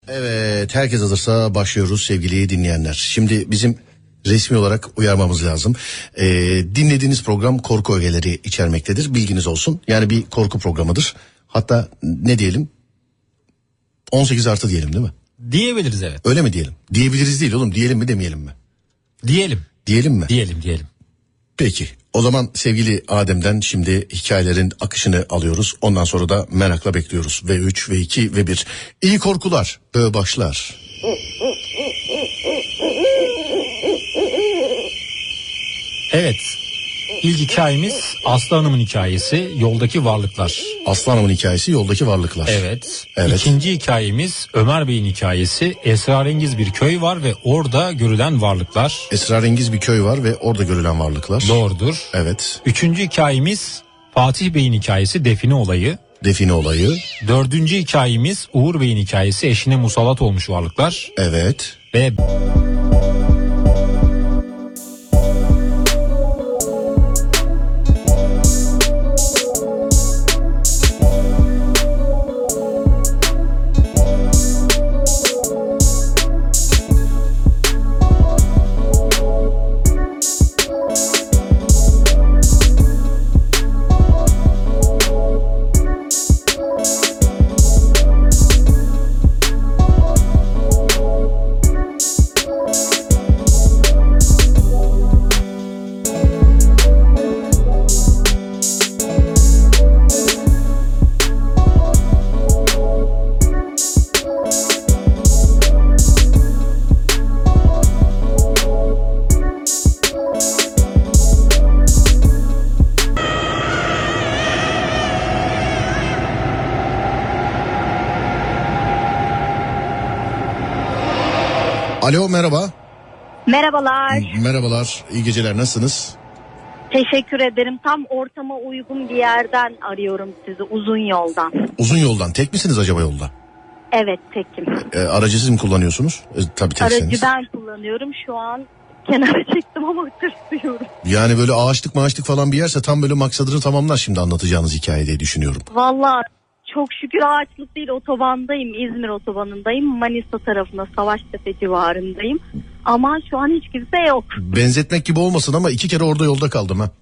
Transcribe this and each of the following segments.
Evet, herkes hazırsa başlıyoruz sevgili dinleyenler. Şimdi bizim resmi olarak uyarmamız lazım. Dinlediğiniz program korku ögeleri içermektedir. Bilginiz olsun. Yani bir korku programıdır. Hatta ne diyelim? 18 artı diyelim değil mi? Diyebiliriz, evet. Öyle mi diyelim? Diyebiliriz değil oğlum. Diyelim mi demeyelim mi? Diyelim. Diyelim mi? Diyelim. Peki. O zaman sevgili Adem'den şimdi hikayelerin akışını alıyoruz. Ondan sonra da merakla bekliyoruz. V3, V2, V1. İyi korkular başlar. Evet. İlk hikayemiz Aslı Hanım'ın hikayesi, Yoldaki Varlıklar. Aslı Hanım'ın hikayesi, Yoldaki Varlıklar. Evet. İkinci hikayemiz Ömer Bey'in hikayesi, Esrarengiz bir köy var ve orada görülen varlıklar. Esrarengiz bir köy var ve orada görülen varlıklar. Doğrudur. Evet. Üçüncü hikayemiz Fatih Bey'in hikayesi, Define olayı. Define olayı. Dördüncü hikayemiz Uğur Bey'in hikayesi, eşine musallat olmuş varlıklar. Evet. Ve Alo, merhaba. Merhabalar. Merhabalar, iyi geceler, nasılsınız? Teşekkür ederim. Tam ortama uygun bir yerden arıyorum sizi, uzun yoldan. Uzun yoldan, tek misiniz acaba yolda? Evet, tekim. Aracı siz mi kullanıyorsunuz? Tabii tekseniz. Aracı ben kullanıyorum. Şu an kenara çektim ama tırsıyorum. Yani böyle ağaçlık falan bir yerse tam böyle maksadını tamamlar şimdi anlatacağınız hikaye diye düşünüyorum. Vallahi çok şükür ağaçlık değil, otobandayım. İzmir otobanındayım. Manisa tarafında, Savaştepe civarındayım. Ama şu an hiç kimse yok. Benzetmek gibi olmasın ama 2 kere orada yolda kaldım ha.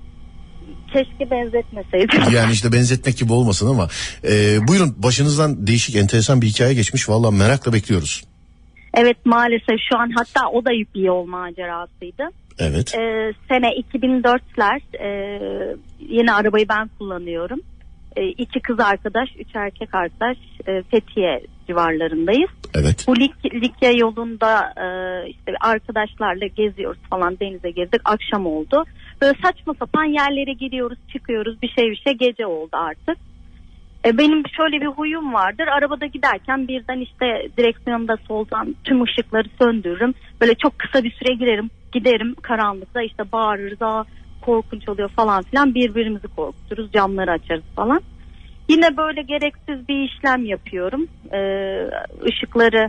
Keşke benzetmeseydim. Yani işte benzetmek gibi olmasın ama buyurun, başınızdan değişik enteresan bir hikaye geçmiş. Vallahi merakla bekliyoruz. Evet, maalesef şu an, hatta o da bir yol macerasıydı. Evet. Sene 2004'ler, yine arabayı ben kullanıyorum. 2 kız arkadaş, 3 erkek arkadaş, Fethiye civarlarındayız. Evet. Bu Likya yolunda işte arkadaşlarla geziyoruz falan, denize girdik, akşam oldu. Böyle saçma sapan yerlere giriyoruz, çıkıyoruz, bir şey gece oldu artık. Benim şöyle bir huyum vardır, arabada giderken birden işte direksiyonda soldan tüm ışıkları söndürürüm. Böyle çok kısa bir süre giderim karanlıkta, işte bağırırız, korkunç oluyor falan filan, birbirimizi korkuturuz, camları açarız falan. Yine böyle gereksiz bir işlem yapıyorum. Işıkları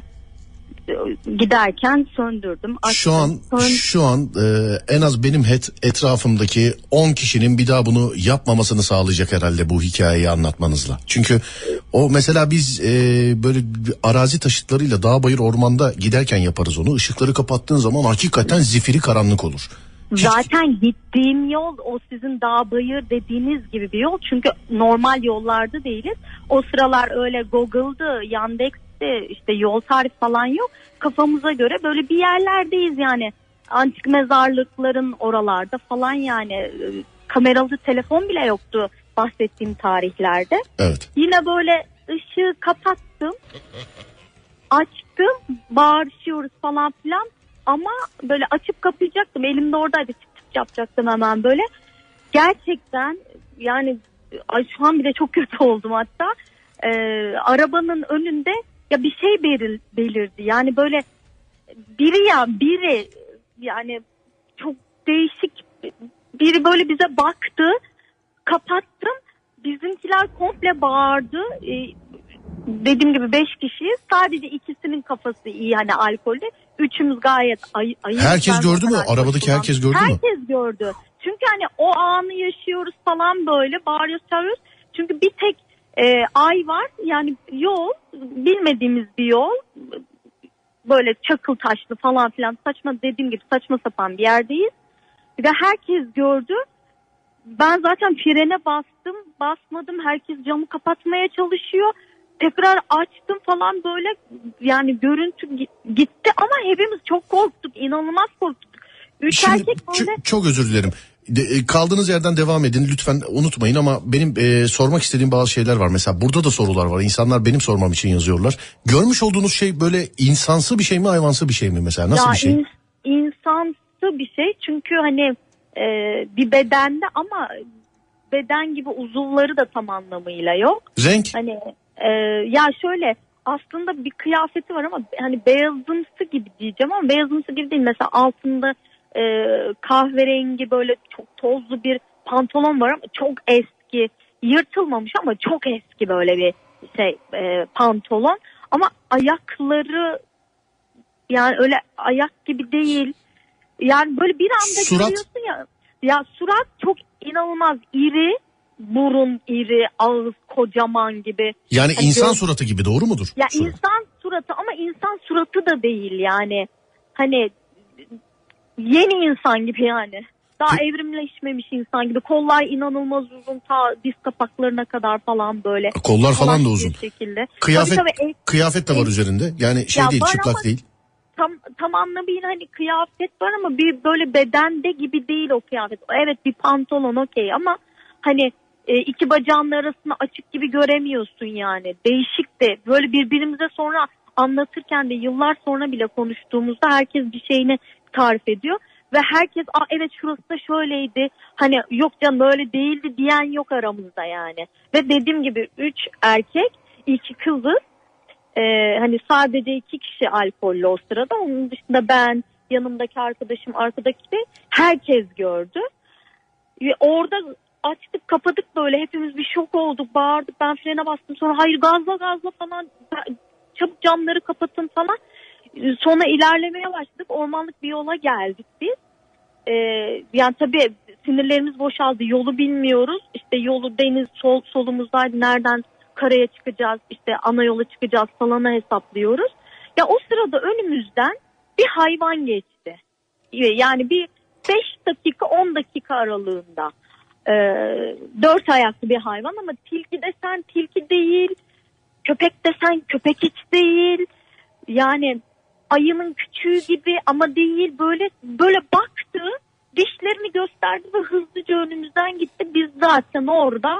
giderken söndürdüm. Açtım. Şu an en az benim etrafımdaki 10 kişinin bir daha bunu yapmamasını sağlayacak herhalde bu hikayeyi anlatmanızla. Çünkü o mesela biz böyle arazi taşıtlarıyla dağ bayır ormanda giderken yaparız onu. Işıkları kapattığın zaman hakikaten zifiri karanlık olur. Zaten gittiğim yol o sizin dağ bayır dediğiniz gibi bir yol. Çünkü normal yollarda değiliz. O sıralar öyle Google'dı, Yandex'ti, işte yol tarif falan yok. Kafamıza göre böyle bir yerlerdeyiz yani. Antik mezarlıkların oralarda falan yani. Kameralı telefon bile yoktu bahsettiğim tarihlerde. Evet. Yine böyle ışığı kapattım. Açtım, bağırışıyoruz falan filan. Ama böyle açıp kapayacaktım. Elimde oradaydı, çık yapacaktım hemen böyle. Gerçekten yani şu an bile çok kötü oldum hatta. Arabanın önünde ya bir şey belirdi. Yani böyle biri yani çok değişik biri böyle bize baktı. Kapattım. Bizimkiler komple bağırdı. Dediğim gibi 5 kişiyiz. Sadece ikisinin kafası iyi, hani alkolde. Üçümüz gayet ayıp. Herkes gördü mü? Arabadaki herkes gördü mü? Herkes gördü. Çünkü hani o anı yaşıyoruz falan, böyle bağırıyoruz, çağırıyoruz. Çünkü bir tek Ay var yani, yol bilmediğimiz bir yol, böyle çakıl taşlı falan filan, saçma, dediğim gibi saçma sapan bir yerdeyiz ve herkes gördü. Ben zaten frene basmadım, herkes camı kapatmaya çalışıyor, tekrar açtım falan, böyle yani görüntü gitti ama hepimiz çok korktuk, inanılmaz korktuk. Şimdi çok özür dilerim. Kaldığınız yerden devam edin lütfen, unutmayın ama benim sormak istediğim bazı şeyler var. Mesela burada da sorular var. İnsanlar benim sormam için yazıyorlar. Görmüş olduğunuz şey böyle insansı bir şey mi, hayvansı bir şey mi mesela? Nasıl bir şey? İnsansı bir şey. Çünkü hani bir bedende ama beden gibi uzuvları da tam anlamıyla yok. Renk? Hani ya şöyle, aslında bir kıyafeti var ama hani beyazımsı gibi diyeceğim ama beyazımsı gibi değil. Mesela altında kahverengi böyle çok tozlu bir pantolon var ama çok eski, yırtılmamış ama çok eski böyle bir şey pantolon, ama ayakları yani öyle ayak gibi değil, yani böyle bir anda görüyorsun ya surat çok inanılmaz iri, burun iri, ağız kocaman gibi. Yani hani insan suratı gibi, doğru mudur? Ya surat. İnsan suratı ama insan suratı da değil yani. Hani yeni insan gibi yani. Daha evrimleşmemiş insan gibi. Kollar inanılmaz uzun, ta diz kapaklarına kadar falan böyle. Kollar falan da uzun. Şekilde. Kıyafet de var üzerinde. Yani şey değil, çıplak değil. Tam anlamıyla hani kıyafet var ama bir böyle bedende gibi değil o kıyafet. Evet, bir pantolon okey ama hani iki bacağının arasında açık gibi göremiyorsun yani. Değişik de böyle, birbirimize sonra anlatırken de yıllar sonra bile konuştuğumuzda herkes bir şeyini tarif ediyor. Ve herkes evet şurası da şöyleydi, hani yok canım öyle değildi diyen yok aramızda yani. Ve dediğim gibi 3 erkek 2 kızız. Hani sadece 2 kişi alkollü o sırada. Onun dışında ben, yanımdaki arkadaşım, arkadaki de herkes gördü. Ve orada açtık kapadık, böyle hepimiz bir şok olduk, bağırdık, ben frene bastım, sonra hayır gazla falan, çabuk camları kapatın falan. Sonra ilerlemeye başladık, ormanlık bir yola geldik biz. Yani tabii sinirlerimiz boşaldı, yolu bilmiyoruz, işte yolu deniz solumuzdaydı, nereden karaya çıkacağız, işte ana yola çıkacağız falanı hesaplıyoruz. Ya o sırada önümüzden bir hayvan geçti. Yani bir 5 dakika 10 dakika aralığında. 4 ayaklı bir hayvan ama tilki desen tilki değil, köpek desen köpek hiç değil. Yani ayının küçüğü gibi ama değil, böyle baktı, dişlerini gösterdi ve hızlıca önümüzden gitti. Biz zaten orada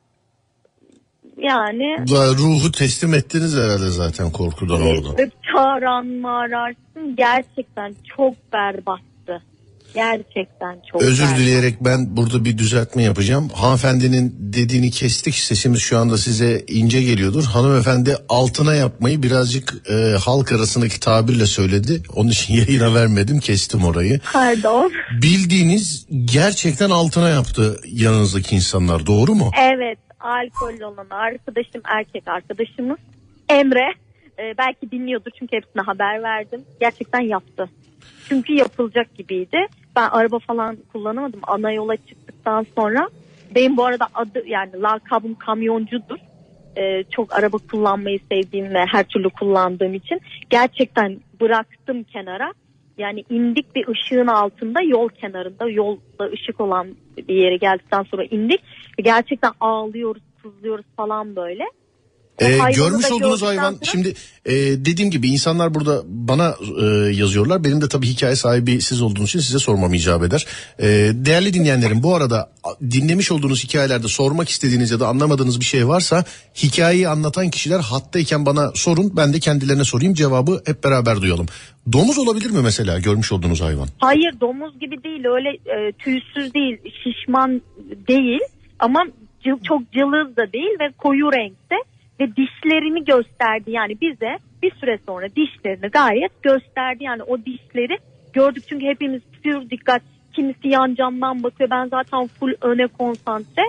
yani ruhu teslim ettiniz herhalde zaten korkudan orada. Çağıran mı ararsın, gerçekten çok berbattı. Gerçekten çok. Özür dileyerek ben burada bir düzeltme yapacağım. Hanımefendinin dediğini kestik. Sesimiz şu anda size ince geliyordur. Hanımefendi altına yapmayı birazcık halk arasındaki tabirle söyledi. Onun için yayına vermedim. Kestim orayı. Pardon. Bildiğiniz gerçekten altına yaptı yanınızdaki insanlar. Doğru mu? Evet. Alkollü olan arkadaşım, erkek arkadaşımız Emre. Belki dinliyordur çünkü hepsine haber verdim. Gerçekten yaptı. Çünkü yapılacak gibiydi. Ben araba falan kullanamadım. Ana yola çıktıktan sonra. Benim bu arada lakabım kamyoncudur. Çok araba kullanmayı sevdiğim ve her türlü kullandığım için. Gerçekten bıraktım kenara. Yani indik bir ışığın altında, yol kenarında, yolda ışık olan bir yere geldikten sonra indik. Gerçekten ağlıyoruz, sızlıyoruz falan böyle. Görmüş olduğunuz hayvan sonra... Şimdi dediğim gibi insanlar burada bana yazıyorlar. Benim de tabii hikaye sahibi siz olduğunuz için size sormam icap eder. Değerli dinleyenlerim, bu arada dinlemiş olduğunuz hikayelerde sormak istediğiniz ya da anlamadığınız bir şey varsa hikayeyi anlatan kişiler hattayken bana sorun, ben de kendilerine sorayım, cevabı hep beraber duyalım. Domuz olabilir mi mesela görmüş olduğunuz hayvan? Hayır, domuz gibi değil, öyle tüysüz değil, şişman değil ama çok cılız da değil ve koyu renkte. Ve dişlerini gösterdi, yani bize bir süre sonra dişlerini gayet gösterdi, yani o dişleri gördük çünkü hepimiz pür dikkat, kimisi yan camdan bakıyor, ben zaten full öne konsantre.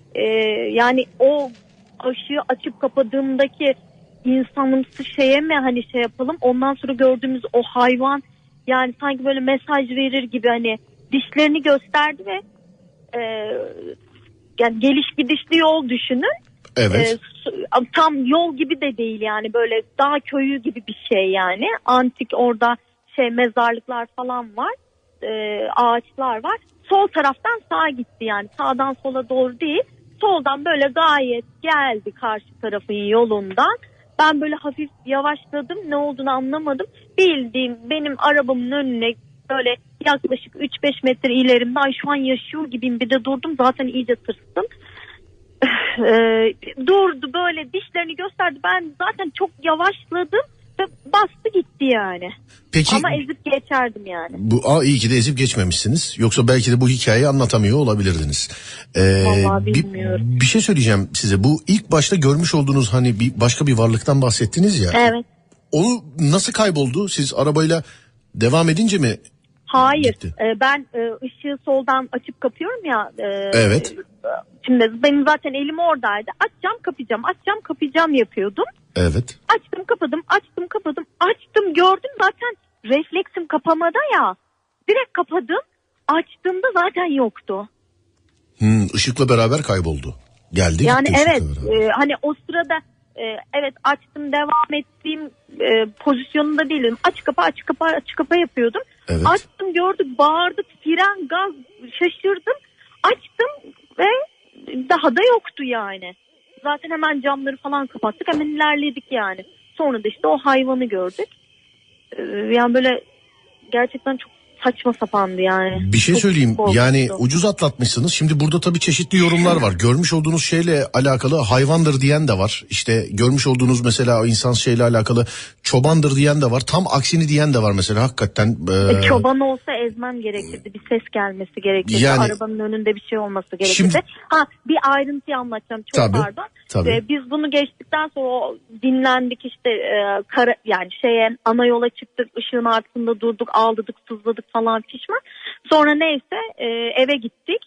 Yani o ışığı açıp kapadığımdaki insanımsı şeye mi hani şey yapalım, ondan sonra gördüğümüz o hayvan yani sanki böyle mesaj verir gibi, hani dişlerini gösterdi ve yani geliş gidişli yol düşünün. Evet. Tam yol gibi de değil yani, böyle dağ köyü gibi bir şey yani. Antik orada mezarlıklar falan var. Ağaçlar var. Sol taraftan sağa gitti yani. Sağdan sola doğru değil. Soldan böyle gayet geldi karşı tarafın yolundan. Ben böyle hafif yavaşladım. Ne olduğunu anlamadım. Bildiğim benim arabamın önüne böyle yaklaşık 3-5 metre ilerimde, ay şu an yaşıyor gibiyim, bir de durdum. Zaten iyice tırstım. Durdu, böyle dişlerini gösterdi. Ben zaten çok yavaşladım ve bastı gitti yani. Peki, ama ezip geçerdim yani. İyi ki de ezip geçmemişsiniz. Yoksa belki de bu hikayeyi anlatamıyor olabilirdiniz. Vallahi bilmiyorum. Bir şey söyleyeceğim size. Bu ilk başta görmüş olduğunuz hani başka bir varlıktan bahsettiniz ya. Evet. O nasıl kayboldu? Siz arabayla devam edince mi? Hayır. Ben ışığı soldan açıp kapıyorum ya. Evet. Şimdi benim zaten elim oradaydı. Açacağım kapayacağım yapıyordum. Evet. Açtım kapadım gördüm, zaten refleksim kapamada ya. Direkt kapadım. Açtığımda zaten yoktu. Işıkla beraber kayboldu. Geldi yani gitti evet, ışıkla hani o sırada evet açtım, devam ettiğim pozisyonunda değilim. Aç kapa yapıyordum. Evet. Açtım, gördük, bağırdık, fren, gaz, şaşırdım. Açtım ve daha da yoktu yani. Zaten hemen camları falan kapattık, hemen ilerledik yani. Sonra da işte o hayvanı gördük. Yani böyle gerçekten çok saçma sapandı yani. Bir şey çok söyleyeyim, korkuttu. yani ucuz atlatmışsınız. Şimdi burada tabii çeşitli yorumlar var. Görmüş olduğunuz şeyle alakalı hayvandır diyen de var. İşte görmüş olduğunuz mesela insan şeyle alakalı çobandır diyen de var. Tam aksini diyen de var mesela, hakikaten. Çoban olsa ezmem gerekirdi. Bir ses gelmesi gerekirdi. Yani, arabanın önünde bir şey olması gerekirdi. Şimdi, bir ayrıntıyı anlatacağım. Çok tabii, pardon. tabii. Biz bunu geçtikten sonra dinlendik işte, yani ana yola çıktık. Işığın altında durduk, ağladık, sızladık falan pişman. Sonra neyse eve gittik.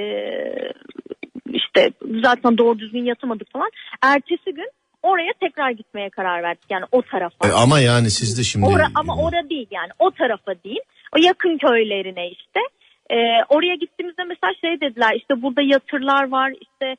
İşte zaten doğru düzgün yatamadık falan. Ertesi gün oraya tekrar gitmeye karar verdik, yani o tarafa. Ama yani siz de şimdi... Ama orada değil yani, o tarafa değil. O yakın köylerine işte. Oraya gittiğimizde mesela dediler, işte burada yatırlar var, işte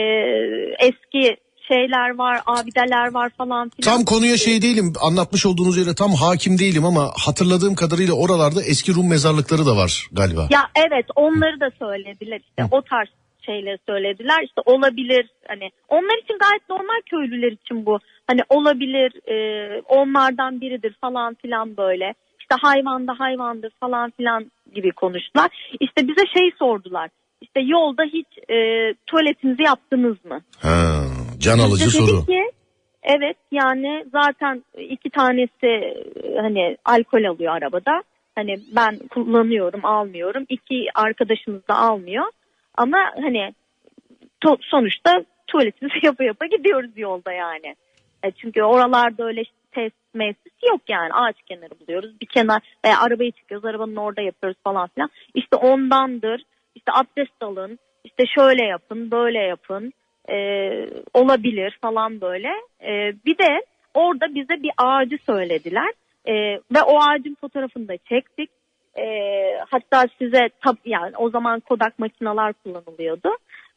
eski şeyler var, abideler var falan filan. Tam konuya değilim, anlatmış olduğunuz yere tam hakim değilim ama hatırladığım kadarıyla oralarda eski Rum mezarlıkları da var galiba. Ya evet, onları da söylediler işte. O tarz şeyleri söylediler. İşte olabilir, hani onlar için gayet normal, köylüler için bu. Hani olabilir, onlardan biridir falan filan böyle. İşte hayvandır falan filan gibi konuştular. İşte bize sordular. İşte yolda hiç tuvaletinizi yaptınız mı? Can alıcı soru. Ki, evet yani zaten 2 tanesi hani alkol alıyor arabada. Hani ben kullanıyorum, almıyorum. 2 arkadaşımız da almıyor. Ama hani sonuçta tuvaletimizi yapa gidiyoruz yolda yani. Çünkü oralarda öyle tesis yok yani. Ağaç kenarı buluyoruz. Bir kenar veya arabayı çıkıyoruz, arabanın orada yapıyoruz falan filan. İşte ondandır. İşte abdest alın. İşte şöyle yapın, böyle yapın. Olabilir falan böyle. Bir de orada bize bir ağacı söylediler. Ve o ağacın fotoğrafını da çektik. Hatta size yani o zaman Kodak makineler kullanılıyordu.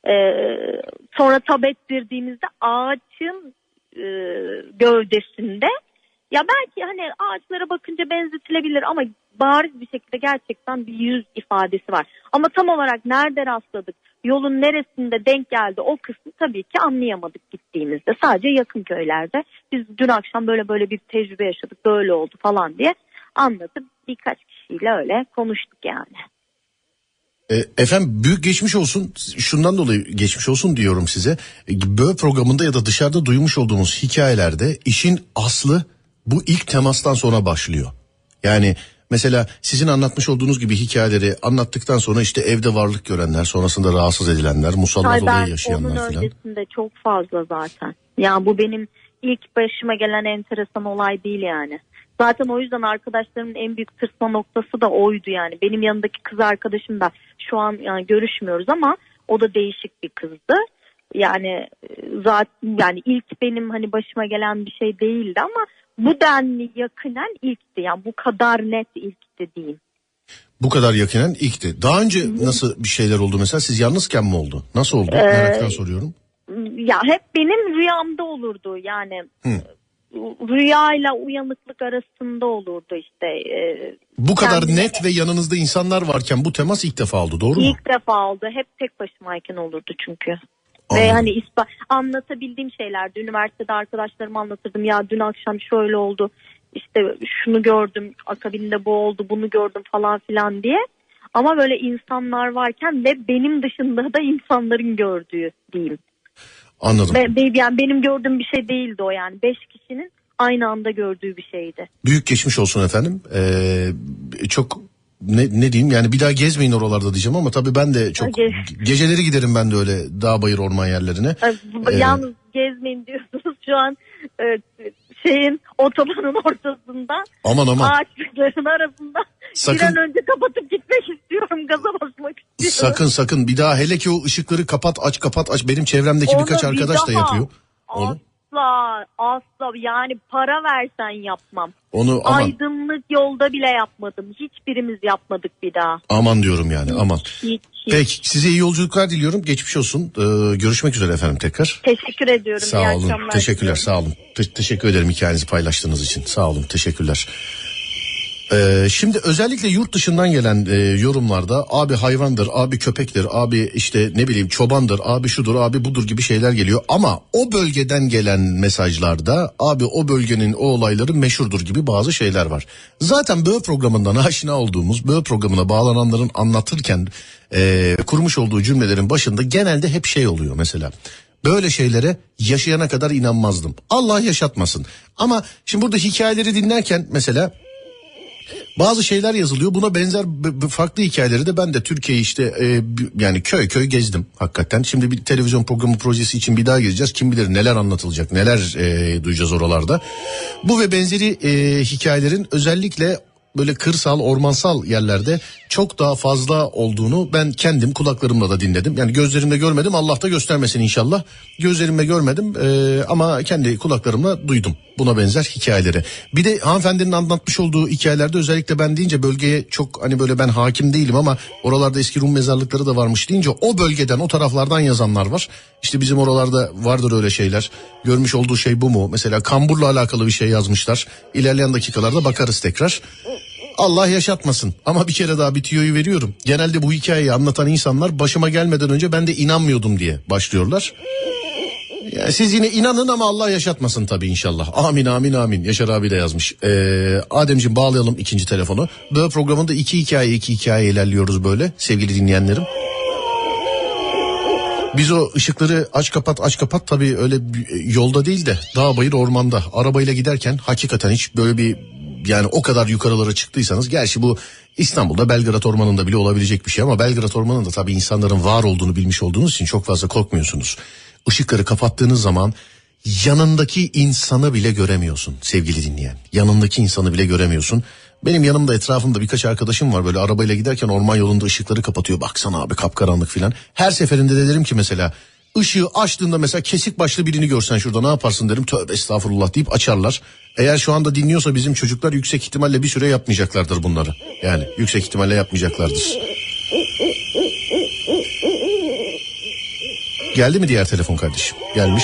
Sonra tab ettirdiğimizde ağacın gövdesinde, ya belki hani ağaçlara bakınca benzetilebilir ama bariz bir şekilde gerçekten bir yüz ifadesi var. Ama tam olarak nerede rastladık, yolun neresinde denk geldi, o kısmı tabii ki anlayamadık gittiğimizde. Sadece yakın köylerde biz dün akşam böyle bir tecrübe yaşadık, böyle oldu falan diye anlatıp birkaç kişiyle öyle konuştuk yani. Efendim, büyük geçmiş olsun. Şundan dolayı geçmiş olsun diyorum size. Böyle programında ya da dışarıda duymuş olduğumuz hikayelerde işin aslı bu ilk temastan sonra başlıyor. Yani mesela sizin anlatmış olduğunuz gibi hikayeleri anlattıktan sonra işte evde varlık görenler, sonrasında rahatsız edilenler, musallat olayı yaşayanlar falan. Onun öncesinde çok fazla zaten. Yani bu benim ilk başıma gelen enteresan olay değil yani. Zaten o yüzden arkadaşlarımın en büyük tırsma noktası da oydu yani. Benim yanındaki kız arkadaşım da şu an yani görüşmüyoruz ama o da değişik bir kızdı. Yani zaten yani ilk benim hani başıma gelen bir şey değildi ama bu denli yakinen ilkti. Yani bu kadar net ilkti diyeyim. Bu kadar yakinen ilkti. Daha önce nasıl bir şeyler oldu mesela? Siz yalnızken mi oldu? Nasıl oldu? Meraktan soruyorum. Ya hep benim rüyamda olurdu yani. Rüyayla uyanıklık arasında olurdu işte. Bu kadar Kendine... net ve yanınızda insanlar varken bu temas ilk defa oldu, doğru mu? İlk defa oldu. Hep tek başımayken olurdu çünkü. Anladım. Ve hani anlatabildiğim şeylerdi. Üniversitede arkadaşlarıma anlatırdım. Ya dün akşam şöyle oldu. İşte şunu gördüm. Akabinde bu oldu. Bunu gördüm falan filan diye. Ama böyle insanlar varken ve benim dışında da insanların gördüğü diyeyim. Anladım. Yani benim gördüğüm bir şey değildi o yani. 5 kişinin aynı anda gördüğü bir şeydi. Büyük geçmiş olsun efendim. Çok ne diyeyim yani, bir daha gezmeyin oralarda diyeceğim ama tabii ben de çok geceleri giderim ben de öyle dağ bayır orman yerlerine. Yalnız gezmeyin diyorsunuz şu an otobanın ortasında. Aman. Ağaçların arasında. Sakın, bir an önce kapatıp gitmek istiyorum. Gaza basmak istiyorum. Sakın bir daha, hele ki o ışıkları kapat aç. Benim çevremdeki birkaç arkadaş da yapıyor. Asla yani para versen yapmam. Onu aydınlık yolda bile yapmadım. Hiçbirimiz yapmadık bir daha. Aman diyorum yani, aman. Hiç. Peki size iyi yolculuklar diliyorum. Geçmiş olsun. Görüşmek üzere efendim tekrar. Teşekkür ediyorum. Sağ olun. Teşekkürler. Sağ olun. Teşekkür ederim hikayenizi paylaştığınız için. Sağ olun. Teşekkürler. Şimdi özellikle yurt dışından gelen yorumlarda abi hayvandır, abi köpektir, abi işte ne bileyim çobandır, abi şudur, abi budur gibi şeyler geliyor. Ama o bölgeden gelen mesajlarda abi o bölgenin o olayları meşhurdur gibi bazı şeyler var. Zaten Böğ programından aşina olduğumuz, Böğ programına bağlananların anlatırken kurmuş olduğu cümlelerin başında genelde hep şey oluyor mesela. Böyle şeylere yaşayana kadar inanmazdım. Allah yaşatmasın. Ama şimdi burada hikayeleri dinlerken mesela bazı şeyler yazılıyor. Buna benzer farklı hikayeleri de ben de Türkiye'yi işte yani köy gezdim hakikaten. Şimdi bir televizyon programı projesi için bir daha gezeceğiz. Kim bilir neler anlatılacak, neler duyacağız oralarda. Bu ve benzeri hikayelerin özellikle böyle kırsal, ormansal yerlerde çok daha fazla olduğunu ben kendim kulaklarımla da dinledim. Yani gözlerimle görmedim, Allah da göstermesin inşallah. Gözlerimle görmedim ama kendi kulaklarımla duydum buna benzer hikayeleri. Bir de hanımefendinin anlatmış olduğu hikayelerde özellikle ben deyince bölgeye çok hani böyle ben hakim değilim ama oralarda eski Rum mezarlıkları da varmış deyince o bölgeden, o taraflardan yazanlar var. İşte bizim oralarda vardır öyle şeyler. Görmüş olduğu şey bu mu? Mesela kamburla alakalı bir şey yazmışlar. İlerleyen dakikalarda bakarız tekrar. Allah yaşatmasın ama bir kere daha bir tüyoyu veriyorum. Genelde bu hikayeyi anlatan insanlar başıma gelmeden önce ben de inanmıyordum diye başlıyorlar. Yani siz yine inanın ama Allah yaşatmasın tabii inşallah. Amin. Yaşar abi de yazmış. Ademciğim bağlayalım ikinci telefonu. Böyle programında iki hikaye ilerliyoruz böyle sevgili dinleyenlerim. Biz o ışıkları aç kapat tabii öyle yolda değil de dağ bayır ormanda arabayla giderken hakikaten hiç böyle bir yani o kadar yukarılara çıktıysanız, gerçi bu İstanbul'da Belgrad Ormanı'nda bile olabilecek bir şey ama Belgrad Ormanı'nda tabii insanların var olduğunu bilmiş olduğunuz için çok fazla korkmuyorsunuz. Işıkları kapattığınız zaman yanındaki insanı bile göremiyorsun sevgili dinleyen. Yanındaki insanı bile göremiyorsun. Benim yanımda etrafımda birkaç arkadaşım var böyle arabayla giderken orman yolunda ışıkları kapatıyor. Baksana abi kapkaranlık filan. Her seferinde de derim ki mesela ışığı açtığında mesela kesik başlı birini görsen şurada ne yaparsın derim. Tövbe estağfurullah deyip açarlar. Eğer şu anda dinliyorsa bizim çocuklar yüksek ihtimalle bir süre yapmayacaklardır bunları. Yani yüksek ihtimalle yapmayacaklardır. Geldi mi diğer telefon kardeşim? Gelmiş.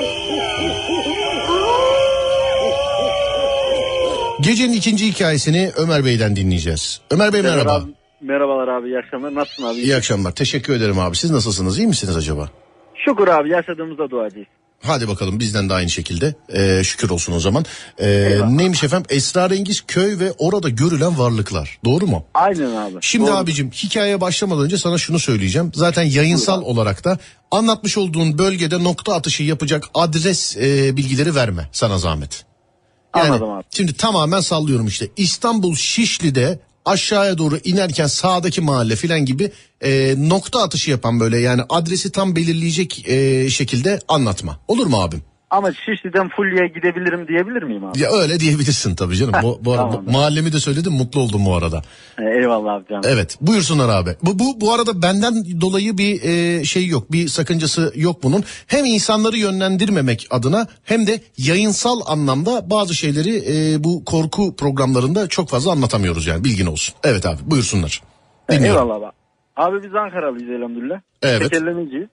Gecenin ikinci hikayesini Ömer Bey'den dinleyeceğiz. Ömer Bey merhaba. Abi, merhabalar abi, iyi akşamlar. Nasılsın abi? İyi akşamlar. Teşekkür ederim abi. Siz nasılsınız? İyi misiniz acaba? Şükür abi, yaşadığımızda duacıyız. Hadi bakalım bizden de aynı şekilde. Şükür olsun o zaman. Neymiş efendim? Esrarengiz köy ve orada görülen varlıklar. Doğru mu? Aynen abi. Şimdi doğru. Abicim hikayeye başlamadan önce sana şunu söyleyeceğim. Zaten yayınsal olarak da anlatmış olduğun bölgede nokta atışı yapacak adres bilgileri verme sana zahmet. Yani, anladım abi. Şimdi tamamen sallıyorum işte. İstanbul Şişli'de aşağıya doğru inerken sağdaki mahalle filan gibi nokta atışı yapan böyle yani adresi tam belirleyecek şekilde anlatma. Olur mu abim? Ama Şişli'den Fulya'ya gidebilirim diyebilir miyim abi? Ya öyle diyebilirsin tabii canım. Bu arada tamam. mahallemi de söyledim, mutlu oldum bu arada. Eyvallah abi canım. Evet, buyursunlar abi. Bu arada benden dolayı bir şey yok, bir sakıncası yok bunun. Hem insanları yönlendirmemek adına hem de yayınsal anlamda bazı şeyleri bu korku programlarında çok fazla anlatamıyoruz yani, bilgin olsun. Evet abi, buyursunlar. Dinliyorum. Eyvallah abi. Abi biz Ankaralıyız elhamdülillah. Evet. Tekerlemeciyiz.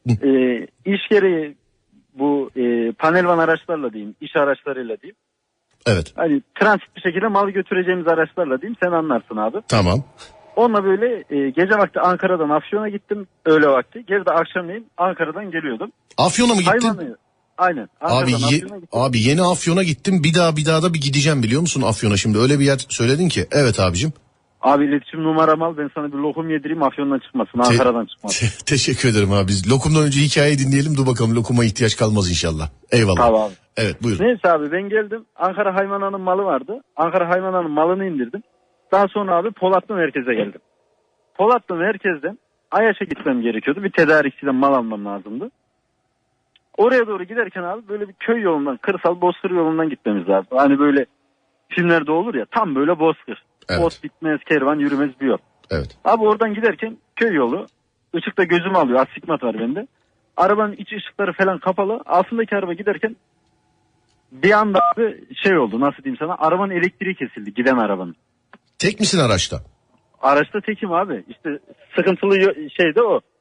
İş gereği bu panel van araçlarla diyeyim, iş araçlarıyla diyeyim. Evet. Hani transit bir şekilde mal götüreceğimiz araçlarla diyeyim, sen anlarsın abi. Tamam. Onunla böyle gece vakti Ankara'dan Afyon'a gittim, öğle vakti. Geri de akşamleyin Ankara'dan geliyordum. Afyon'a mı gittin? Aynen. Abi yeni Afyon'a gittim, bir daha da bir gideceğim, biliyor musun Afyon'a şimdi, öyle bir yer söyledin ki. Evet abicim. Abi iletişim numaram al, ben sana bir lokum yedireyim, Afyon'dan çıkmasın, Ankara'dan çıkmasın. Teşekkür ederim abi. Biz lokumdan önce hikayeyi dinleyelim, dur bakalım, lokuma ihtiyaç kalmaz inşallah. Eyvallah. Tamam abi. Evet, buyurun. Neyse abi, ben geldim, Ankara Haymana'nın malı vardı. Ankara Haymana'nın malını indirdim. Daha sonra abi Polatlı merkeze geldim. Polatlı merkezden Ayaş'a gitmem gerekiyordu. Bir tedarikçiden mal almam lazımdı. Oraya doğru giderken abi böyle bir köy yolundan, kırsal Bozkır yolundan gitmemiz lazım. Hani böyle filmlerde olur ya, tam böyle Bozkır. Evet. Ot bitmez, kervan yürümez bir yol. Evet. Abi oradan giderken köy yolu, ışıkta gözüm alıyor, astigmat var bende. Arabanın iç ışıkları falan kapalı. Altındaki araba giderken bir anda bir şey oldu, nasıl diyeyim sana, arabanın elektriği kesildi, giden arabanın. Tek misin araçta? Araçta tekim abi. İşte sıkıntılı şey de o.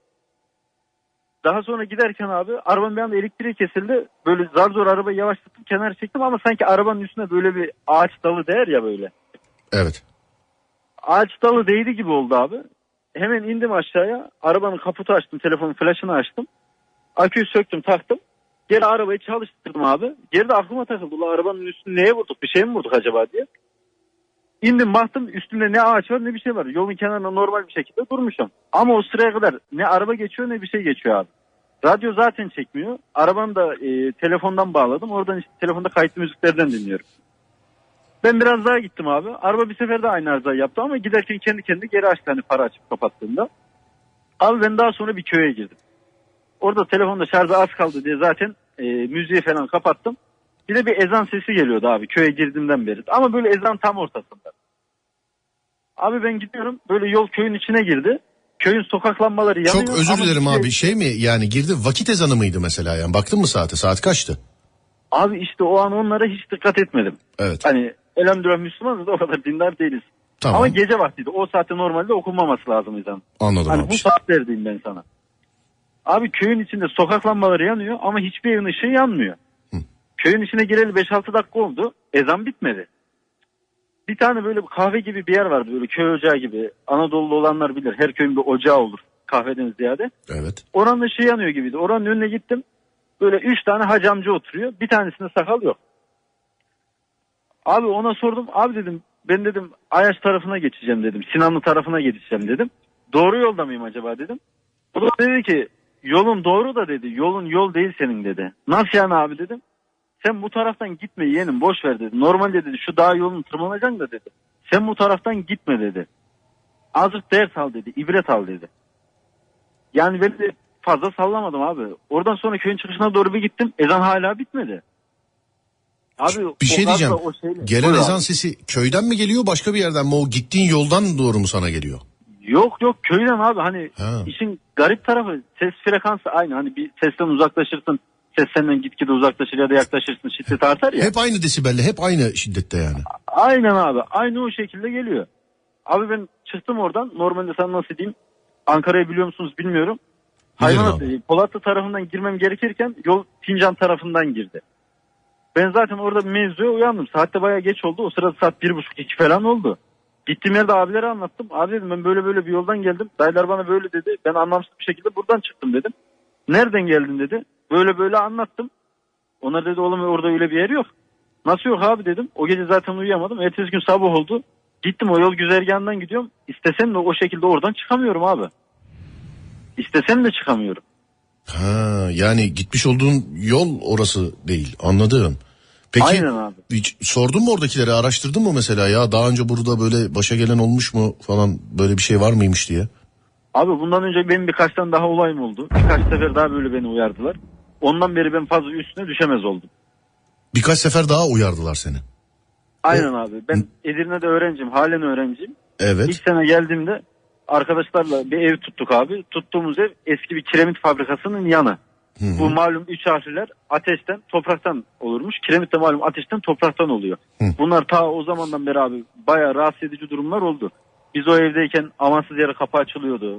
Daha sonra giderken abi arabanın bir anda elektriği kesildi. Böyle zar zor arabayı yavaşlattım, kenara çektim ama sanki arabanın üstüne böyle bir ağaç dalı değer ya böyle. Evet. Ağaç dalı değdi gibi oldu abi. Hemen indim aşağıya. Arabanın kaputu açtım, telefonun flaşını açtım. Aküyü söktüm, taktım. Geri arabayı çalıştırdım abi. Geri de aklıma takıldı. Ulan arabanın üstünü neye vurduk? Bir şey mi vurduk acaba diye. İndim baktım, üstünde ne ağaç var ne bir şey var. Yolun kenarında normal bir şekilde durmuşum. Ama o sıraya kadar ne araba geçiyor ne bir şey geçiyor abi. Radyo zaten çekmiyor. Arabanı da telefondan bağladım. Oradan işte telefonda kayıtlı müziklerden dinliyorum. Ben biraz daha gittim abi. Araba bir sefer de aynı arızayı yaptı ama giderken kendi kendine geri açtı, hani para açıp kapattığında. Abi ben daha sonra bir köye girdim. Orada telefonda şarjı az kaldı diye zaten müziği falan kapattım. Bir de bir ezan sesi geliyordu abi köye girdiğimden beri. Ama böyle ezan tam ortasında. Abi ben gidiyorum, böyle yol köyün içine girdi. Köyün sokak lambaları yanıyor. Çok özür dilerim abi, şey mi yani, girdi vakit ezanı mıydı mesela, yani baktın mı saate, saat kaçtı? Abi işte o an onlara hiç dikkat etmedim. Evet. Hani elhamdülillah Müslümanız da o kadar dindar değiliz. Tamam. Ama gece vaktiydi, o saatte normalde okunmaması lazım ezan. Anladım hani abi. Bu saatlerdeyim ben sana. Abi köyün içinde sokak lambaları yanıyor ama hiçbir evin ışığı yanmıyor. Köyün içine gireli 5-6 dakika oldu. Ezan bitmedi. Bir tane böyle kahve gibi bir yer vardı, böyle köy ocağı gibi. Anadolu'lu olanlar bilir. Her köyün bir ocağı olur kahveden ziyade. Evet. Oranın ışığı yanıyor gibiydi. Oranın önüne gittim. Böyle 3 tane hacı amca oturuyor. Bir tanesinde sakal yok. Abi ona sordum. Abi dedim, ben dedim Ayaş tarafına geçeceğim dedim. Sinanlı tarafına geçeceğim dedim. Doğru yolda mıyım acaba dedim. O da dedi ki yolun doğru da dedi. Yolun yol değil senin dedi. Nasıl yani abi dedim. Sen bu taraftan gitme yeğenim, boş ver dedi. Normalde dedi şu dağ yolunu tırmanacaksın da dedi. Sen bu taraftan gitme dedi. Azıcık ders al dedi. İbret al dedi. Yani ben de fazla sallamadım abi. Oradan sonra köyün çıkışına doğru bir gittim. Ezan hala bitmedi. Abi Bir şey diyeceğim. Gelen Buyur ezan abi. sesi köyden mi geliyor, başka bir yerden mi? O gittiğin yoldan doğru mu sana geliyor? Yok köyden abi, hani Ha. işin garip tarafı ses frekansı aynı. Hani bir sesten uzaklaşırsın. Ses senden gitgide uzaklaşır ya da yaklaşırsın, şiddet artar ya. Hep aynı desibelle, hep aynı şiddette yani. Aynen abi. Aynı o şekilde geliyor. Abi ben çıktım oradan. Normalde sana nasıl diyeyim, Ankara'yı biliyor musunuz bilmiyorum. Polatlı tarafından girmem gerekirken yol Sincan tarafından girdi. Ben zaten orada bir mevzuya uyandım. Saatte bayağı geç oldu. O sırada saat 1.30-2 falan oldu. Gittiğim yerde abilere anlattım. Abi dedim ben böyle bir yoldan geldim. Dayılar bana böyle dedi. Ben anlamsız bir şekilde buradan çıktım dedim. Nereden geldin dedi. Böyle anlattım. Onlar dedi oğlum orada öyle bir yer yok. Nasıl yok abi dedim. O gece zaten uyuyamadım. Ertesi gün sabah oldu. Gittim, o yol güzergahından gidiyorum. İstesem de o şekilde oradan çıkamıyorum abi. İstesem de çıkamıyorum. Ha, yani gitmiş olduğun yol orası değil, anladım. Peki Aynen abi. hiç sordun mu oradakilere, araştırdın mı mesela, ya daha önce burada böyle başa gelen olmuş mu falan, böyle bir şey var mıymış diye? Abi bundan önce benim birkaç tane daha olayım oldu. Birkaç sefer daha böyle beni uyardılar. Ondan beri ben fazla üstüne düşemez oldum. Birkaç sefer daha uyardılar seni. Aynen abi. Ben Edirne'de öğrenciyim. Halen öğrenciyim. Evet. İlk sene geldiğimde arkadaşlarla bir ev tuttuk abi. Tuttuğumuz ev eski bir kiremit fabrikasının yanı. Hı-hı. Bu malum 3 harfler ateşten, topraktan olurmuş. Kiremit de malum ateşten, topraktan oluyor. Bunlar ta o zamandan beri abi bayağı rahatsız edici durumlar oldu. Biz o evdeyken amansız yere kapı açılıyordu.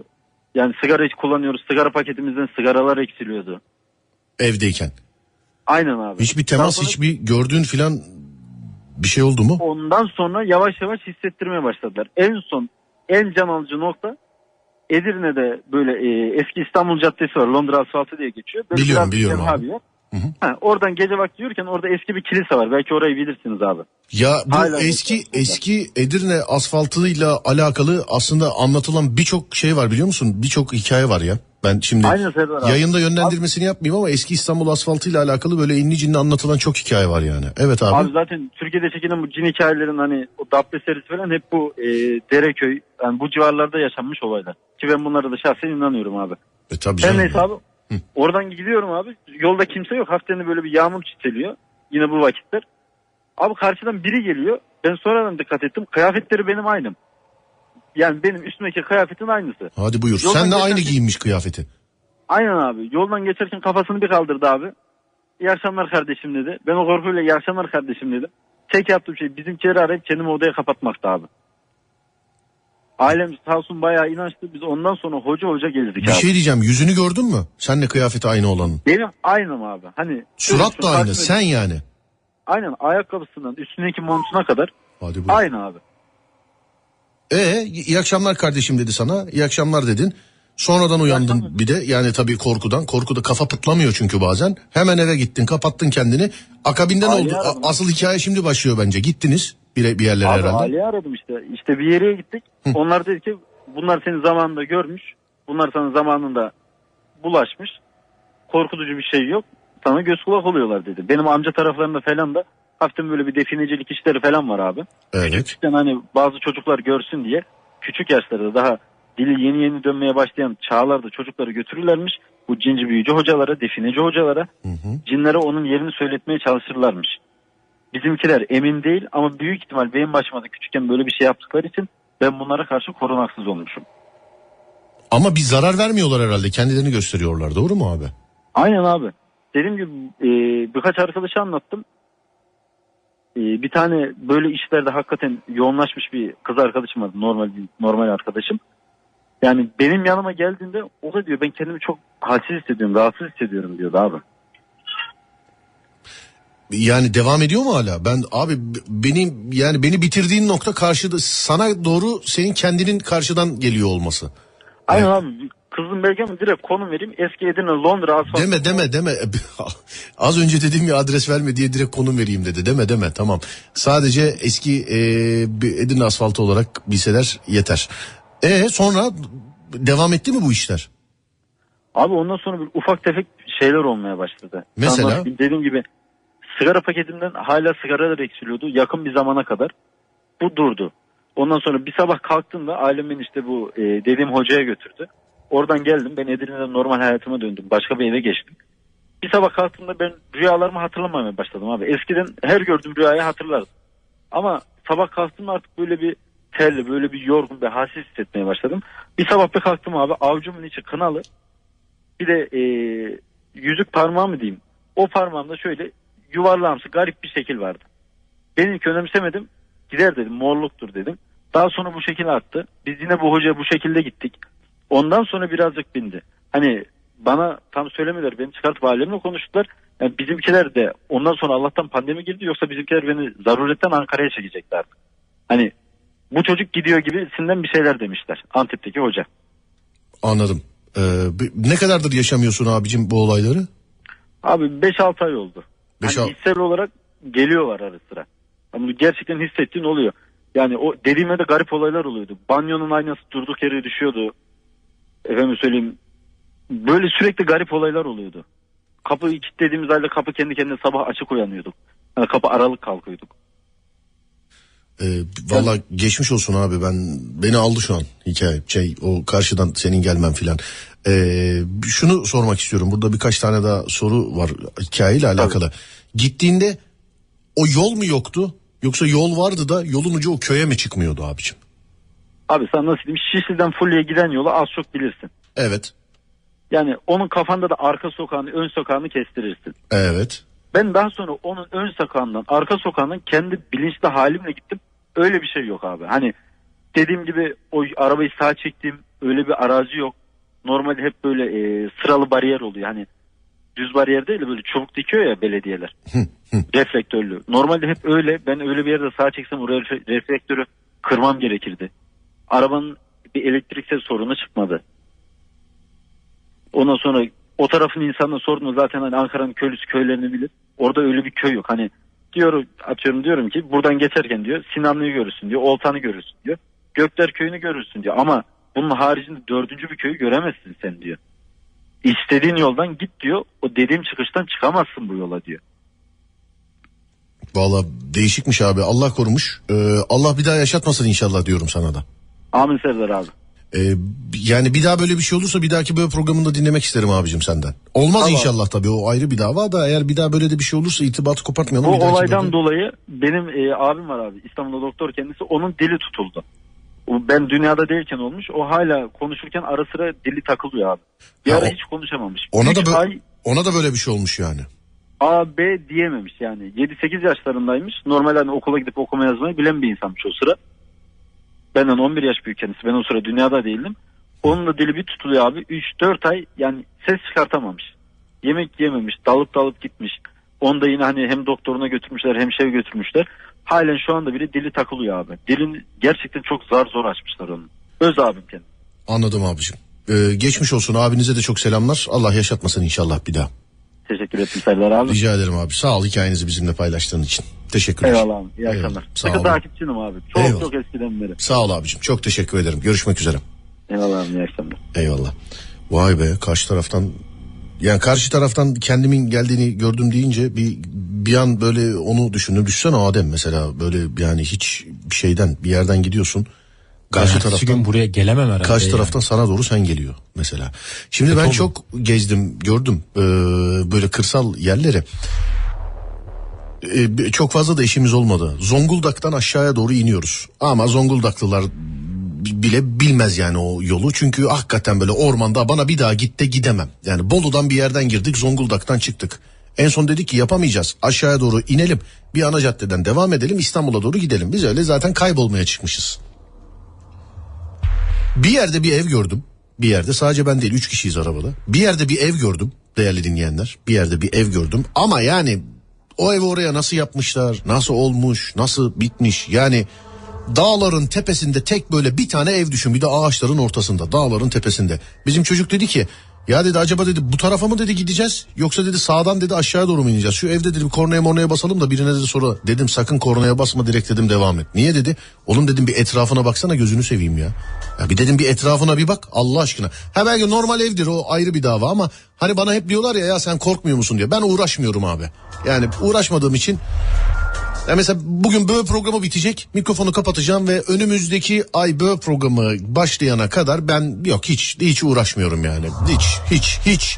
Yani sigara hiç kullanıyoruz. Sigara paketimizden sigaralar eksiliyordu. Evdeyken. Aynen abi. Hiçbir temas, Sonra, hiçbir gördüğün filan bir şey oldu mu? ondan sonra yavaş yavaş hissettirmeye başladılar. En son en can alıcı nokta Edirne'de böyle eski İstanbul Caddesi var. Londra Asfaltı diye geçiyor. Böyle Biliyorum abi. Oradan gece vakti yürürken orada eski bir kilise var. Belki orayı bilirsiniz abi. Ya bu Hala eski Edirne asfaltıyla alakalı aslında anlatılan birçok şey var, biliyor musun? Birçok hikaye var ya. Ben şimdi yayında yönlendirmesini yapmayayım ama eski İstanbul asfaltıyla alakalı böyle inli cinli anlatılan çok hikaye var yani. Evet abi. Abi zaten Türkiye'de çekilen bu cin hikayelerin hani o Dabbe serisi falan hep bu Dereköy, yani bu civarlarda yaşanmış olaylar. Ki ben bunlara da şahsen inanıyorum abi. Tabii canım. Neyse abi. Oradan gidiyorum abi. Yolda kimse yok. Hafiften böyle bir yağmur çiseliyor. Yine bu vakitler. Abi karşıdan biri geliyor. Ben sonradan dikkat ettim. Kıyafetleri benim aynım. Yani benim üstümdeki kıyafetin aynısı. Hadi buyur. Yoldan Sen de aynı geçerken... giyinmiş kıyafeti. Aynen abi. Yoldan geçerken kafasını bir kaldırdı abi. İyi akşamlar kardeşim dedi. Ben o korkuyla iyi akşamlar kardeşim dedim. Tek yaptığım şey bizimkileri arayıp kendimi odaya kapatmaktı abi. Ailem sağ olsun bayağı inançlı. Biz ondan sonra hoca gelirdik bir abi. Şey diyeceğim, yüzünü gördün mü? Seninle kıyafeti aynı olanın. Benim aynım abi. Hani surat da aynı, sen yani. Aynen, ayakkabısından üstündeki montuna kadar. Hadi buyur. Aynı abi. İyi akşamlar kardeşim dedi sana. İyi akşamlar dedin. Sonradan uyandın bir de, yani tabii korkudan. Korkuda kafa pıtlamıyor çünkü bazen. Hemen eve gittin, kapattın kendini. Akabinden oldu. Asıl hikaye şimdi başlıyor bence. Gittiniz bir yerlere abi, herhalde. Ali'yi aradım işte. İşte bir yere gittik. Onlar dedi ki bunlar seni zamanında görmüş. Bunlar sana zamanında bulaşmış. Korkutucu bir şey yok. Sana göz kulak oluyorlar dedi. Benim amca taraflarında falan da hafiften böyle bir definecilik işleri falan var abi. Evet. Küçükten hani bazı çocuklar görsün diye küçük yaşlarda daha dili yeni dönmeye başlayan çağlarda çocukları götürürlermiş. Bu cinci büyücü hocalara, defineci hocalara, cinlere onun yerini söyletmeye çalışırlarmış. Bizimkiler emin değil ama büyük ihtimal benim başıma da küçükken böyle bir şey yaptıkları için ben bunlara karşı korunaksız olmuşum. Ama bir zarar vermiyorlar herhalde, kendilerini gösteriyorlar, doğru mu abi? Aynen abi. Dediğim gibi birkaç arkadaşa anlattım. Bir tane böyle işlerde hakikaten yoğunlaşmış bir kız arkadaşım vardı, normal arkadaşım. Yani benim yanıma geldiğinde o da diyor ben kendimi çok halsiz hissediyorum, rahatsız hissediyorum diyordu abi. Yani devam ediyor mu hala? Ben abi beni bitirdiğin nokta karşıda sana doğru, senin kendinin karşıdan geliyor olması. Aynen abi. Kızım belki ama direkt konum vereyim. Eski Edirne, Londra asfalt. Deme. Az önce dedim ya, adres verme diye direkt konum vereyim dedi. Deme tamam. Sadece eski Edirne asfaltı olarak bilseler yeter. Sonra devam etti mi bu işler? Abi ondan sonra bir ufak tefek şeyler olmaya başladı. Mesela? Dediğim gibi sigara paketimden hala sigaralar eksiliyordu yakın bir zamana kadar. Bu durdu. Ondan sonra bir sabah kalktığımda ailem beni işte bu dediğim hocaya götürdü. Oradan geldim, ben Edirne'den normal hayatıma döndüm. Başka bir eve geçtim. Bir sabah kalktığımda ben rüyalarımı hatırlamamaya başladım abi. Eskiden her gördüğüm rüyayı hatırlardım. Ama sabah kalktığımda artık böyle bir terli, böyle bir yorgun ve halsiz hissetmeye başladım. Bir sabah bir kalktım abi, avucumun içi kınalı. Bir de yüzük parmağı mı diyeyim. O parmağımda şöyle yuvarlağımsı garip bir şekil vardı. Ben ilk önemsemedim. Gider dedim, morluktur dedim. Daha sonra bu şekil arttı. Biz yine bu hocaya bu şekilde gittik. Ondan sonra birazcık bindi. Hani bana tam söylemediler. Beni çıkartıp ailemle konuştular. Yani bizimkiler de ondan sonra Allah'tan pandemi girdi. Yoksa bizimkiler beni zaruretten Ankara'ya çekeceklerdi. Hani bu çocuk gidiyor gibisinden bir şeyler demişler. Antep'teki hoca. Anladım. Ne kadardır yaşamıyorsun abicim bu olayları? Abi 5-6 ay oldu. Hani hissel olarak geliyorlar ara sıra. Ama gerçekten hissettiğin oluyor. Yani o dediğime de garip olaylar oluyordu. Banyonun aynası durduk yere düşüyordu. Efendim söyleyeyim. Böyle sürekli garip olaylar oluyordu. Kapıyı kilitlediğimiz halde kapı kendi kendine sabah açık uyanıyorduk. Yani kapı aralık kalkıyorduk. Vallahi geçmiş olsun abi, beni aldı şu an hikaye. O karşıdan senin gelmen filan. Şunu sormak istiyorum. Burada birkaç tane daha soru var hikayeyle alakalı. Tabii. Gittiğinde o yol mu yoktu? Yoksa yol vardı da yolun ucu o köye mi çıkmıyordu abicim? Abi sana nasıl diyeyim? Şişli'den Fulya'ya giden yolu az çok bilirsin. Evet. Yani onun kafanda da arka sokağını, ön sokağını kestirirsin. Evet. Ben daha sonra onun ön sokağından, arka sokağından kendi bilinçli halimle gittim. Öyle bir şey yok abi. Hani dediğim gibi o arabayı sağa çektiğim öyle bir arazi yok. Normalde hep böyle sıralı bariyer oluyor. Hani düz bariyer değil de böyle çubuk dikiyor ya belediyeler. Reflektörlü. Normalde hep öyle. Ben öyle bir yerde sağa çeksem o reflektörü kırmam gerekirdi. Arabanın bir elektriksel sorunu çıkmadı. Ondan sonra o tarafın insanına sordum, zaten hani Ankara'nın köylüsü köylerini bilir. Orada öyle bir köy yok. Hani diyorum ki buradan geçerken diyor Sinanlı'yı görürsün diyor, Oltan'ı görürsün diyor. Gökler köyünü görürsün diyor. Ama bunun haricinde 4. bir köyü göremezsin sen diyor. İstediğin yoldan git diyor. O dediğim çıkıştan çıkamazsın bu yola diyor. Vallahi değişikmiş abi. Allah korumuş. Allah bir daha yaşatmasın inşallah diyorum sana da. Amin Serdar abi. Yani bir daha böyle bir şey olursa bir dahaki böyle programını da dinlemek isterim abicim senden. Olmaz Allah. İnşallah tabii, o ayrı bir dava da, eğer bir daha böyle de bir şey olursa irtibatı kopartmayalım. Bu olaydan böyle... dolayı benim abim var abi, İstanbul'da doktor kendisi, onun dili tutuldu. Ben dünyada değilken olmuş, o hala konuşurken ara sıra dili takılıyor abi. Bir ara hiç konuşamamış. Ona da böyle bir şey olmuş yani. A, B diyememiş yani. 7-8 yaşlarındaymış. Normal hani okula gidip okuma yazmayı bilen bir insanmış o sıra. Benden 11 yaş büyük kendisi. Ben o sıra dünyada değildim. Onun da dili bir tutuluyor abi. 3-4 ay yani ses çıkartamamış. Yemek yememiş. Dalıp gitmiş. Onu da yine hani hem doktoruna götürmüşler hem şeye götürmüşler. Halen şu anda bile dili takılıyor abi. Dilini gerçekten çok zor açmışlar onun. Öz abim kendisi. Anladım abicim. Geçmiş olsun, abinize de çok selamlar. Allah yaşatmasın inşallah bir daha. Teşekkür ederim Serdar abi. Rica ederim abi. Sağ ol hikayenizi bizimle paylaştığın için. Teşekkürler. Eyvallah abi. İyi akşamlar. Sıkı takipçinim abi. Çok eskiden beri. Sağ ol abicim. Çok teşekkür ederim. Görüşmek üzere. Eyvallah abi. İyi akşamlar. Eyvallah. Vay be, karşı taraftan kendimin geldiğini gördüm deyince bir an böyle onu düşündüm. Düşünsene Adem mesela, böyle yani hiç bir yerden gidiyorsun. Karşı taraftan buraya gelemem herhalde. Karşı taraftan sana doğru sen geliyor mesela. Şimdi ben çok gezdim, gördüm böyle kırsal yerleri. Çok fazla da işimiz olmadı. Zonguldak'tan aşağıya doğru iniyoruz. Ama Zonguldaklılar bile bilmez yani o yolu. Çünkü hakikaten böyle ormanda, bana bir daha git de gidemem. Yani Bolu'dan bir yerden girdik, Zonguldak'tan çıktık. En son dedik ki yapamayacağız. Aşağıya doğru inelim. Bir ana caddeden devam edelim, İstanbul'a doğru gidelim. Biz öyle zaten kaybolmaya çıkmışız. Bir yerde bir ev gördüm. Bir yerde, sadece ben değil 3 kişiyiz arabada. Bir yerde bir ev gördüm değerli dinleyenler. Bir yerde bir ev gördüm. Ama yani o evi oraya nasıl yapmışlar, nasıl olmuş, nasıl bitmiş. Yani dağların tepesinde tek böyle bir tane ev düşün. Bir de ağaçların ortasında, dağların tepesinde. Bizim çocuk dedi ki ya dedi, acaba dedi bu tarafa mı dedi gideceğiz, yoksa dedi sağdan dedi aşağıya doğru mu ineceğiz? Şu evde dedi bir kornaya basalım da birine dedi sonra. Dedim sakın kornaya basma, direkt dedim devam et. Niye dedi? Oğlum dedim bir etrafına baksana, gözünü seveyim ya. Ya bir dedim bir etrafına bir bak Allah aşkına. Ha belki normal evdir, o ayrı bir dava, ama hani bana hep diyorlar ya sen korkmuyor musun diye. Ben uğraşmıyorum abi. Yani uğraşmadığım için. Ya mesela bugün böğ programı bitecek, mikrofonu kapatacağım ve önümüzdeki ay böğ programı başlayana kadar ben hiç uğraşmıyorum yani. Hiç.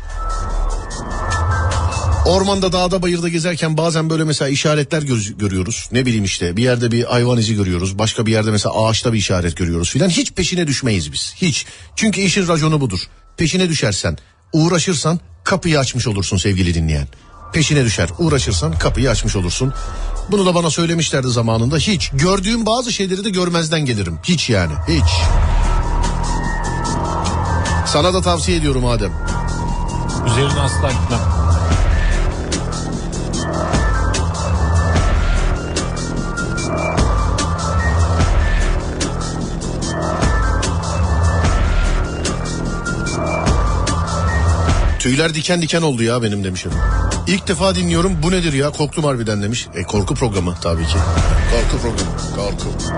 Ormanda, dağda, bayırda gezerken bazen böyle mesela işaretler görüyoruz. Ne bileyim işte bir yerde bir hayvan izi görüyoruz. Başka bir yerde mesela ağaçta bir işaret görüyoruz filan. Hiç peşine düşmeyiz biz. Hiç. Çünkü işin raconu budur. Peşine düşersen, uğraşırsan kapıyı açmış olursun sevgili dinleyen. Peşine düşer, uğraşırsan kapıyı açmış olursun. Bunu da bana söylemişlerdi zamanında. Hiç. Gördüğüm bazı şeyleri de görmezden gelirim. Hiç yani. Hiç. Sana da tavsiye ediyorum Adem. Üzerine asla gitmem. Tüyler diken diken oldu ya benim demişim. İlk defa dinliyorum, bu nedir ya, korktum harbiden demiş. Korku programı tabii ki. Korku programı. Korku.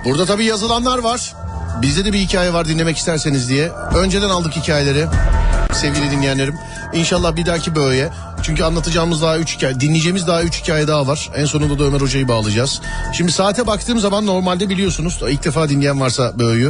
Burada tabii yazılanlar var. Bizde de bir hikaye var dinlemek isterseniz diye. Önceden aldık hikayeleri sevgili dinleyenlerim. İnşallah bir dahaki böyle. Çünkü anlatacağımız daha 3 hikaye, dinleyeceğimiz daha 3 hikaye daha var. En sonunda da Ömer Hoca'yı bağlayacağız. Şimdi saate baktığım zaman normalde biliyorsunuz ilk defa dinleyen varsa böyleyi.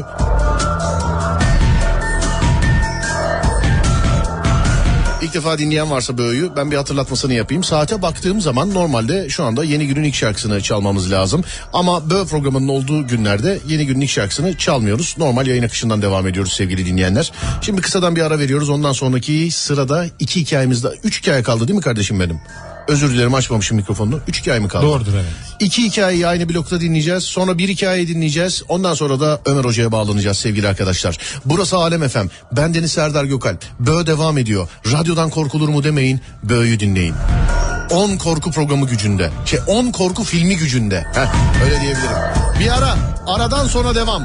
İlk defa dinleyen varsa böyleyi ben bir hatırlatmasını yapayım. Saate baktığım zaman normalde şu anda Yeni Günün ilk şarkısını çalmamız lazım. Ama böyle programının olduğu günlerde Yeni Günün ilk şarkısını çalmıyoruz. Normal yayın akışından devam ediyoruz sevgili dinleyenler. Şimdi kısadan bir ara veriyoruz. Ondan sonraki sırada 2 hikayemizde 3 hikaye kaldı değil mi kardeşim benim? Özür dilerim açmamışım mikrofonunu. 3 hikaye mi kaldı? Doğrudur, evet. 2 hikayeyi aynı blokta dinleyeceğiz. Sonra bir hikayeyi dinleyeceğiz. Ondan sonra da Ömer Hoca'ya bağlanacağız sevgili arkadaşlar. Burası Alem FM. Ben Deniz Serdar Gökalp. Bö devam ediyor. Radyodan korkulur mu demeyin. Bö'yü dinleyin. 10 korku programı gücünde. 10 korku filmi gücünde. Öyle diyebilirim. Bir ara. Aradan sonra devam.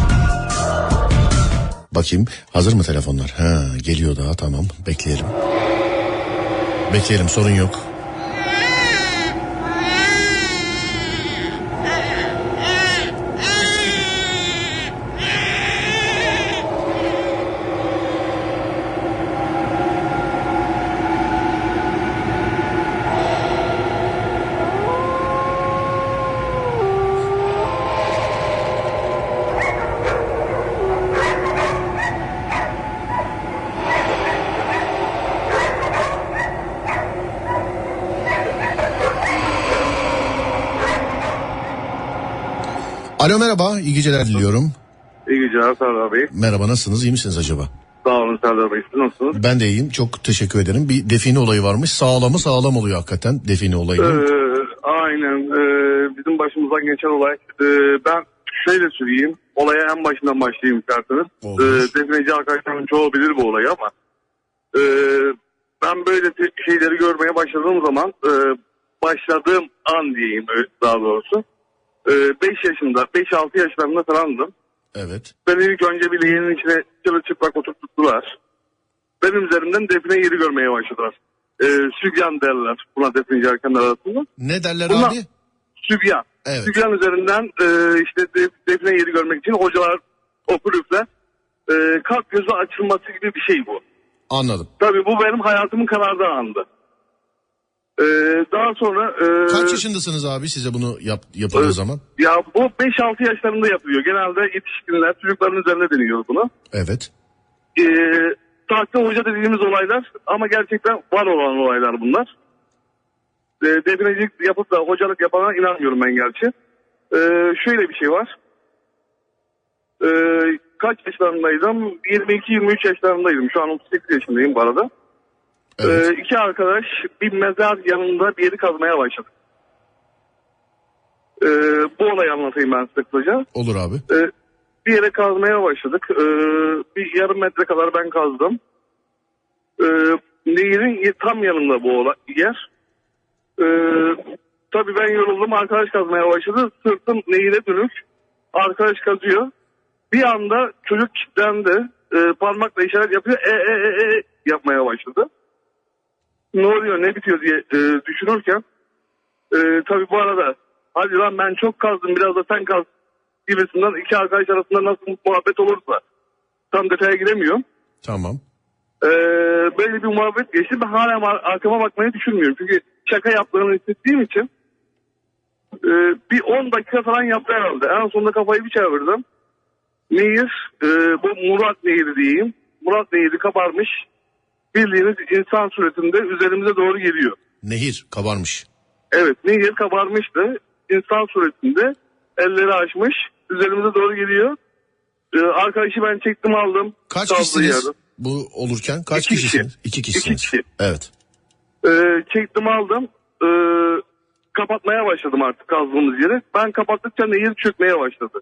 Bakayım hazır mı telefonlar? Geliyor daha, tamam. Bekleyelim. Bekleyelim, sorun yok. Alo merhaba, iyi geceler diliyorum. İyi geceler Serdar Bey. Merhaba, nasılsınız, iyi misiniz acaba? Sağ olun Serdar Bey, siz nasılsınız? Ben de iyiyim, çok teşekkür ederim. Bir define olayı varmış, sağlam oluyor hakikaten define olayı. Aynen, bizim başımızdan geçen olay. Ben şöyle söyleyeyim, olaya en başından başlayayım isterseniz. Defineci arkadaşlarım çoğu bilir bu olayı ama ben böyle şeyleri görmeye başladığım zaman, başladığım an diyeyim daha doğrusu. 5-6 yaşlarında falandım. Evet. Beni ilk önce bir leğenin içine çırılçıplak oturttular. Benim üzerimden define yeri görmeye başladılar. Sübyan derler buna defineci erkenler arasında. Ne derler Buna, abi? Sübyan. Evet. Sübyan üzerinden işte define yeri görmek için hocalar okur üfler. Kalp gözü açılması gibi bir şey bu. Anladım. Tabii bu benim hayatımın karardığı andı. Daha sonra... Kaç yaşındasınız abi size bunu yapıldığı zaman? Ya bu 5-6 yaşlarında yapılıyor. Genelde yetişkinler çocukların üzerine deniyor bunu. Evet. Tahta hoca dediğimiz olaylar ama gerçekten var olan olaylar bunlar. Definecilik yapıp da hocalık yapana inanmıyorum ben gerçi. Şöyle bir şey var. Kaç yaşlarındaydım? 22-23 yaşlarındaydım. Şu an 38 yaşındayım bu arada. Evet. 2 arkadaş bir mezar yanında bir yeri kazmaya başladı. Bu olayı anlatayım ben size kısaca. Olur abi. Bir yere kazmaya başladık. Bir yarım metre kadar ben kazdım. Nehirin tam yanında bu yer. Tabii ben yoruldum. Arkadaş kazmaya başladı. Sırtım nehire dönük. Arkadaş kazıyor. Bir anda çocuk kilitlendi. Parmakla işaret yapıyor. Yapmaya başladı. Ne oluyor ne bitiyor diye düşünürken tabii bu arada hadi lan ben çok kazdım biraz da sen kaz gibisinden 2 arkadaş arasında nasıl muhabbet olursa tam detaya giremiyorum. Tamam. Böyle bir muhabbet geçti. Ben hala arkama bakmayı düşünmüyorum. Çünkü şaka yaptığını hissettiğim için bir 10 dakika falan yaptı herhalde. En sonunda kafayı bir çevirdim. Nehir bu Murat Nehri diyeyim. Murat Nehri kabarmış. Bildiğiniz insan suretinde üzerimize doğru geliyor. Nehir kabarmış. Evet, nehir kabarmıştı. İnsan suretinde elleri açmış. Üzerimize doğru geliyor. Arkadaşı ben çektim aldım. Kaç kişisiniz bu olurken? Kaç kişisiniz? 2 kişisiniz. 2 kişi. Evet. Çektim aldım. Kapatmaya başladım artık kazdığımız yeri. Ben kapattıkça nehir çökmeye başladı.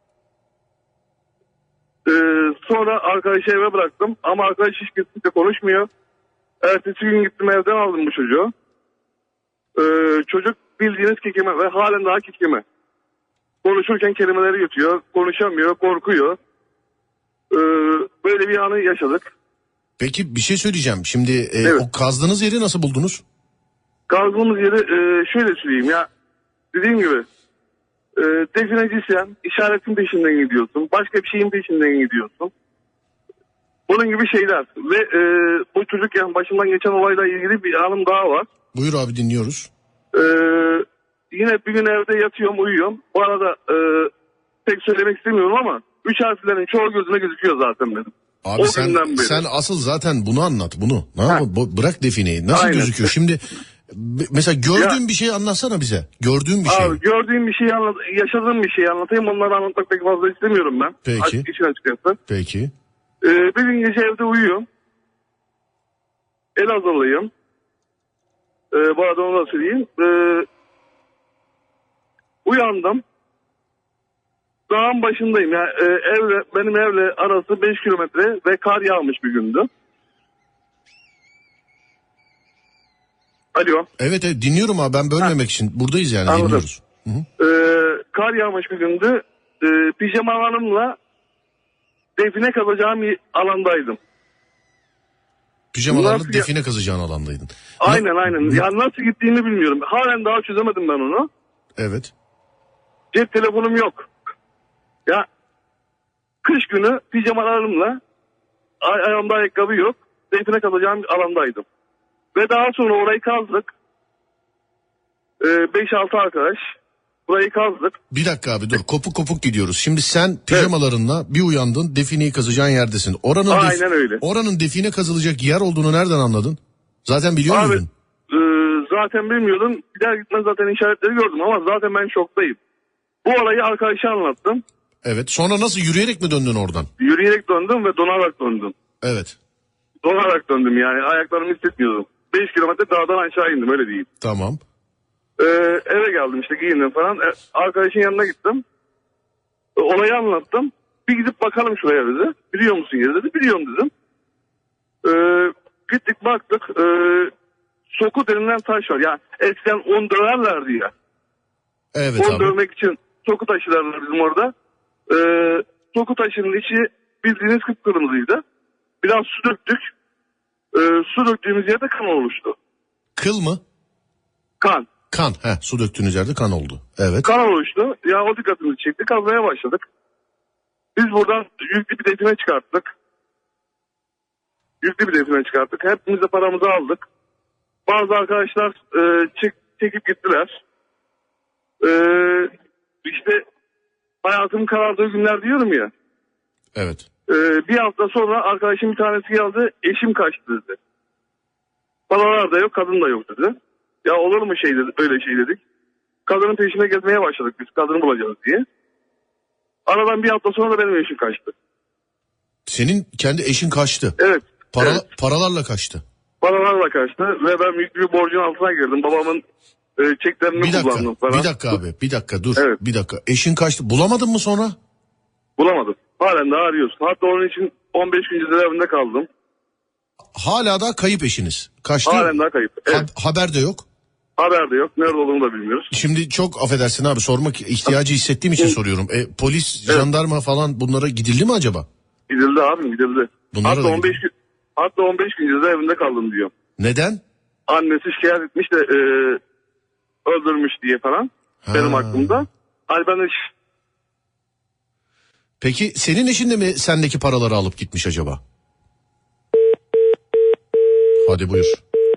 Sonra arkadaşı eve bıraktım ama arkadaş hiç kesinlikle konuşmuyor. Ertesi gün gittim evden aldım bu çocuğu. Çocuk bildiğiniz kekeme ve halen daha kekeme. Konuşurken kelimeleri yutuyor, konuşamıyor, korkuyor. Böyle bir anı yaşadık. Peki bir şey söyleyeceğim. Şimdi evet. O kazdığınız yeri nasıl buldunuz? Kazdığımız yeri şöyle söyleyeyim ya. Dediğim gibi Defineciysen işaretin peşinden gidiyorsun. Başka bir şeyin peşinden gidiyorsun. Bunun gibi şeyler. Ve bu çocukken başımdan geçen olayla ilgili bir anım daha var. Buyur abi, dinliyoruz. Yine bir gün evde yatıyorum, uyuyorum. Bu arada pek söylemek istemiyorum ama 3 harflerin çoğu gözüme gözüküyor zaten benim. Abi sen asıl zaten bunu anlat, bunu. Bırak defineyi. Nasıl Aynen. gözüküyor? Şimdi mesela gördüğün bir şey anlatsana bize. Gördüğün bir şey. Abi gördüğüm bir şeyi yaşadığım bir şeyi anlatayım. Onları anlatmak pek fazla istemiyorum ben. Peki. İşin açıkçası. Peki. Bir gün gece evde uyuyorum. Elazığlıyım. Bu arada onu da söyleyeyim. Uyandım. Dağın başındayım. Yani benim evle arası 5 kilometre ve kar yağmış bir gündü. Alo. Evet dinliyorum abi, ben bölmemek için buradayız yani. Anladım. Dinliyoruz. Kar yağmış bir gündü. Pijamalarımla define kazacağım bir alandaydım. Pijamalarla define kazacağın alandaydın. Aynen. Ya nasıl gittiğini bilmiyorum. Halen daha çözemedim ben onu. Evet. Cep telefonum yok. Ya kış günü pijamalarımla ayağımda ayakkabı yok. Define kazacağım bir alandaydım. Ve daha sonra orayı kazdık. 5-6 arkadaş burayı kazdık. Bir dakika abi dur, kopuk gidiyoruz. Şimdi sen pijamalarınla bir uyandın, defineyi kazacağın yerdesin. Aynen öyle. Oranın define kazılacak yer olduğunu nereden anladın? Zaten biliyor muydun? Zaten bilmiyordum. Gider gitmez zaten işaretleri gördüm ama zaten ben şoktayım. Bu olayı arkadaşa anlattım. Evet, sonra nasıl, yürüyerek mi döndün oradan? Yürüyerek döndüm ve donarak döndüm. Evet. Donarak döndüm yani, ayaklarımı hissetmiyordum. 5 kilometre dağdan aşağı indim, öyle diyeyim. Tamam. Eve geldim işte, giyindim falan. Arkadaşın yanına gittim. Olayı anlattım. Bir gidip bakalım şuraya dedi. Biliyor musun yeri dedi. Biliyorum dedim. Gittik baktık. Soku denilen taş var. Yani eskiden un döverlerdi ya. Evet un abi. dövmek için soku taşırlardı bizim orada. Soku taşının içi bildiğiniz kıpkırmızıydı. Biraz su döktük. Su döktüğümüz yerde kan oluştu. Kıl mı? Kan. Kan. Su döktüğünüz yerde kan oldu. Evet. Kan oluştu. Ya o dikkatimizi çekti. Kazmaya başladık. Biz buradan yüklü bir define çıkarttık. Hepimiz de paramızı aldık. Bazı arkadaşlar çekip gittiler. İşte hayatım karardığı günler diyorum ya. Evet. Bir hafta sonra arkadaşım bir tanesi geldi. Eşim kaçtı dedi. Paralar da yok, kadın da yok dedi. Ya olur mu öyle şey dedik. Kadının peşine gezmeye başladık biz, kadını bulacağız diye. Aradan bir hafta sonra da benim eşim kaçtı. Senin kendi eşin kaçtı. Evet. Paralarla kaçtı. Paralarla kaçtı ve ben büyük bir borcun altına girdim. Babamın çeklerini kullandım falan. Bir dakika abi, bir dakika dur. Evet. Bir dakika. Eşin kaçtı. Bulamadın mı sonra? Bulamadım. Halen daha arıyorsun. Hatta onun için 15 gün cezaevinde kaldım. Hala da kayıp eşiniz. Kaçtı. Halen daha kayıp. Evet. Haber de yok. Haber de yok. Nerede olduğunu da bilmiyoruz. Şimdi çok affedersin abi, sormak ihtiyacı hissettiğim için soruyorum. Polis, jandarma falan, bunlara gidildi mi acaba? Gidildi abim, gidildi. Bunlara Hatta 15 gün cezaevinde kaldım diyor. Neden? Annesi şikayet etmiş de öldürmüş diye falan. Benim hakkımda. Hani ben de Peki senin eşin de mi sendeki paraları alıp gitmiş acaba? Hadi buyur.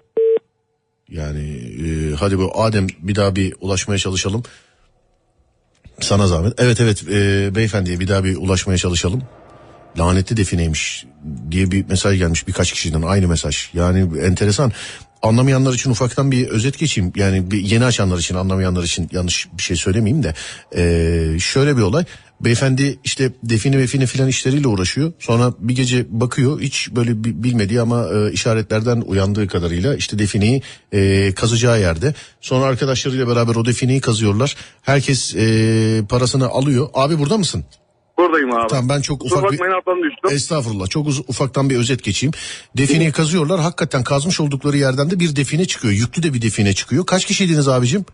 Yani hadi bu Adem, bir daha bir ulaşmaya çalışalım. Sana zahmet. Evet beyefendiye bir daha bir ulaşmaya çalışalım. Lanetli defineymiş diye bir mesaj gelmiş birkaç kişiden, aynı mesaj. Yani enteresan. Anlamayanlar için ufaktan bir özet geçeyim. Yani yeni açanlar için, anlamayanlar için yanlış bir şey söylemeyeyim de. Şöyle bir olay. Beyefendi işte define filan işleriyle uğraşıyor. Sonra bir gece bakıyor, hiç böyle bilmediği ama işaretlerden uyandığı kadarıyla işte defineyi kazacağı yerde. Sonra arkadaşlarıyla beraber o defineyi kazıyorlar. Herkes parasını alıyor. Abi burada mısın? Buradayım abi. Tamam, ben çok ufak estağfurullah, çok ufaktan bir özet geçeyim. Defineyi kazıyorlar. Hakikaten kazmış oldukları yerden de bir define çıkıyor. Yüklü de bir define çıkıyor. Kaç kişiydiniz abicim?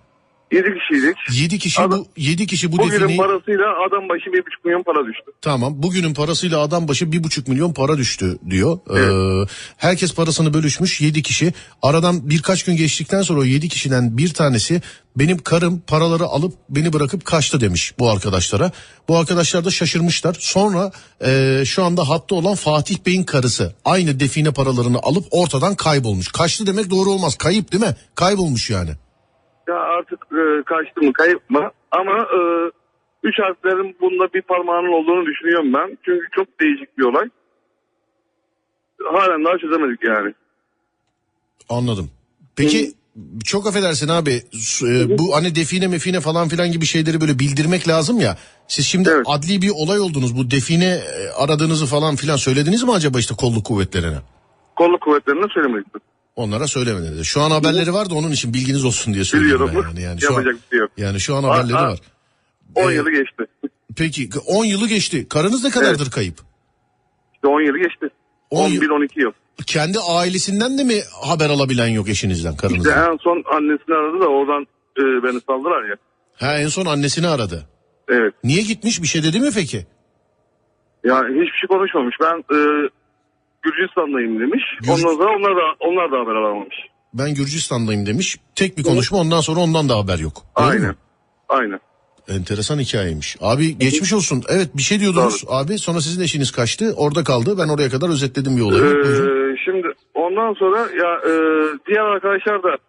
7 kişiydik. 7 kişi bu Bugünün defineyi... parasıyla adam başı 1,5 milyon para düştü. Tamam, bugünün parasıyla adam başı 1,5 milyon para düştü diyor. Evet. Herkes parasını bölüşmüş, 7 kişi. Aradan birkaç gün geçtikten sonra o 7 kişiden bir tanesi benim karım paraları alıp beni bırakıp kaçtı demiş bu arkadaşlara. Bu arkadaşlar da şaşırmışlar. Sonra şu anda hatta olan Fatih Bey'in karısı aynı define paralarını alıp ortadan kaybolmuş. Kaçtı demek doğru olmaz, kayıp değil mi? Kaybolmuş yani. Ya artık kaçtı mı kayıp mı ama 3 harflerin bunda bir parmağının olduğunu düşünüyorum ben. Çünkü çok değişik bir olay. Halen daha çözemedik yani. Anladım. Peki çok affedersin abi, bu hani define mefine falan filan gibi şeyleri böyle bildirmek lazım ya. Siz şimdi Evet. adli bir olay oldunuz, bu define aradığınızı falan filan söylediniz mi acaba işte kolluk kuvvetlerine? Kolluk kuvvetlerine söylemedik. Onlara söylemediniz. Şu an haberleri var da onun için bilginiz olsun diye söylüyorum. Biliyorum. Yani şu Yapacak an, bir şey yok. yani şu an haberleri var. 10 yılı geçti. Peki 10 yılı geçti. Karınız ne kadardır Evet. kayıp? İşte 10 yılı geçti. 11-12 yıl. Kendi ailesinden de mi haber alabilen yok eşinizden, karınızdan? İşte en son annesini aradı da oradan beni saldılar ya. Ha, en son annesini aradı. Evet. Niye gitmiş, bir şey dedi mi peki? Ya hiçbir şey konuşmamış. Ben Gürcistan'dayım demiş. Ondan sonra onlar da haber alamamış. Ben Gürcistan'dayım demiş. Tek bir konuşma, ondan sonra ondan da haber yok. Doğru mu? Aynen. Aynen. Enteresan hikayeymiş. Abi geçmiş olsun. Evet, bir şey diyordunuz abi. Sonra sizin eşiniz kaçtı. Orada kaldı. Ben oraya kadar özetledim bir olayı. Şimdi ondan sonra ya diğer arkadaşlar da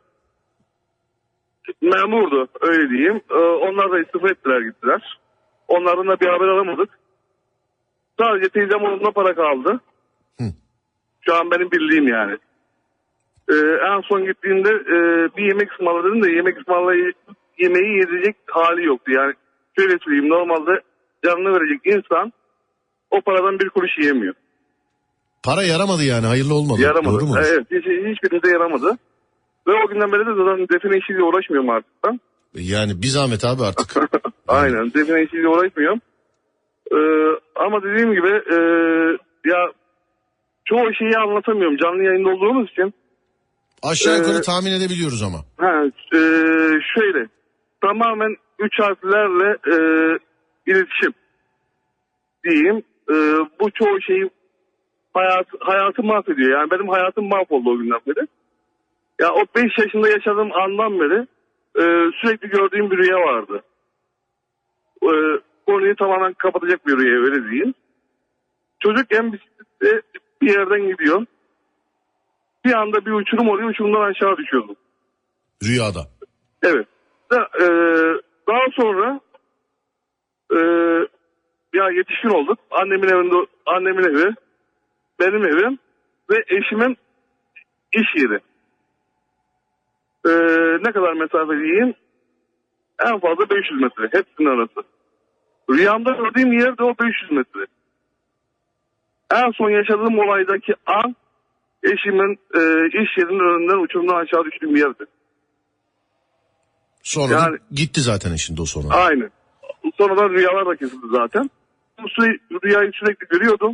memurdu öyle diyeyim. Onlar da istifa ettiler, gittiler. Onlardan da bir haber alamadık. Sadece teyzem oğluna para kaldı. Şu an benim bildiğim yani. En son gittiğinde bir yemek ısmarladım da yemeği yedirecek hali yoktu. Yani şöyle söyleyeyim, normalde canını verecek insan o paradan bir kuruş yiyemiyor. Para yaramadı yani, hayırlı olmadı. Yaramadı. Doğru mu? Evet, hiçbirinde yaramadı. Ve o günden beri de zaten define işiyle uğraşmıyorum artık ben. Yani bir zahmet abi artık. Aynen, define işiyle uğraşmıyorum. Ama dediğim gibi ya çoğu şeyi anlatamıyorum canlı yayında olduğumuz için. Aşağı yukarı tahmin edebiliyoruz ama. Şöyle tamamen 3 harflerle iletişim diyeyim. Bu çoğu şeyi hayatı mahvediyor. Yani benim hayatım mahvoldu o günden beri. Ya o 5 yaşında yaşadığım andan beri sürekli gördüğüm bir rüya vardı. Konuyu tamamen kapatacak bir rüya, öyle diyeyim. Çocukken bisikletle bir yerden gidiyor. Bir anda bir uçurum oluyor, uçurumdan aşağı düşüyordum. Rüyada. Evet. Daha sonra ya yetişkin olduk. Annemin evi, benim evim ve eşimin iş yeri. Ne kadar mesafe diyeyim? En fazla 500 metre. Hepsinin arası. Rüyamda gördüğüm yer de o 500 metre. En son yaşadığım olaydaki an eşimin iş yerinin önünden uçurumdan aşağı düştüğüm yerdi. Sonra yani, gitti zaten eşinde o sonra. Aynen. Sonradan rüyalar da kesildi zaten. Bu rüyayı sürekli görüyordum.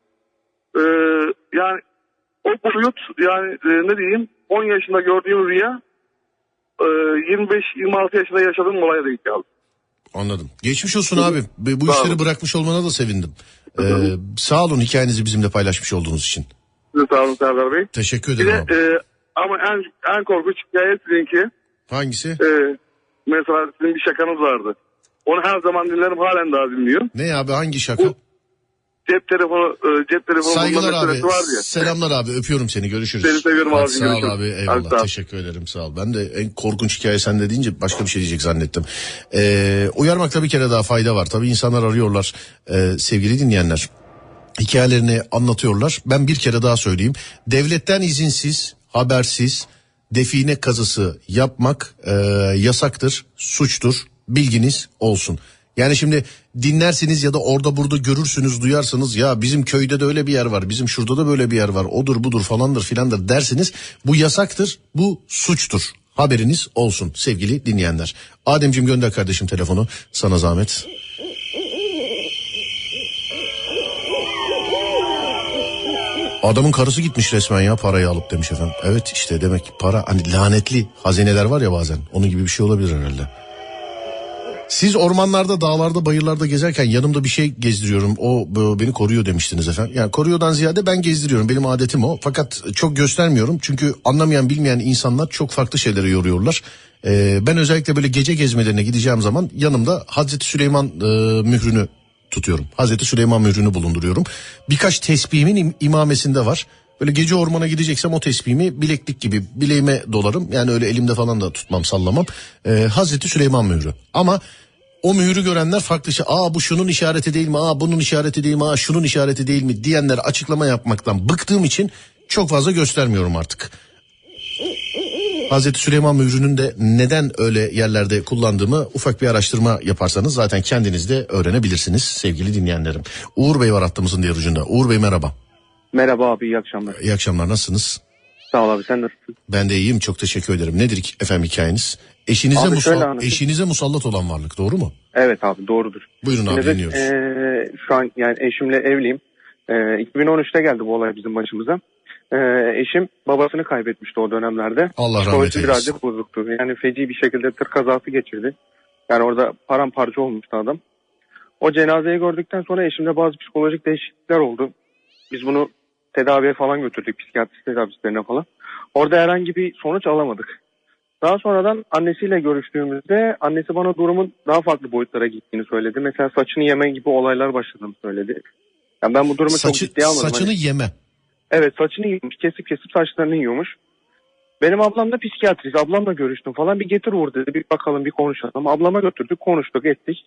Yani o boyut, yani ne diyeyim, 10 yaşında gördüğüm rüya 25-26 yaşında yaşadığım olaya denk geldi. Anladım. Geçmiş olsun abi. Bu işleri bırakmış olmana da sevindim. Sağ olun hikayenizi bizimle paylaşmış olduğunuz için. Size sağ olun Serdar Bey. Teşekkür ederim abi. Ama en korkunç hikaye sizinki. Hangisi? Mesela sizin bir şakanız vardı. Onu her zaman dinlerim, halen daha dinliyorum. Ne abi, hangi şaka? Cep telefonu Saygılar abi. Vardı ya. Selamlar abi. Öpüyorum seni. Görüşürüz. Seni seviyorum abi. Sağ ol abi. Eyvallah. Abi, teşekkür ederim. Sağ ol. Ben de en korkunç hikaye sende deyince başka bir şey diyecek zannettim. Uyarmakta bir kere daha fayda var. Tabii insanlar arıyorlar. Sevgili dinleyenler, hikayelerini anlatıyorlar. Ben bir kere daha söyleyeyim. Devletten izinsiz, habersiz define kazısı yapmak yasaktır, suçtur. Bilginiz olsun. Yani şimdi dinlersiniz ya da orada burada görürsünüz, duyarsınız, ya bizim köyde de öyle bir yer var, bizim şurada da böyle bir yer var, odur budur falandır filandır dersiniz. Bu yasaktır, bu suçtur. Haberiniz olsun sevgili dinleyenler. Ademciğim gönder kardeşim telefonu, sana zahmet. Adamın karısı gitmiş resmen ya, parayı alıp demiş efendim. Evet işte demek para, hani lanetli hazineler var ya bazen, onun gibi bir şey olabilir herhalde. Siz ormanlarda, dağlarda, bayırlarda gezerken yanımda bir şey gezdiriyorum, o beni koruyor demiştiniz efendim. Yani koruyordan ziyade ben gezdiriyorum, benim adetim o. Fakat çok göstermiyorum çünkü anlamayan, bilmeyen insanlar çok farklı şeylere yoruyorlar. Ben özellikle böyle gece gezmelerine gideceğim zaman yanımda Hazreti Süleyman mührünü tutuyorum. Hazreti Süleyman mührünü bulunduruyorum. Birkaç tesbihimin imamesinde var. Böyle gece ormana gideceksem o tesbihimi bileklik gibi bileğime dolarım. Yani öyle elimde falan da tutmam, sallamam. Hazreti Süleyman mührü. Ama o mührü görenler farklı şey. Bu şunun işareti değil mi? Bunun işareti değil mi? Şunun işareti değil mi? Diyenler açıklama yapmaktan bıktığım için çok fazla göstermiyorum artık. Hazreti Süleyman mührünün de neden öyle yerlerde kullandığımı ufak bir araştırma yaparsanız zaten kendiniz de öğrenebilirsiniz sevgili dinleyenlerim. Uğur Bey var hattımızın diğer ucunda. Uğur Bey merhaba. Merhaba abi, iyi akşamlar. İyi akşamlar, nasılsınız? Sağ ol abi, sen nasılsın? Ben de iyiyim, çok teşekkür ederim. Nedir efendim hikayeniz? Eşinize musallat olan varlık, doğru mu? Evet abi, doğrudur. Buyurun abi, dinliyoruz. Şu an yani eşimle evliyim. 2013'te geldi bu olay bizim başımıza. Eşim babasını kaybetmişti o dönemlerde. Allah rahmet eylesin. Birazcık bozuktu. Yani feci bir şekilde tır kazası geçirdi. Yani orada paramparça olmuştu adam. O cenazeyi gördükten sonra eşimde bazı psikolojik değişiklikler oldu. Biz bunu tedaviye falan götürdük, psikiyatrist tedavislerine falan. Orada herhangi bir sonuç alamadık. Daha sonradan annesiyle görüştüğümüzde annesi bana durumun daha farklı boyutlara gittiğini söyledi. Mesela saçını yeme gibi olaylar başladığını söyledi. Yani ben bu durumu çok ciddiye almadım. Saçını yeme. Evet, saçını yiyormuş, kesip saçlarını yiyormuş. Benim ablam da psikiyatrist, ablamla görüştüm falan. Bir getir Uğur dedi, bir bakalım, bir konuşalım. Ablama götürdük, konuştuk, ettik.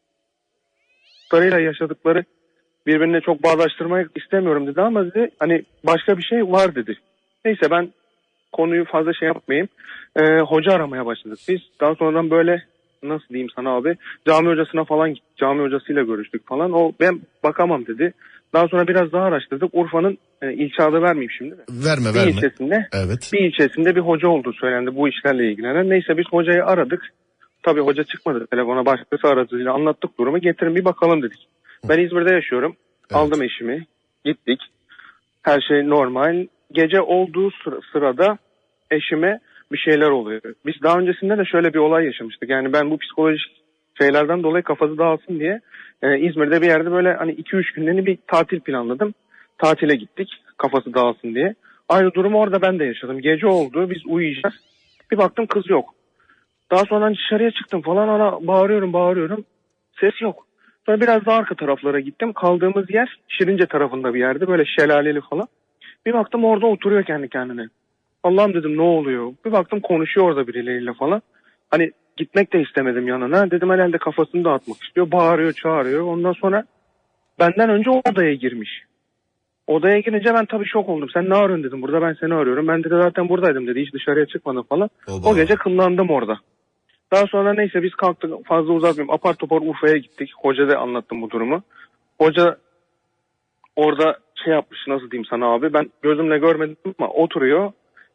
Sarıyla yaşadıkları birbirine çok bağdaştırmak istemiyorum dedi ama dedi hani başka bir şey var dedi. Neyse, ben konuyu fazla şey yapmayayım. Hoca aramaya başladık biz. Daha sonradan böyle, nasıl diyeyim sana abi, cami hocasına falan gittik. Cami hocasıyla görüştük falan. O ben bakamam dedi. Daha sonra biraz daha araştırdık. Urfa'nın ilçe adı vermeyeyim şimdi de. Verme. Bir ilçesinde bir hoca olduğu söylendi bu işlerle ilgilenen. Neyse biz hocayı aradık. Tabii hoca çıkmadı telefona, başkası aracılığıyla anlattık durumu. Getirin bir bakalım dedik. Ben İzmir'de yaşıyorum. Evet. Aldım eşimi. Gittik. Her şey normal. Gece olduğu sırada eşime bir şeyler oluyor. Biz daha öncesinde de şöyle bir olay yaşamıştık. Yani ben bu psikolojik şeylerden dolayı kafası dağılsın diye İzmir'de bir yerde böyle hani 2-3 günlüğüne bir tatil planladım. Tatile gittik kafası dağılsın diye. Aynı durumu orada ben de yaşadım. Gece oldu, biz uyuyacağız. Bir baktım kız yok. Daha sonra dışarıya çıktım falan, ana bağırıyorum. Ses yok. Sonra biraz daha arka taraflara gittim. Kaldığımız yer Şirince tarafında bir yerde, böyle şelaleli falan. Bir baktım orada oturuyor kendi kendine. Allah'ım dedim, ne oluyor? Bir baktım konuşuyor orada birileriyle falan. Hani gitmek de istemedim yanına. Dedim herhalde kafasını dağıtmak istiyor. Bağırıyor, çağırıyor. Ondan sonra benden önce odaya girmiş. Odaya girince ben tabii şok oldum. Sen ne arıyorsun dedim. Burada ben seni arıyorum. Ben de zaten buradaydım dedi. Hiç dışarıya çıkmadım falan. O gece kıllandım orada. Daha sonra neyse biz kalktık, fazla uzatmayayım. Apar topar Urfa'ya gittik. Hoca da anlattım bu durumu. Hoca orada şey yapmış, nasıl diyeyim sana abi. Ben gözümle görmedim ama oturuyor.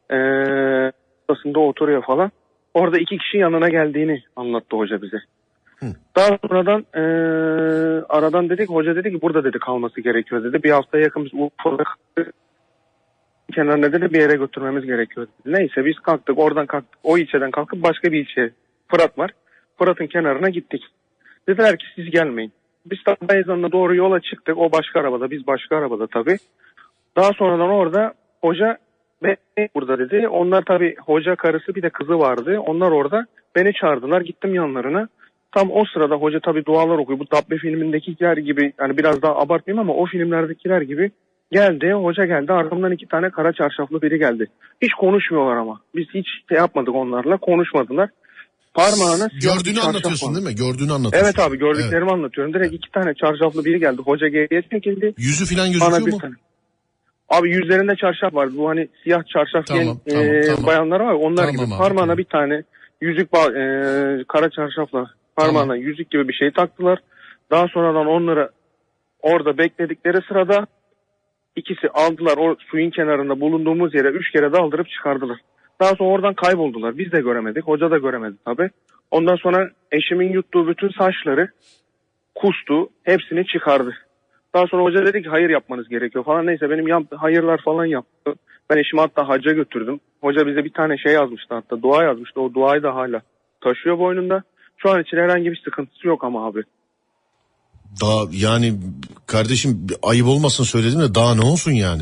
Odasında oturuyor falan. Orada 2 kişi yanına geldiğini anlattı hoca bize. Daha sonradan aradan dedik, hoca dedi ki burada dedi kalması gerekiyor dedi. Bir haftaya yakın biz Urfa'da kenarına dedi bir yere götürmemiz gerekiyor dedi. Neyse biz kalktık, oradan kalktık, o ilçeden kalkıp başka bir ilçeye, Fırat var. Fırat'ın kenarına gittik. Dediler ki siz gelmeyin. Biz tabi ezanına doğru yola çıktık. O başka arabada, biz başka arabada tabi. Daha sonradan orada hoca burada dedi. Onlar tabi, hoca karısı bir de kızı vardı. Onlar orada beni çağırdılar. Gittim yanlarına. Tam o sırada hoca tabi dualar okuyor. Bu Dabbe filmindekiler gibi, yani biraz daha abartmayayım ama o filmlerdekiler gibi geldi. Hoca geldi. Arkamdan 2 tane kara çarşaflı biri geldi. Hiç konuşmuyorlar ama. Biz hiç şey yapmadık onlarla. Konuşmadılar. Parmağına gördüğünü anlatıyorsun değil mi? Gördüğünü anlatıyorsun. Evet abi, gördüklerimi anlatıyorum. Direkt 2 tane çarşaflı biri geldi. Hoca geriye çekildi. Yüzü falan gözüküyor mu? Abi yüzlerinde çarşaf vardı. Bu hani siyah çarşaf giyen bayanlar var. Onlar gibi. Abi, parmağına bir tane yüzük kara çarşafla parmağına yüzük gibi bir şey taktılar. Daha sonradan onları orada bekledikleri sırada ikisi aldılar, o suyun kenarında bulunduğumuz yere 3 kere daldırıp çıkardılar. Daha sonra oradan kayboldular. Biz de göremedik. Hoca da göremedi tabii. Ondan sonra eşimin yuttuğu bütün saçları kustu. Hepsini çıkardı. Daha sonra hoca dedi ki hayır yapmanız gerekiyor falan. Neyse benim hayırlar falan yaptı. Ben eşimi hatta hacca götürdüm. Hoca bize bir tane şey yazmıştı, hatta dua yazmıştı. O duayı da hala taşıyor boynunda. Şu an için herhangi bir sıkıntısı yok ama abi. Daha yani kardeşim ayıp olmasın söyledim de daha ne olsun yani.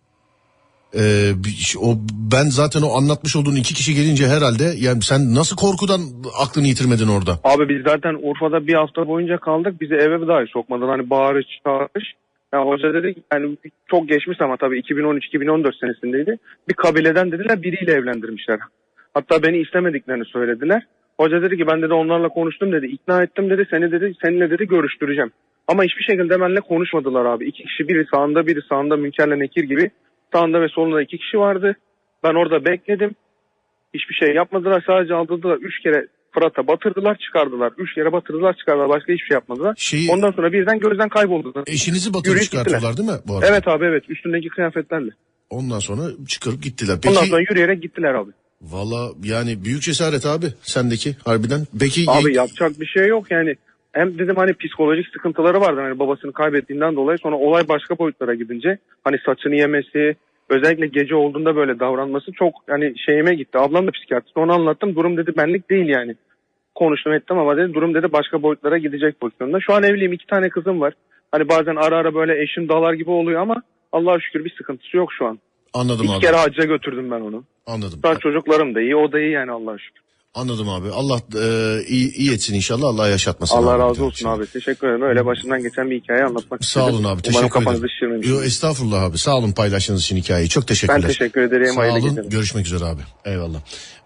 Ben zaten o anlatmış olduğun 2 kişi gelince herhalde yani sen nasıl korkudan aklını yitirmedin orada? Abi biz zaten Urfa'da bir hafta boyunca kaldık. Bizi eve dahi sokmadılar. Hani bağırış çağırış. Yani hoca dedi yani çok geçmiş ama tabii 2013-2014 senesindeydi. Bir kabileden dediler biriyle evlendirmişler. Hatta beni istemediklerini söylediler. Hoca dedi ki ben dedi onlarla konuştum dedi. İkna ettim dedi. Seninle dedi görüştüreceğim. Ama hiçbir şekilde benimle konuşmadılar abi. 2 kişi, biri sağında Münker'le Nekir gibi. Sağında ve solunda 2 kişi vardı. Ben orada bekledim. Hiçbir şey yapmadılar. Sadece aldılar 3 kere Fırat'a batırdılar çıkardılar. 3 kere batırdılar çıkardılar. Başka hiçbir şey yapmadılar. Ondan sonra birden gözden kayboldular. Eşinizi batırıp çıkarttılar değil mi bu arada? Evet abi evet. Üstündeki kıyafetlerle. Ondan sonra çıkarıp gittiler. Ondan sonra yürüyerek gittiler abi. Valla yani büyük cesaret abi sendeki harbiden. Peki abi yapacak bir şey yok yani. Hem dedim hani psikolojik sıkıntıları vardı hani babasını kaybettiğinden dolayı, sonra olay başka boyutlara gidince hani saçını yemesi, özellikle gece olduğunda böyle davranması çok hani şeyime gitti. Ablam da psikiyatrist, onu anlattım, durum dedi benlik değil yani. Konuştum ettim ama dedi durum dedi başka boyutlara gidecek pozisyonda. Şu an evliyim, 2 tane kızım var. Hani bazen ara ara böyle eşim dalar gibi oluyor ama Allah'a şükür bir sıkıntısı yok şu an. Anladım 2 kere hacca götürdüm ben onu. Anladım. Şu an çocuklarım da iyi, o da iyi yani Allah'a şükür. Anladım abi. Allah iyi etsin inşallah. Allah yaşatmasın. Allah razı olsun abi. Teşekkür ederim. Öyle başımdan geçen bir hikaye anlatmak istedim. Sağ olun abi. Teşekkür ederim. Yo, estağfurullah abi. Sağ olun paylaştığınız için hikayeyi. Çok teşekkürler. Ben teşekkür ederim. Sağ olun. Gidelim. Görüşmek üzere abi. Eyvallah.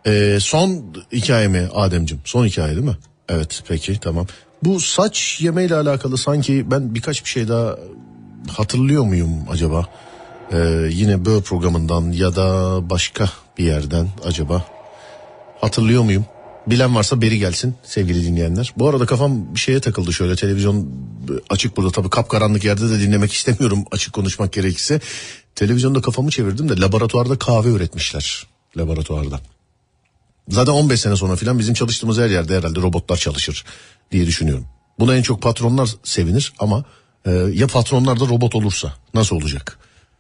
Son hikaye mi Ademciğim? Son hikaye değil mi? Evet peki tamam. Bu saç yemeyle alakalı sanki ben birkaç bir şey daha hatırlıyor muyum acaba? Yine böyle programından ya da başka bir yerden acaba hatırlıyor muyum? Bilen varsa beri gelsin sevgili dinleyenler. Bu arada kafam bir şeye takıldı, şöyle televizyon açık burada, tabii kapkaranlık yerde de dinlemek istemiyorum açık konuşmak gerekirse. Televizyonda kafamı çevirdim de laboratuvarda kahve üretmişler. Laboratuvarda. Zaten 15 sene sonra filan bizim çalıştığımız her yerde herhalde robotlar çalışır diye düşünüyorum. Buna en çok patronlar sevinir ama ya patronlar da robot olursa nasıl olacak?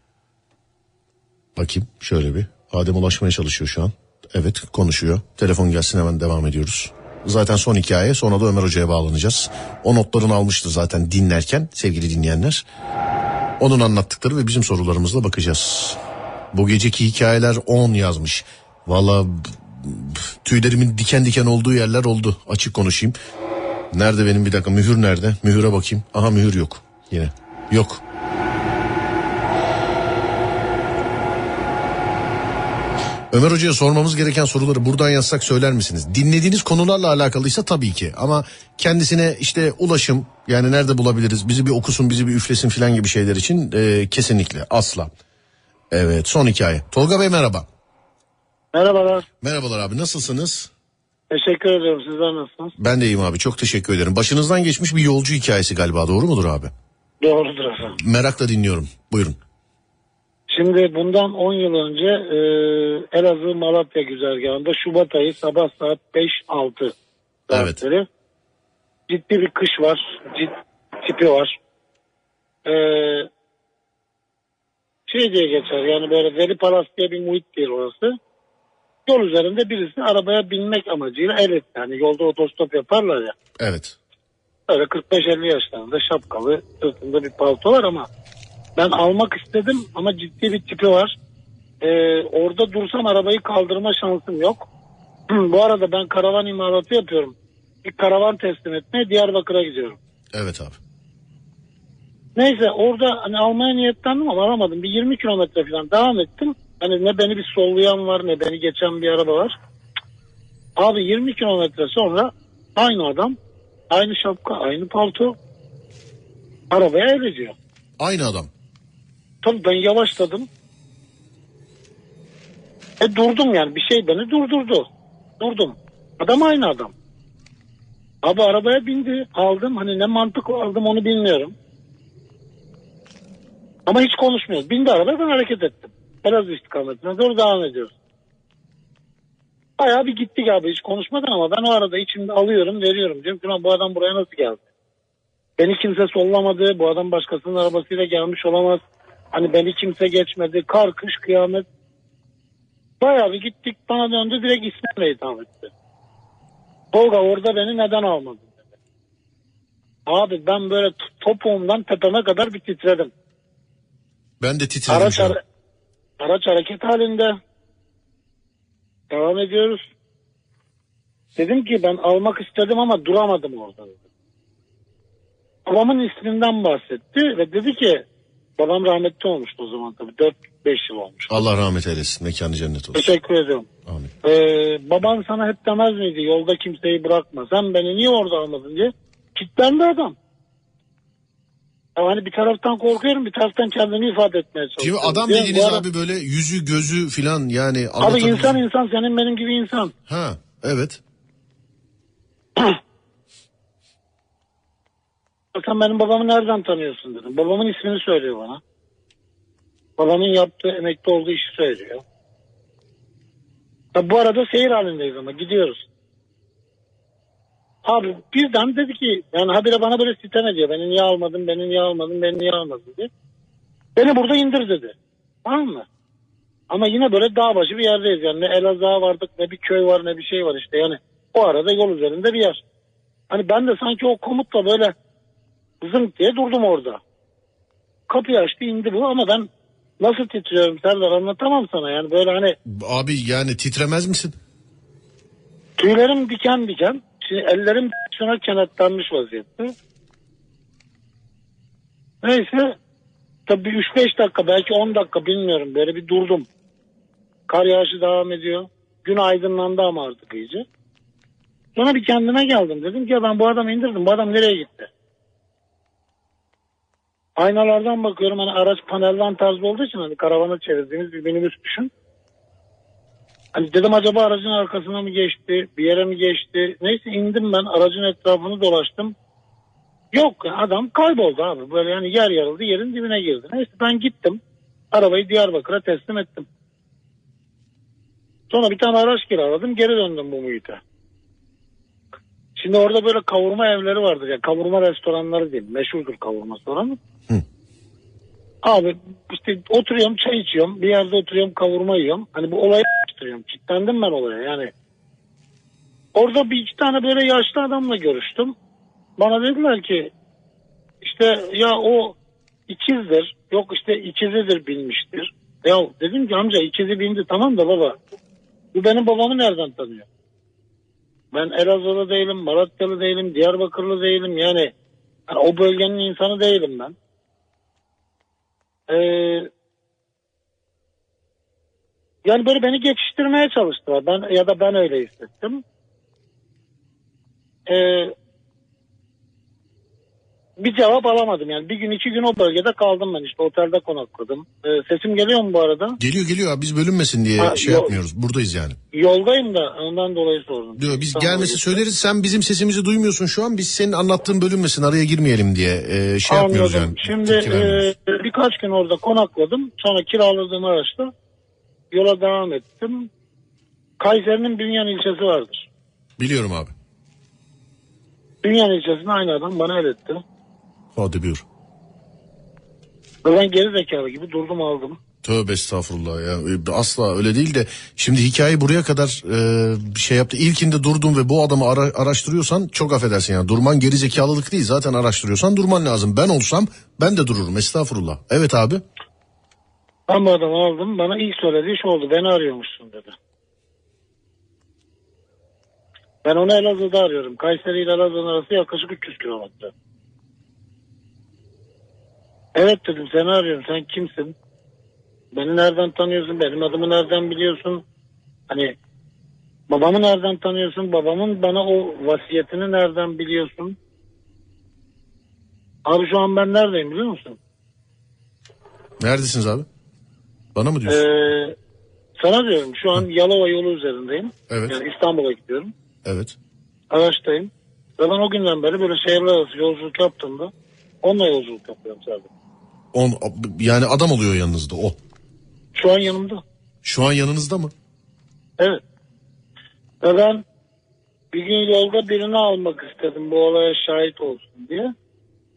Bakayım şöyle bir. Adem ulaşmaya çalışıyor şu an. Evet konuşuyor. Telefon gelsin hemen devam ediyoruz. Zaten son hikaye, sonra da Ömer Hoca'ya bağlanacağız. O notlarını almıştı zaten dinlerken sevgili dinleyenler. Onun anlattıkları ve bizim sorularımızla bakacağız. Bu geceki hikayeler 10 yazmış. Valla tüylerimin diken diken olduğu yerler oldu, açık konuşayım. Nerede benim, bir dakika, mühür nerede? Mühüre bakayım. Aha mühür yok yine. Yok. Ömer Hoca'ya sormamız gereken soruları buradan yazsak söyler misiniz? Dinlediğiniz konularla alakalıysa tabii ki, ama kendisine işte ulaşım, yani nerede bulabiliriz, bizi bir okusun, bizi bir üflesin filan gibi şeyler için kesinlikle asla. Evet, son hikaye. Tolga Bey merhaba. Merhabalar. Merhabalar abi, nasılsınız? Teşekkür ederim, sizler nasılsınız? Ben de iyiyim abi, çok teşekkür ederim. Başınızdan geçmiş bir yolcu hikayesi galiba, doğru mudur abi? Doğrudur efendim. Merakla dinliyorum, buyurun. Şimdi bundan 10 yıl önce Elazığ Malatya güzergahında Şubat ayı sabah saat 5-6 saatleri. Evet. Ciddi bir kış var, tipi var. Şey diye geçer yani, böyle Veli Palas diye bir muhit değil orası. Yol üzerinde birisi arabaya binmek amacıyla, evet yani yolda otostop yaparlar ya. Evet. Böyle 45-50 yaşlarında, şapkalı, sırtında bir palto var ama ben almak istedim ama ciddi bir tipi var. Orada dursam arabayı kaldırma şansım yok. Bu arada ben karavan imalatı yapıyorum. Bir karavan teslim etmeye Diyarbakır'a gidiyorum. Evet abi. Neyse orada hani almaya niyetlendim ama alamadım. Bir 20 kilometre falan devam ettim. Hani ne beni bir sollayan var ne beni geçen bir araba var. Abi 20 kilometre sonra aynı adam, aynı şapka, aynı palto arabaya el ediyor. Aynı adam. Tabii ben yavaşladım. Durdum yani, bir şey beni durdurdu. Durdum. Adam aynı adam. Abi arabaya bindi, aldım. Hani ne mantıkla aldım onu bilmiyorum. Ama hiç konuşmuyoruz. Bindi arabaya, ben hareket ettim. Elazığ istikametine doğru devam ediyoruz. Bayağı bir gittik abi hiç konuşmadan, ama ben o arada içimde alıyorum veriyorum. Diyorum ki bu adam buraya nasıl geldi? Beni kimse sollamadı. Bu adam başkasının arabasıyla gelmiş olamaz. Hani beni kimse geçmedi. Kar, kış, kıyamet. Bayağı bir gittik, bana döndü, direkt ismimle hitap etti. Tolga orada beni neden almadın dedi. Abi ben böyle topuğumdan tepeme kadar bir titredim. Ben de titredim şu an. Araç hareket halinde. Devam ediyoruz. Dedim ki ben almak istedim ama duramadım orada. Babamın isminden bahsetti ve dedi ki, babam rahmetli olmuştu o zaman tabii, 4-5 yıl olmuş. Allah rahmet eylesin, mekanı cennet olsun. Teşekkür ediyorum. Amin. Baban sana hep demez miydi yolda kimseyi bırakma, sen beni niye orada almadın diye. Kitlendi adam. Ya hani bir taraftan korkuyorum, bir taraftan kendini ifade etmeye çalışıyorum. Şimdi adam dediğiniz abi böyle yüzü gözü filan yani. Abi insan senin benim gibi insan. Ha evet. Sen benim babamı nereden tanıyorsun dedim. Babamın ismini söylüyor bana. Babamın yaptığı, emekli olduğu işi söylüyor. Ya bu arada seyir halindeyiz ama gidiyoruz. Abi birden dedi ki, yani habire bana böyle sitem ediyor. Beni niye almadın, beni niye almadın, beni niye almadın diye. Beni burada indir dedi. Tamam mı? Ama yine böyle dağ başı bir yerdeyiz yani. Ne Elazığ'a vardık, ne bir köy var, ne bir şey var işte. Yani o arada yol üzerinde bir yer. Hani ben de sanki o komutla böyle zınk diye durdum orada. Kapıyı açtı, indi bu ama ben nasıl titriyorum Serdar, anlatamam sana yani, böyle hani. Abi yani titremez misin? Tüylerim diken diken. Şimdi ellerim şuna kenetlenmiş vaziyette. Neyse. Tabii 3-5 dakika, belki 10 dakika bilmiyorum, böyle bir durdum. Kar yağışı devam ediyor. Gün aydınlandı ama artık iyice. Sonra bir kendime geldim. Dedim ki ya ben bu adamı indirdim. Bu adam nereye gitti? Aynalardan bakıyorum, hani araç panelden tarzı olduğu için hani karavana çevirdiğimiz bir minibüs düşün. Hani dedim acaba aracın arkasına mı geçti, bir yere mi geçti? Neyse indim ben, aracın etrafını dolaştım. Yok, adam kayboldu abi. Böyle yani yer yarıldı, yerin dibine girdi. Neyse ben gittim. Arabayı Diyarbakır'a teslim ettim. Sonra bir tane araç kiraladım, geri döndüm bu muhite. Şimdi orada böyle kavurma evleri vardır ya, kavurma restoranları diyeyim. Meşhurdur kavurma restoranı. Abi işte oturuyorum, çay içiyorum. Bir yerde oturuyorum, kavurma yiyorum. Hani bu olayı araştırıyorum. Kitlendim ben olaya yani. Orada bir iki tane böyle yaşlı adamla görüştüm. Bana dediler ki işte ya o ikizdir. Yok işte ikizidir, binmiştir. Ya dedim ki amca ikizi bindi tamam da baba. Bu benim babamı nereden tanıyor? Ben Elazığlı değilim, Malatyalı değilim, Diyarbakırlı değilim. Yani o bölgenin insanı değilim ben. Yani böyle beni geçiştirmeye çalıştılar. Ben öyle hissettim. Bir cevap alamadım yani. Bir gün 2 gün o bölgede kaldım ben, işte otelde konakladım. Sesim geliyor mu bu arada? Geliyor abi, biz bölünmesin diye yapmıyoruz. Buradayız yani. Yoldayım da ondan dolayı sordum. Diyor biz gelmesi söyleriz, sen bizim sesimizi duymuyorsun şu an. Biz senin anlattığın bölünmesin, araya girmeyelim diye yapmıyoruz yani. Şimdi birkaç gün orada konakladım. Sonra kiraladığım araçla yola devam ettim. Kayseri'nin Bünyan ilçesi vardır. Biliyorum abi. Bünyan ilçesine aynı adam bana el etti. Hadi buyur. Ben geri zekalı gibi durdum aldım. Tövbe estağfurullah ya. Asla öyle değil de şimdi hikaye buraya kadar bir şey yaptı. İlkinde durdun ve bu adamı araştırıyorsan çok affedersin yani. Durman geri zekalılık değil, zaten araştırıyorsan durman lazım. Ben olsam ben de dururum, estağfurullah. Evet abi. Ben bu adamı aldım, bana ilk söylediği şu oldu, beni arıyormuşsun dedi. Ben onu Elazığ'da arıyorum. Kayseri ile Elazığ'ın arası yaklaşık 300 kilometre. Evet dedim, seni arıyorum, sen kimsin? Beni nereden tanıyorsun? Benim adımı nereden biliyorsun? Hani babamı nereden tanıyorsun? Babamın bana o vasiyetini nereden biliyorsun? Abi şu an ben neredeyim biliyor musun? Neredesiniz abi? Bana mı diyorsun? Sana diyorum, şu an Yalova yolu üzerindeyim. Evet. Yani İstanbul'a gidiyorum. Evet. Araçtayım. Ve ben o günden beri böyle şehirler arası yolculuk yaptığımda onunla yolculuk yapıyorum zaten. Yani adam oluyor yanınızda o. Şu an yanımda. Şu an yanınızda mı? Evet. Ve ben bir gün yolda birini almak istedim bu olaya şahit olsun diye.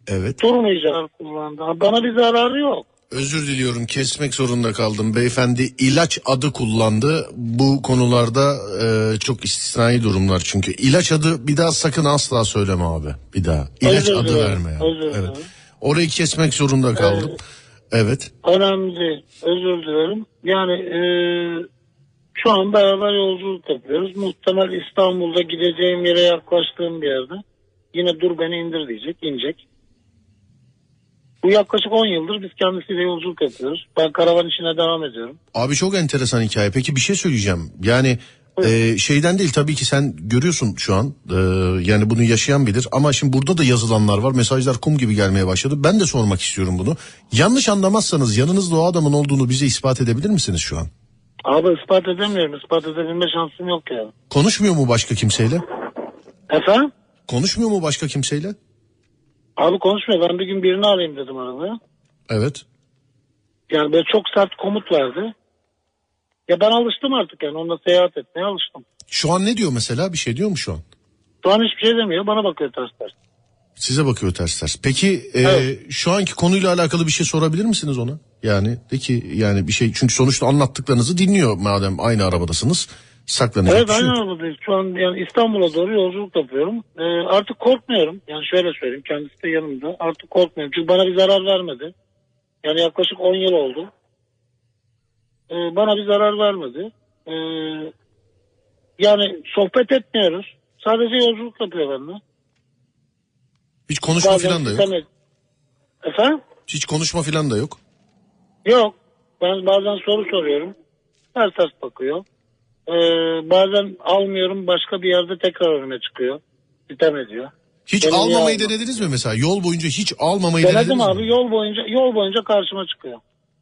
Evet. Durmayacak kullandı. Bana bir zararı yok. Özür diliyorum, kesmek zorunda kaldım. Beyefendi ilaç adı kullandı. Bu konularda çok istisnai durumlar çünkü. İlaç adı bir daha sakın asla söyleme abi. Bir daha. İlaç Özür adı dilerim, verme yani. özür dilerim. Evet. Orayı kesmek zorunda kaldım. Evet. Önemli değil. Özür dilerim. Yani şu an beraber yolculuk yapıyoruz. Muhtemel İstanbul'da gideceğim yere yaklaştığım bir yerde. Yine dur beni indir diyecek. İnecek. Bu yaklaşık 10 yıldır biz kendisiyle yolculuk yapıyoruz. Ben karavan işine devam ediyorum. Abi çok enteresan hikaye. Peki bir şey söyleyeceğim. Yani şeyden değil tabii ki sen görüyorsun şu an. Yani bunu yaşayan bilir. Ama şimdi burada da yazılanlar var. Mesajlar kum gibi gelmeye başladı. Ben de sormak istiyorum bunu. Yanlış anlamazsanız yanınızda o adamın olduğunu bize ispat edebilir misiniz şu an? Abi ispat edemiyorum. İspat edebilme şansım yok ya. Konuşmuyor mu başka kimseyle? Efendim? Konuşmuyor mu başka kimseyle? Abi konuşmuyor. Ben bir gün birini arayayım dedim arabaya. Evet. Yani böyle çok sert komut verdi. Ya ben alıştım artık yani. Onunla seyahat etmeye alıştım. Şu an ne diyor mesela? Bir şey diyor mu şu an? Şu an hiçbir şey demiyor. Bana bakıyor ters ters. Size bakıyor ters ters. Peki Evet. şu anki konuyla alakalı bir şey sorabilir misiniz ona? Yani de ki yani bir şey, çünkü sonuçta anlattıklarınızı dinliyor madem aynı arabadasınız. Saklanacak Evet bir şey aynı yok. arabadayız. Şu an yani İstanbul'a doğru yolculuk yapıyorum. Artık korkmuyorum. Yani şöyle söyleyeyim. Kendisi de yanımda. Artık korkmuyorum. Çünkü bana bir zarar vermedi. Yani yaklaşık 10 yıl oldu. Bana bir zarar vermedi. Yani sohbet etmiyoruz. Sadece yolculuk yapıyor benimle. Hiç konuşma falan da yok. Efendim? Hiç konuşma falan da yok. Yok. Ben bazen soru soruyorum. Ters ters bakıyor. Bazen almıyorum, başka bir yerde tekrar önüme çıkıyor. Sitem ediyor. Hiç Beni niye almamayı almadın? denediniz mi mesela? Yol boyunca hiç almamayı denediniz Denedim mi? abi, yol boyunca karşıma çıkıyor.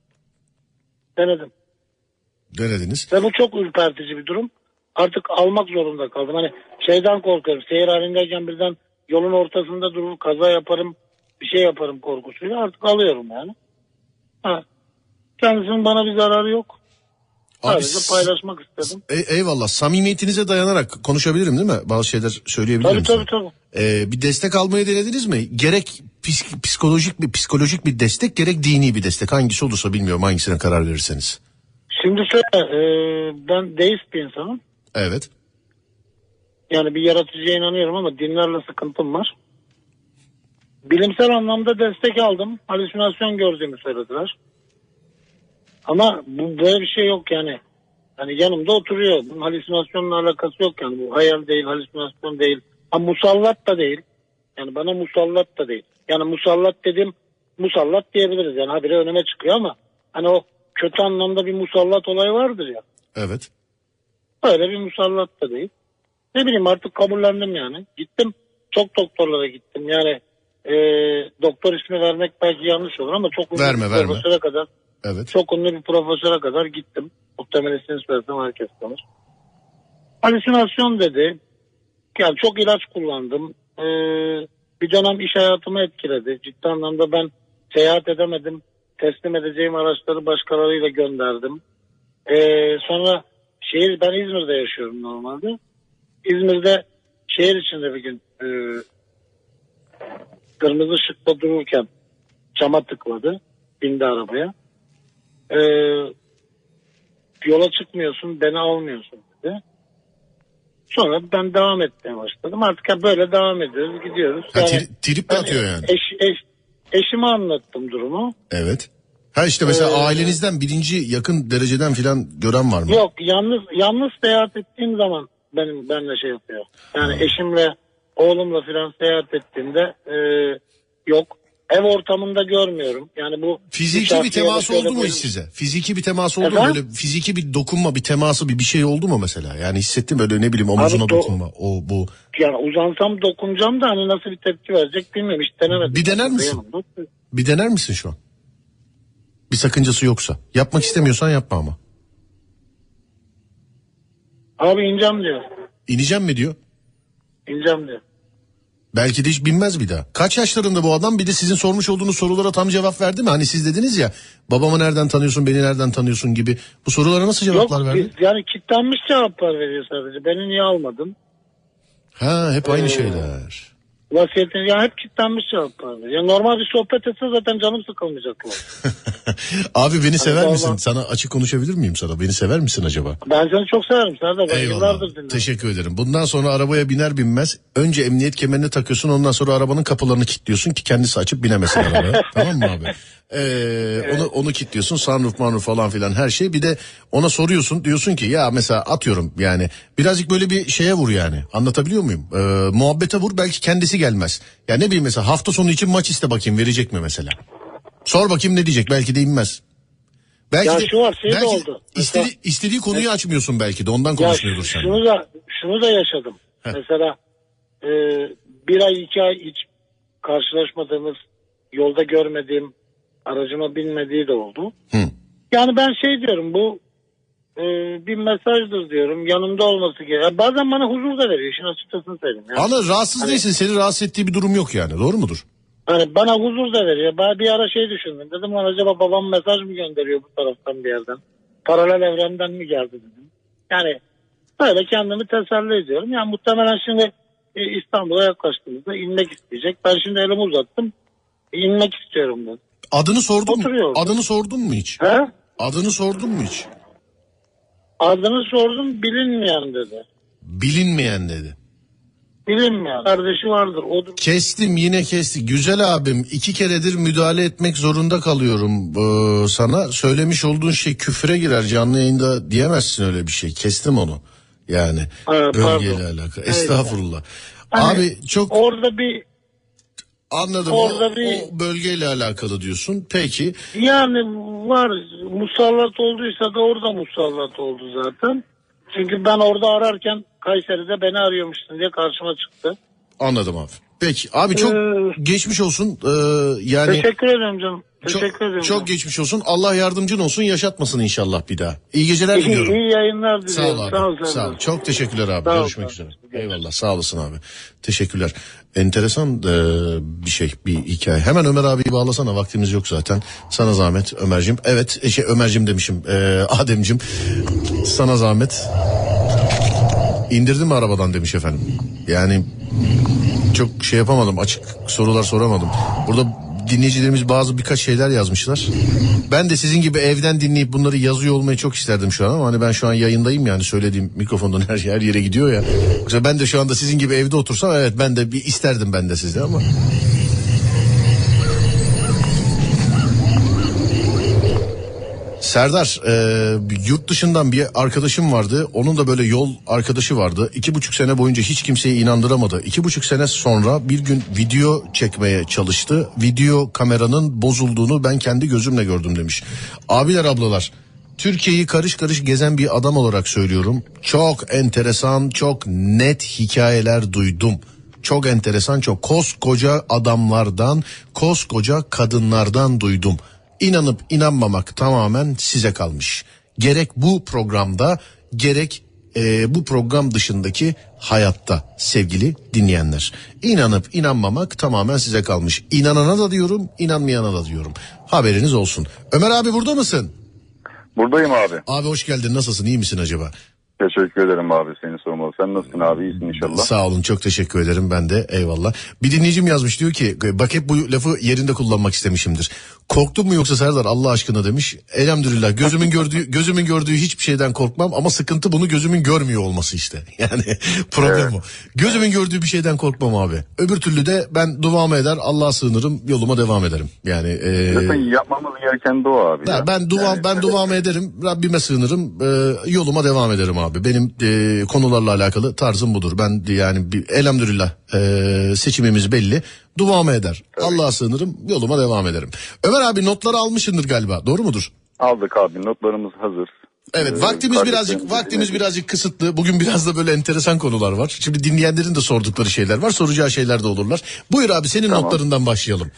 Denedim. Denediniz. Ve bu çok ürpertici bir durum. Artık almak zorunda kaldım. Hani şeyden korkuyorum. Seyir halindeyken birden yolun ortasında durur, kaza yaparım, bir şey yaparım korkusuyla artık alıyorum yani. Ha. Kendisinin bana bir zararı yok. Abi, Sadece paylaşmak istedim. Eyvallah. Samimiyetinize dayanarak konuşabilirim değil mi? Bazı şeyler söyleyebilirim. Tabii. Bir destek almayı denediniz mi? Gerek psikolojik bir destek, gerek dini bir destek. Hangisi olursa bilmiyorum, hangisine karar verirseniz. Şimdi şöyle, ben deist bir insanım. Evet. Yani bir yaratıcıya inanıyorum ama dinlerle sıkıntım var. Bilimsel anlamda destek aldım. Halüsinasyon gördüğümü söylediler. Ama bu böyle bir şey yok yani. Hani yanımda oturuyor. Bunun halüsinasyonla alakası yok yani. Bu hayal değil, halüsinasyon değil. Ha musallat da değil. Yani bana musallat da değil. Yani musallat dediğim musallat diyebiliriz. Yani habire önüme çıkıyor ama hani o kötü anlamda bir musallat olayı vardır ya. Evet. Öyle bir musallat da değil. Ne bileyim artık kabullendim yani. Gittim, çok doktorlara gittim. Yani doktor ismi vermek belki yanlış olur ama çok ünlü Verme. bir profesöre kadar. Evet. Çok ünlü bir profesöre kadar gittim. Muhtemelen ismini söylesem herkes tanır. Halüsinasyon dedi. Yani çok ilaç kullandım. Bir dönem iş hayatımı etkiledi. Ciddi anlamda ben seyahat edemedim. Teslim edeceğim araçları başkalarıyla gönderdim. Sonra ben İzmir'de yaşıyorum normalde. İzmir'de şehir içinde bir gün kırmızı ışıkta dururken cama tıkladı. Bindi arabaya. Yola çıkmıyorsun, beni almıyorsun dedi. Sonra ben devam etmeye başladım. Artık böyle devam ediyoruz, gidiyoruz. Yani, trip mi atıyor yani? Eşime anlattım durumu. Evet. Ha işte mesela ailenizden birinci yakın dereceden filan gören var mı? Yok, yalnız seyahat ettiğim zaman benimle şey yapıyor. Yani eşimle, oğlumla filan seyahat ettiğimde yok. Ev ortamında görmüyorum. Yani bu fiziki bir temas oldu mu hiç size? Fiziki bir temas oldu mu? Böyle fiziki bir dokunma, bir teması, bir şey oldu mu mesela? Yani hissettim böyle, ne bileyim, omuzuna dokunma. O bu. Yani uzansam dokunacağım da hani nasıl bir tepki verecek bilmiyorum. Hiç denemedim. Bir dener misin? Bir dener misin şu an? Bir sakıncası yoksa. Yapmak istemiyorsan yapma ama. Abi ineceğim diyor. İneceğim mi diyor? İneceğim diyor. Belki de hiç binmez bir daha. Kaç yaşlarında bu adam? Bir de sizin sormuş olduğunuz sorulara tam cevap verdi mi? Hani siz dediniz ya, babamı nereden tanıyorsun, beni nereden tanıyorsun gibi. Bu sorulara nasıl cevaplar verdi? Yani kilitlenmiş cevaplar veriyor sadece. Beni niye almadın? Ha, hep aynı şeyler. Vasiyetini ya hep kilitlenmiş cevaplardı. Ya normal bir sohbet etse zaten canım sıkılmayacak. Abi beni sever vallahi... misin? Sana açık konuşabilir miyim sana? Beni sever misin acaba? Ben seni çok severim Serdar. Ben Eyvallah. yıllardır dinliyorum. Teşekkür ederim. Bundan sonra arabaya biner binmez önce emniyet kemerini takıyorsun, ondan sonra arabanın kapılarını kilitliyorsun ki kendisi açıp binemesin arabaya. Tamam mı abi? Evet. Onu kilitliyorsun, sunroof falan filan her şey. Bir de ona soruyorsun, diyorsun ki ya mesela atıyorum yani birazcık böyle bir şeye vur yani, anlatabiliyor muyum? Muhabbete vur, belki kendisi gelmez. Ya ne bileyim mesela hafta sonu için maç iste bakayım, verecek mi mesela? Sor bakayım ne diyecek, belki de inmez. Belki ya de, şu var şey belki de oldu. istediği konuyu açmıyorsun belki de, ondan konuşmuyordur sen. Şunu da yaşadım. Heh. Mesela 1 ay 2 ay hiç karşılaşmadığımız, yolda görmediğim, aracıma binmediği de oldu. Hı. Yani ben şey diyorum, bu bir mesajdır diyorum, yanımda olması gerekiyor. Bazen bana huzur da veriyor, işin açıkçası söyleyeyim. Yani. Ama rahatsız değilsin, seni rahatsız ettiği bir durum yok yani, doğru mudur? Hani bana huzur da veriyor. Ben bir ara şey düşündüm. Dedim lan acaba babam mesaj mı gönderiyor bu taraftan bir yerden? Paralel evrenden mi geldi dedim. Yani böyle kendimi teselli ediyorum. Yani muhtemelen şimdi İstanbul'a yaklaştığımızda inmek isteyecek. Ben şimdi elimi uzattım. İnmek istiyorum ben. Adını sordun mu? Oturuyor. Adını sordun mu hiç? He? Adını sordun mu hiç? Adını sordum, bilinmeyen dedi. Bilinmeyen dedi. Bilinmeyen. Kardeşi vardır. Odur. Kestim, yine kesti. Güzel abim, 2 keredir müdahale etmek zorunda kalıyorum sana. Söylemiş olduğun şey küfre girer, canlı yayında diyemezsin öyle bir şey. Kestim onu. Yani bölgeyle alakalı. Estağfurullah. Hani abi çok orada bir anladım. Orada o bölgeyle alakalı diyorsun. Peki. yani var, musallat olduysa da orada musallat oldu zaten. Çünkü ben orada ararken Kayseri'de beni arıyormuşsun diye karşıma çıktı. Anladım abi. Peki abi çok geçmiş olsun. Yani teşekkür ederim canım. Teşekkür ederim. Çok geçmiş olsun. Allah yardımcın olsun. Yaşatmasın inşallah bir daha. İyi geceler diliyorum. İyi yayınlar diliyorum. Sağ ol abi. Sağ ol. Çok teşekkürler abi. Sağ Görüşmek üzere. Eyvallah. Sağ olasın abi. Teşekkürler. Enteresan bir şey, bir hikaye. Hemen Ömer abiyi bağlasana. Vaktimiz yok zaten. Sana zahmet Ömer'cim. Evet Ömer'cim demişim. Adem'cim. Sana zahmet. İndirdin mi arabadan demiş efendim. Yani çok şey yapamadım. Açık sorular soramadım. Burada dinleyicilerimiz birkaç şeyler yazmışlar. Ben de sizin gibi evden dinleyip bunları yazıyor olmayı çok isterdim şu an, ama hani ben şu an yayındayım, yani söylediğim mikrofondan her yere gidiyor ya. Yoksa ben de şu anda sizin gibi evde otursam evet ben de bir isterdim ben de sizde ama. Serdar, yurt dışından bir arkadaşım vardı. Onun da böyle yol arkadaşı vardı. 2,5 sene boyunca hiç kimseyi inandıramadı. 2,5 sene sonra bir gün video çekmeye çalıştı. Video kameranın bozulduğunu ben kendi gözümle gördüm demiş. Abiler ablalar, Türkiye'yi karış karış gezen bir adam olarak söylüyorum. Çok enteresan, çok net hikayeler duydum. Çok enteresan, çok koskoca adamlardan, koskoca kadınlardan duydum. İnanıp inanmamak tamamen size kalmış. Gerek bu programda, gerek bu program dışındaki hayatta sevgili dinleyenler. İnanıp inanmamak tamamen size kalmış. İnanana da diyorum, inanmayana da diyorum. Haberiniz olsun. Ömer abi burada mısın? Buradayım abi. Abi hoş geldin. Nasılsın? İyi misin acaba? Teşekkür ederim abi, seni sormalı. Sen nasılsın abi? İyisin inşallah. Sağ olun, çok teşekkür ederim, ben de eyvallah. Bir dinleyicim yazmış, diyor ki bak hep bu lafı yerinde kullanmak istemişimdir. Korktun mu yoksa Serdar Allah aşkına demiş. Elhamdülillah gözümün gördüğü hiçbir şeyden korkmam, ama sıkıntı bunu gözümün görmüyor olması işte. Yani problem o. Gözümün gördüğü bir şeyden korkmam abi. Öbür türlü de ben duamı eder, Allah'a sığınırım, yoluma devam ederim. Yani zaten yapmamız gereken de o abi. Ben duamı ederim, Rabbime sığınırım, yoluma devam ederim abi. Benim konularla alakalı tarzım budur. Ben yani elhamdülillah seçimimiz belli. Duamı eder. Tabii. Allah'a sığınırım, yoluma devam ederim. Ömer abi notları almışsındır galiba. Doğru mudur? Aldık abi, notlarımız hazır. Evet, vaktimiz birazcık kısıtlı. Bugün biraz da böyle enteresan konular var. Şimdi dinleyenlerin de sordukları şeyler var. Soracağı şeyler de olurlar. Buyur abi, senin notlarından başlayalım.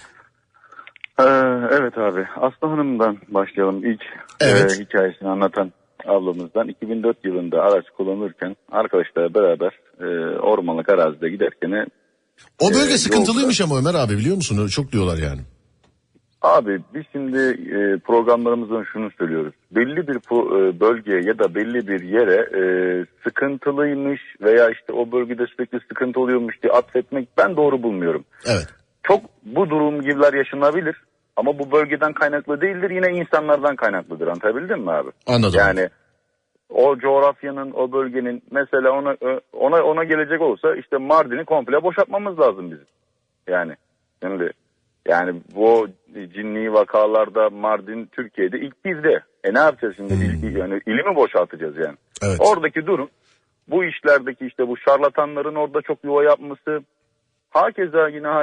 Evet abi, Aslı Hanım'dan başlayalım. İlk hikayesini anlatan ablamızdan. 2004 yılında araç kullanırken arkadaşlarla beraber ormanlık arazide giderken o bölge sıkıntılıymış ama Ömer abi, biliyor musun? Çok diyorlar yani. Abi biz şimdi programlarımızdan şunu söylüyoruz. Belli bir bölgeye ya da belli bir yere sıkıntılıymış veya işte o bölgede sürekli sıkıntı oluyormuş diye atfetmek ben doğru bulmuyorum. Evet. Çok bu durum gibiler yaşanabilir ama bu bölgeden kaynaklı değildir, yine insanlardan kaynaklıdır. Anlatabildim mi abi? Anladım. Yani o coğrafyanın, o bölgenin mesela ona gelecek olsa işte Mardin'i komple boşaltmamız lazım bizim. Yani şimdi yani bu cinni vakalarda Mardin Türkiye'de ilk bizde. Ne yapacağız şimdi? Yani ili mi boşaltacağız yani? Evet. Oradaki durum bu işlerdeki işte bu şarlatanların orada çok yuva yapması. Hakeza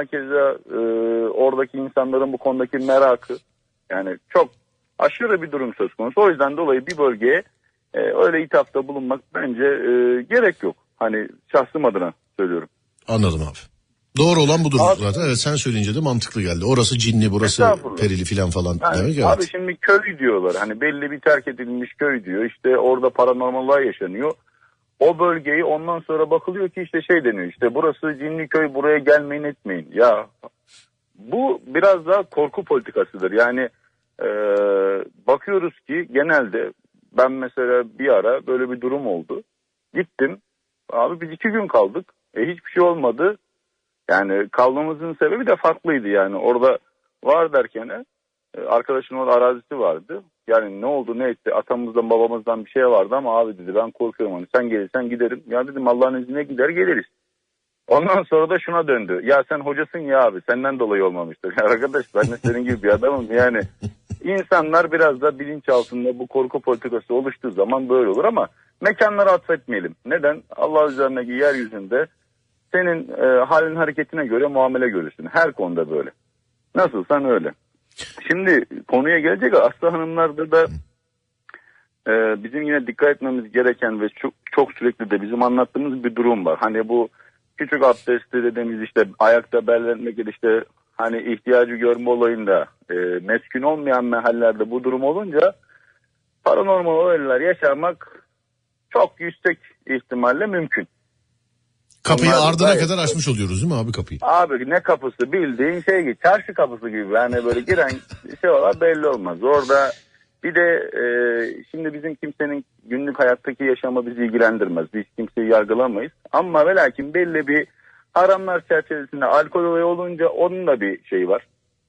oradaki insanların bu konudaki merakı. Yani çok aşırı bir durum söz konusu. O yüzden dolayı bir bölgeye öyle ithafta bulunmak bence gerek yok. Hani şahsım adına söylüyorum. Anladım abi. Doğru olan budur abi, zaten. Evet, sen söyleyince de mantıklı geldi. Orası cinli, burası perili falan yani, demek. Evet. Abi şimdi köy diyorlar. Hani belli bir terk edilmiş köy diyor. İşte orada paranormallar yaşanıyor. O bölgeyi ondan sonra bakılıyor ki işte şey deniyor. İşte burası cinli köy, buraya gelmeyin etmeyin. Ya bu biraz daha korku politikasıdır. Yani bakıyoruz ki genelde ben mesela bir ara böyle bir durum oldu. Gittim. Abi biz 2 gün kaldık. Hiçbir şey olmadı. Yani kalmamızın sebebi de farklıydı yani. Orada var derken arkadaşın orada arazisi vardı. Yani ne oldu ne etti, atamızdan babamızdan bir şey vardı ama abi dedi ben korkuyorum. Hani sen gelirsen giderim. Ya dedim Allah'ın izniyle gider geliriz. Ondan sonra da şuna döndü. Ya sen hocasın ya abi, senden dolayı olmamıştır. Ya arkadaş ben de senin gibi bir adamım yani. İnsanlar biraz da bilinç altında bu korku politikası oluştuğu zaman böyle olur ama mekanlara atfetmeyelim. Neden? Allah üzerindeki yeryüzünde senin halin hareketine göre muamele görürsün. Her konuda böyle. Nasılsan öyle. Şimdi konuya gelecek Aslı Hanımlarda da bizim yine dikkat etmemiz gereken ve çok sürekli de bizim anlattığımız bir durum var. Hani bu küçük abdesti dediğimiz işte ayakta bellenmek işte hani ihtiyacı görme olayında meskun olmayan mahallelerde bu durum olunca paranormal olaylar yaşamak çok yüksek ihtimalle mümkün. Kapıyı onlar ardına gayet kadar açmış oluyoruz değil mi abi kapıyı? Abi ne kapısı, bildiğin şey gibi, çarşı kapısı gibi. Yani böyle giren şey olan belli olmaz. Orada bir de şimdi bizim kimsenin günlük hayattaki yaşamı bizi ilgilendirmez. Biz kimseyi yargılamayız. Ama ve lakin belli bir haramlar çerçevesinde alkol olayı olunca onun da bir şeyi var.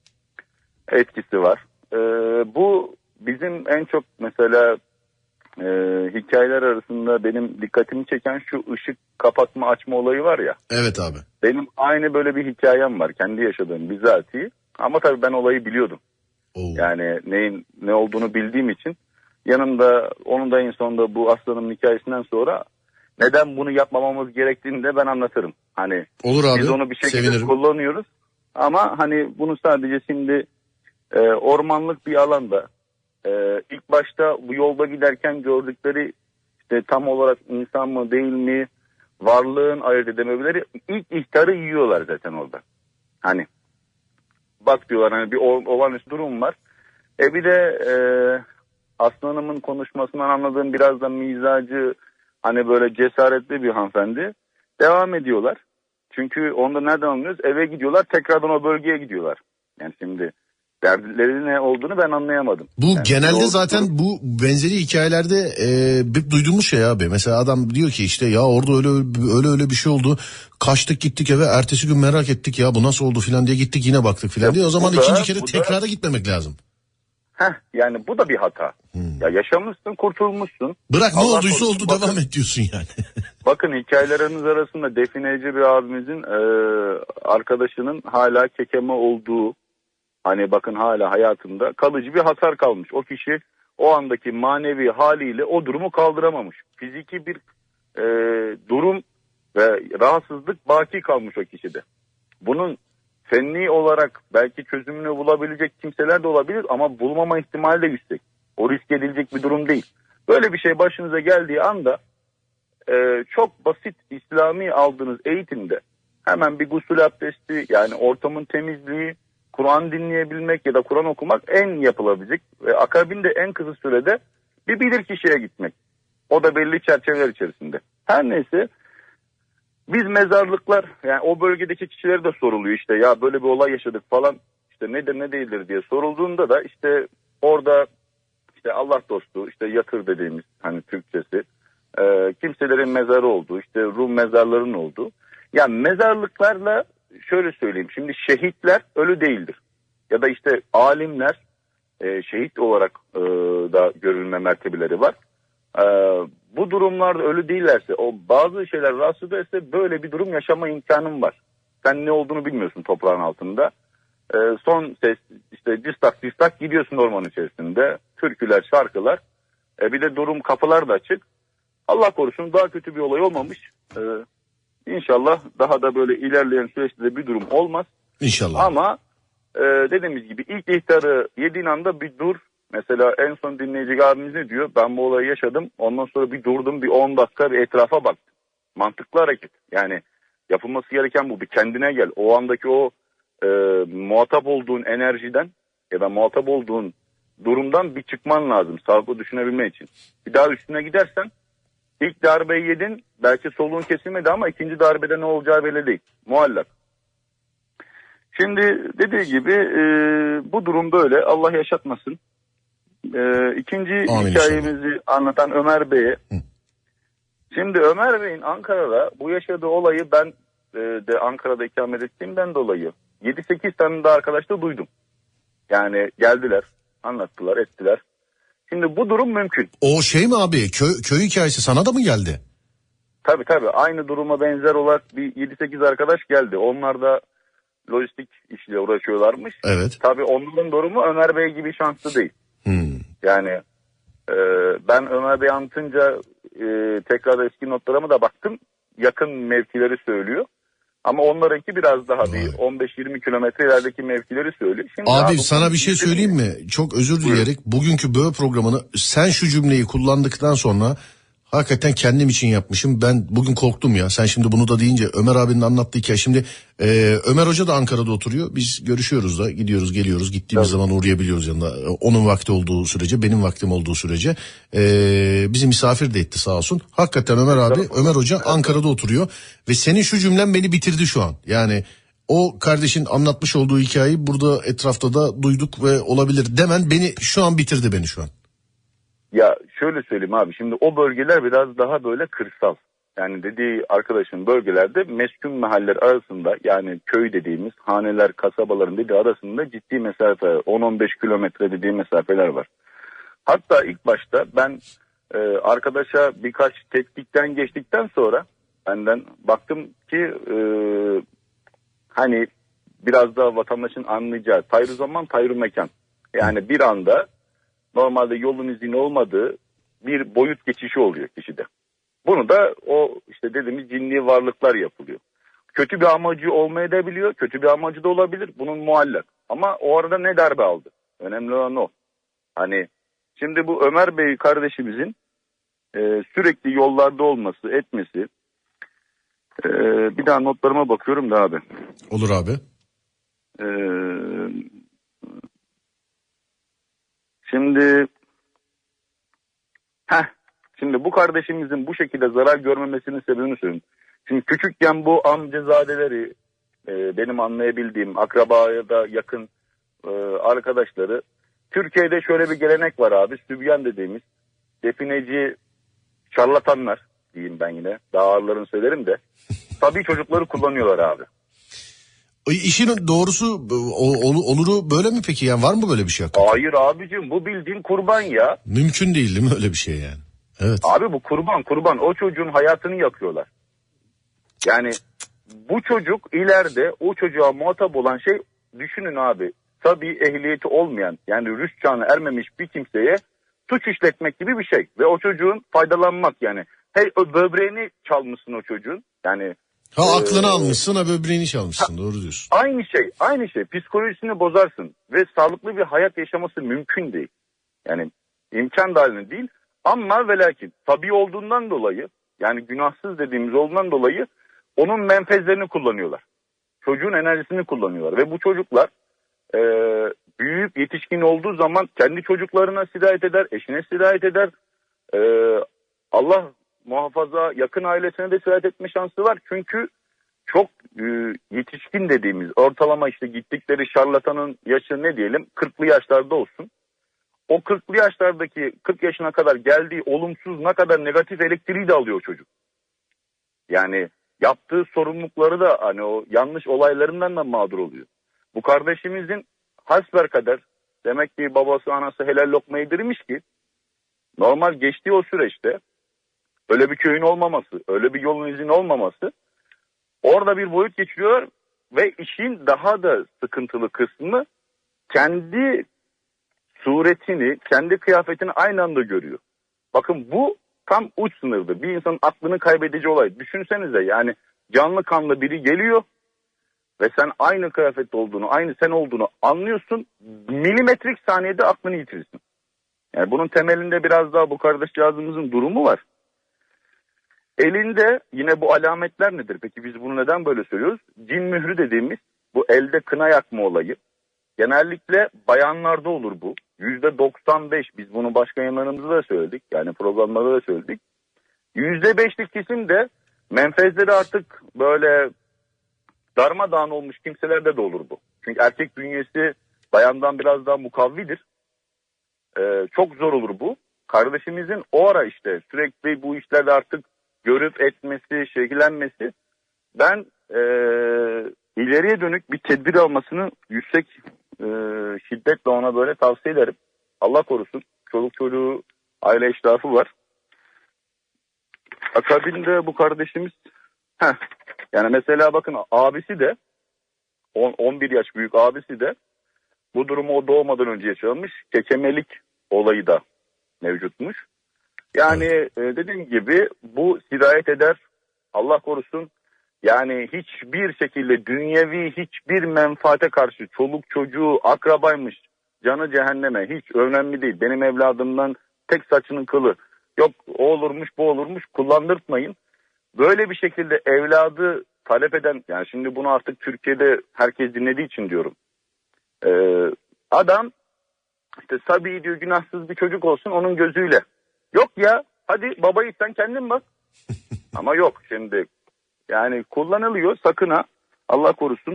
Etkisi var. Bu bizim en çok mesela hikayeler arasında benim dikkatimi çeken şu ışık kapatma açma olayı var ya. Evet abi. Benim aynı böyle bir hikayem var. Kendi yaşadığım bizatihi. Ama tabii ben olayı biliyordum. Yani neyin ne olduğunu bildiğim için yanımda onun da en sonunda bu aslanın hikayesinden sonra neden bunu yapmamamız gerektiğini de ben anlatırım. Hani olur abi, biz onu bir şekilde sevinirim. kullanıyoruz. Ama hani bunu sadece şimdi ormanlık bir alanda ilk başta bu yolda giderken gördükleri işte tam olarak insan mı değil mi, varlığın ayırt edememeleri, ilk ihtarı yiyorlar zaten orada. Hani bak diyorlar hani bir olağanüstü durum var. Bir de Aslı Hanım'ın konuşmasından anladığım biraz da mizacı hani böyle cesaretli bir hanımefendi. Devam ediyorlar. Çünkü onda nereden anlıyoruz? Eve gidiyorlar, tekrardan o bölgeye gidiyorlar. Yani şimdi dertleri ne olduğunu ben anlayamadım. Bu yani genelde zaten bu benzeri hikayelerde bir duyduğumuz şey abi. Mesela adam diyor ki işte ya orada öyle bir şey oldu. Kaçtık gittik eve, ertesi gün merak ettik ya bu nasıl oldu filan diye gittik yine baktık filan diye. O zaman ikinci kere tekrara gitmemek lazım. Yani bu da bir hata. Ya yaşamışsın, kurtulmuşsun. Bırak ne olduysa oldu, devam et diyorsun yani. Bakın hikayelerimiz arasında defineci bir abimizin arkadaşının hala kekeme olduğu, hani bakın hala hayatında kalıcı bir hasar kalmış. O kişi o andaki manevi haliyle o durumu kaldıramamış. Fiziki bir durum ve rahatsızlık baki kalmış o kişide. Bunun fenni olarak belki çözümünü bulabilecek kimseler de olabilir ama bulmama ihtimali de yüksek. O risk edilecek bir durum değil. Böyle bir şey başınıza geldiği anda çok basit İslami aldığınız eğitimde hemen bir gusül abdesti, yani ortamın temizliği, Kur'an dinleyebilmek ya da Kur'an okumak en yapılabilecek ve akabinde en kısa sürede bir bilirkişiye gitmek. O da belli çerçeveler içerisinde. Her neyse biz mezarlıklar, yani o bölgedeki kişilere de soruluyor işte ya böyle bir olay yaşadık falan. İşte işte nedir ne değildir diye sorulduğunda da işte orada işte Allah dostu, işte yakır dediğimiz hani Türkçesi, kimselerin mezarı olduğu, işte Rum mezarlarının olduğu. Yani mezarlıklarla şöyle söyleyeyim, şimdi şehitler ölü değildir. Ya da işte alimler şehit olarak da görülme mertebeleri var. Bu durumlarda ölü değillerse, o bazı şeyler rahatsız ederse böyle bir durum yaşama imkanım var. Sen ne olduğunu bilmiyorsun toprağın altında. Son ses işte cistak cistak gidiyorsun ormanın içerisinde. Türküler, şarkılar. Bir de durum, kapılar da açık. Allah korusun daha kötü bir olay olmamış. İnşallah daha da böyle ilerleyen süreçte de bir durum olmaz. İnşallah. Ama dediğimiz gibi ilk ihtarı yediğin anda bir dur. Mesela en son dinleyici abimiz ne diyor? Ben bu olayı yaşadım. Ondan sonra bir durdum, bir 10 dakika bir etrafa baktım. Mantıklı hareket. Yani yapılması gereken bu. Bir kendine gel. O andaki o muhatap olduğun enerjiden ya da muhatap olduğun durumdan bir çıkman lazım. Sağlıklı düşünebilmen için. Bir daha üstüne gidersen ilk darbeyi yedin. Belki soluğun kesilmedi ama ikinci darbede ne olacağı belli değil. Muallak. Şimdi dediği gibi bu durum böyle. Allah yaşatmasın. İkinci hikayemizi anlatan Ömer Bey'e. Şimdi Ömer Bey'in Ankara'da bu yaşadığı olayı ben de Ankara'da ikamet ettiğimden dolayı 7-8 tane de arkadaşla duydum. Yani geldiler, anlattılar, ettiler. Şimdi bu durum mümkün. O şey mi abi, köy hikayesi sana da mı geldi? Tabii aynı duruma benzer olarak bir 7-8 arkadaş geldi. Onlar da lojistik işle uğraşıyorlarmış. Evet. Tabii onların durumu Ömer Bey gibi şanslı değil. Yani ben Ömer Bey anlatınca tekrar eski notlarıma da baktım. Yakın mevkileri söylüyor. Ama onlarınki biraz daha bir 15-20 kilometre ilerideki mevkileri söylüyor. Şimdi abi sana bir şey söyleyeyim mi? Çok özür dileyerek bugünkü böyle programını sen şu cümleyi kullandıktan sonra hakikaten kendim için yapmışım. Ben bugün korktum ya. Sen şimdi bunu da deyince Ömer abinin anlattığı hikaye. Şimdi Ömer Hoca da Ankara'da oturuyor. Biz görüşüyoruz da gidiyoruz geliyoruz. Gittiğimiz zaman uğrayabiliyoruz yanında. Onun vakti olduğu sürece, benim vaktim olduğu sürece. Bizi misafir de etti sağ olsun. Hakikaten Ömer Hoca Ankara'da oturuyor. Ve senin şu cümlen beni bitirdi şu an. Yani o kardeşin anlatmış olduğu hikayeyi burada etrafta da duyduk ve olabilir demen beni şu an bitirdi beni şu an. Ya şöyle söyleyeyim abi, şimdi o bölgeler biraz daha böyle kırsal. Yani dediği arkadaşın bölgelerde meskun mahalleler arasında, yani köy dediğimiz haneler, kasabaların dediği arasında ciddi mesafe, 10-15 kilometre dediği mesafeler var. Hatta ilk başta ben arkadaşa birkaç tetkikten geçtikten sonra benden baktım ki hani biraz daha vatandaşın anlayacağı tayrı zaman tayrı mekan. Yani bir anda normalde yolun izin olmadığı bir boyut geçişi oluyor kişide. Bunu da o işte dediğimiz cinli varlıklar yapılıyor. Kötü bir amacı olmayabiliyor, kötü bir amacı da olabilir. Bunun muallak. Ama o arada ne darbe aldı? Önemli olan o. Hani şimdi bu Ömer Bey kardeşimizin sürekli yollarda olması, etmesi. Bir daha notlarıma bakıyorum da abi. Olur abi. Şimdi bu kardeşimizin bu şekilde zarar görmemesinin sebebini söyleyeyim. Şimdi küçükken bu amcazadeleri, benim anlayabildiğim akrabaya da yakın arkadaşları, Türkiye'de şöyle bir gelenek var abi, sübyan dediğimiz defineci şarlatanlar diyeyim ben yine, daha ağırlarını söylerim de, tabii çocukları kullanıyorlar abi. İşin doğrusu oluru böyle mi peki, yani var mı böyle bir şey hakikaten? Hayır abicim, bu bildiğin kurban ya. Mümkün değil mi öyle bir şey yani? Evet. Abi bu kurban, o çocuğun hayatını yakıyorlar. Yani bu çocuk ileride, o çocuğa muhatap olan şey, düşünün abi, tabii ehliyeti olmayan, yani rüşt çağına ermemiş bir kimseye suç işletmek gibi bir şey. Ve o çocuğun faydalanmak, yani böbreğini çalmışsın o çocuğun. Yani aklını almışsın, böbreğini çalmışsın, doğru diyorsun. Aynı şey. Psikolojisini bozarsın ve sağlıklı bir hayat yaşaması mümkün değil. Yani imkan dahilinde değil. Ama ve lakin tabii olduğundan dolayı, yani günahsız dediğimiz olduğundan dolayı onun menfezlerini kullanıyorlar. Çocuğun enerjisini kullanıyorlar ve bu çocuklar büyüyüp yetişkin olduğu zaman kendi çocuklarına sirayet eder, eşine sirayet eder. Allah muhafaza yakın ailesine de sirayet etme şansı var. Çünkü çok yetişkin dediğimiz ortalama işte gittikleri şarlatanın yaşı ne diyelim 40'lı yaşlarda olsun. O 40'lı yaşlardaki 40 yaşına kadar geldiği olumsuz ne kadar negatif elektriği de alıyor çocuk. Yani yaptığı sorumlulukları da hani o yanlış olaylarından da mağdur oluyor. Bu kardeşimizin hasbelkader demek ki babası anası helal lokma yedirmiş ki normal geçtiği o süreçte öyle bir köyün olmaması, öyle bir yolun izin olmaması orada bir boyut geçiriyorlar ve işin daha da sıkıntılı kısmı kendi suretini, kendi kıyafetini aynı anda görüyor. Bakın bu tam uç sınırdır. Bir insanın aklını kaybedici olay. Düşünsenize yani canlı kanlı biri geliyor ve sen aynı kıyafette olduğunu, aynı sen olduğunu anlıyorsun. Milimetrik saniyede aklını yitirirsin. Yani bunun temelinde biraz daha bu kardeşcağızımızın durumu var. Elinde yine bu alametler nedir? Peki biz bunu neden böyle söylüyoruz? Cin mührü dediğimiz bu elde kına yakma olayı. Genellikle bayanlarda olur bu. %95 biz bunu başka yayınlarımızda da söyledik. Yani programlarda da söyledik. %5'lik kesim de menfezleri artık böyle darmadağın olmuş kimselerde de olur bu. Çünkü erkek bünyesi bayandan biraz daha mukavvidir. Çok zor olur bu. Kardeşimizin o ara işte sürekli bu işlerde artık görüp etmesi, şekillenmesi ben ileriye dönük bir tedbir almasını yüksek şiddetle ona böyle tavsiye ederim. Allah korusun. Çoluk çocuğu, aile eşrafı var. Akabinde bu kardeşimiz yani mesela bakın abisi de 11 yaş büyük abisi de bu durumu o doğmadan önce yaşamış. Kekemelik olayı da mevcutmuş. Yani dediğim gibi bu sirayet eder. Allah korusun. Yani hiçbir şekilde dünyevi hiçbir menfaate karşı çoluk çocuğu akrabaymış canı cehenneme hiç önemli değil. Benim evladımdan tek saçının kılı yok o olurmuş bu olurmuş kullandırtmayın. Böyle bir şekilde evladı talep eden yani şimdi bunu artık Türkiye'de herkes dinlediği için diyorum. Adam işte sabi diyor günahsız bir çocuk olsun onun gözüyle. Yok ya hadi babayı sen kendin bak. Ama yok şimdi. Yani kullanılıyor sakın ha Allah korusun.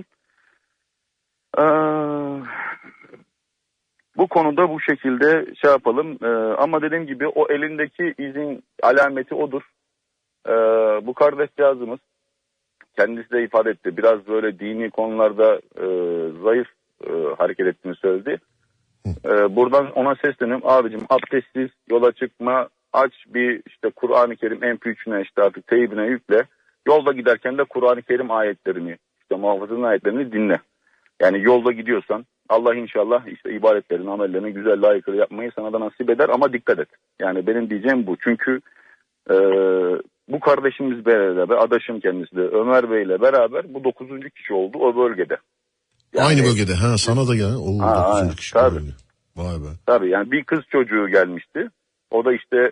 Bu konuda bu şekilde şey yapalım. Ama dediğim gibi o elindeki izin alameti odur. Bu kardeşcağızımız kendisi de ifade etti. Biraz böyle dini konularda zayıf hareket ettiğini söyledi. Buradan ona sesleniyorum. Abicim abdestsiz yola çıkma. Aç bir işte Kur'an-ı Kerim MP3'üne işte artık teybine yükle. Yolda giderken de Kur'an-ı Kerim ayetlerini, işte muhafızın ayetlerini dinle. Yani yolda gidiyorsan Allah inşallah işte ibadetlerini, amellerini güzel layıkıyla yapmayı sana da nasip eder ama dikkat et. Yani benim diyeceğim bu. Çünkü bu kardeşimiz beraber, adaşım kendisi de Ömer Bey ile beraber bu 9. kişi oldu o bölgede. Yani, aynı bölgede sana da gel. O 9. kişi. Tabii. Vay be. Tabii yani bir kız çocuğu gelmişti. O da işte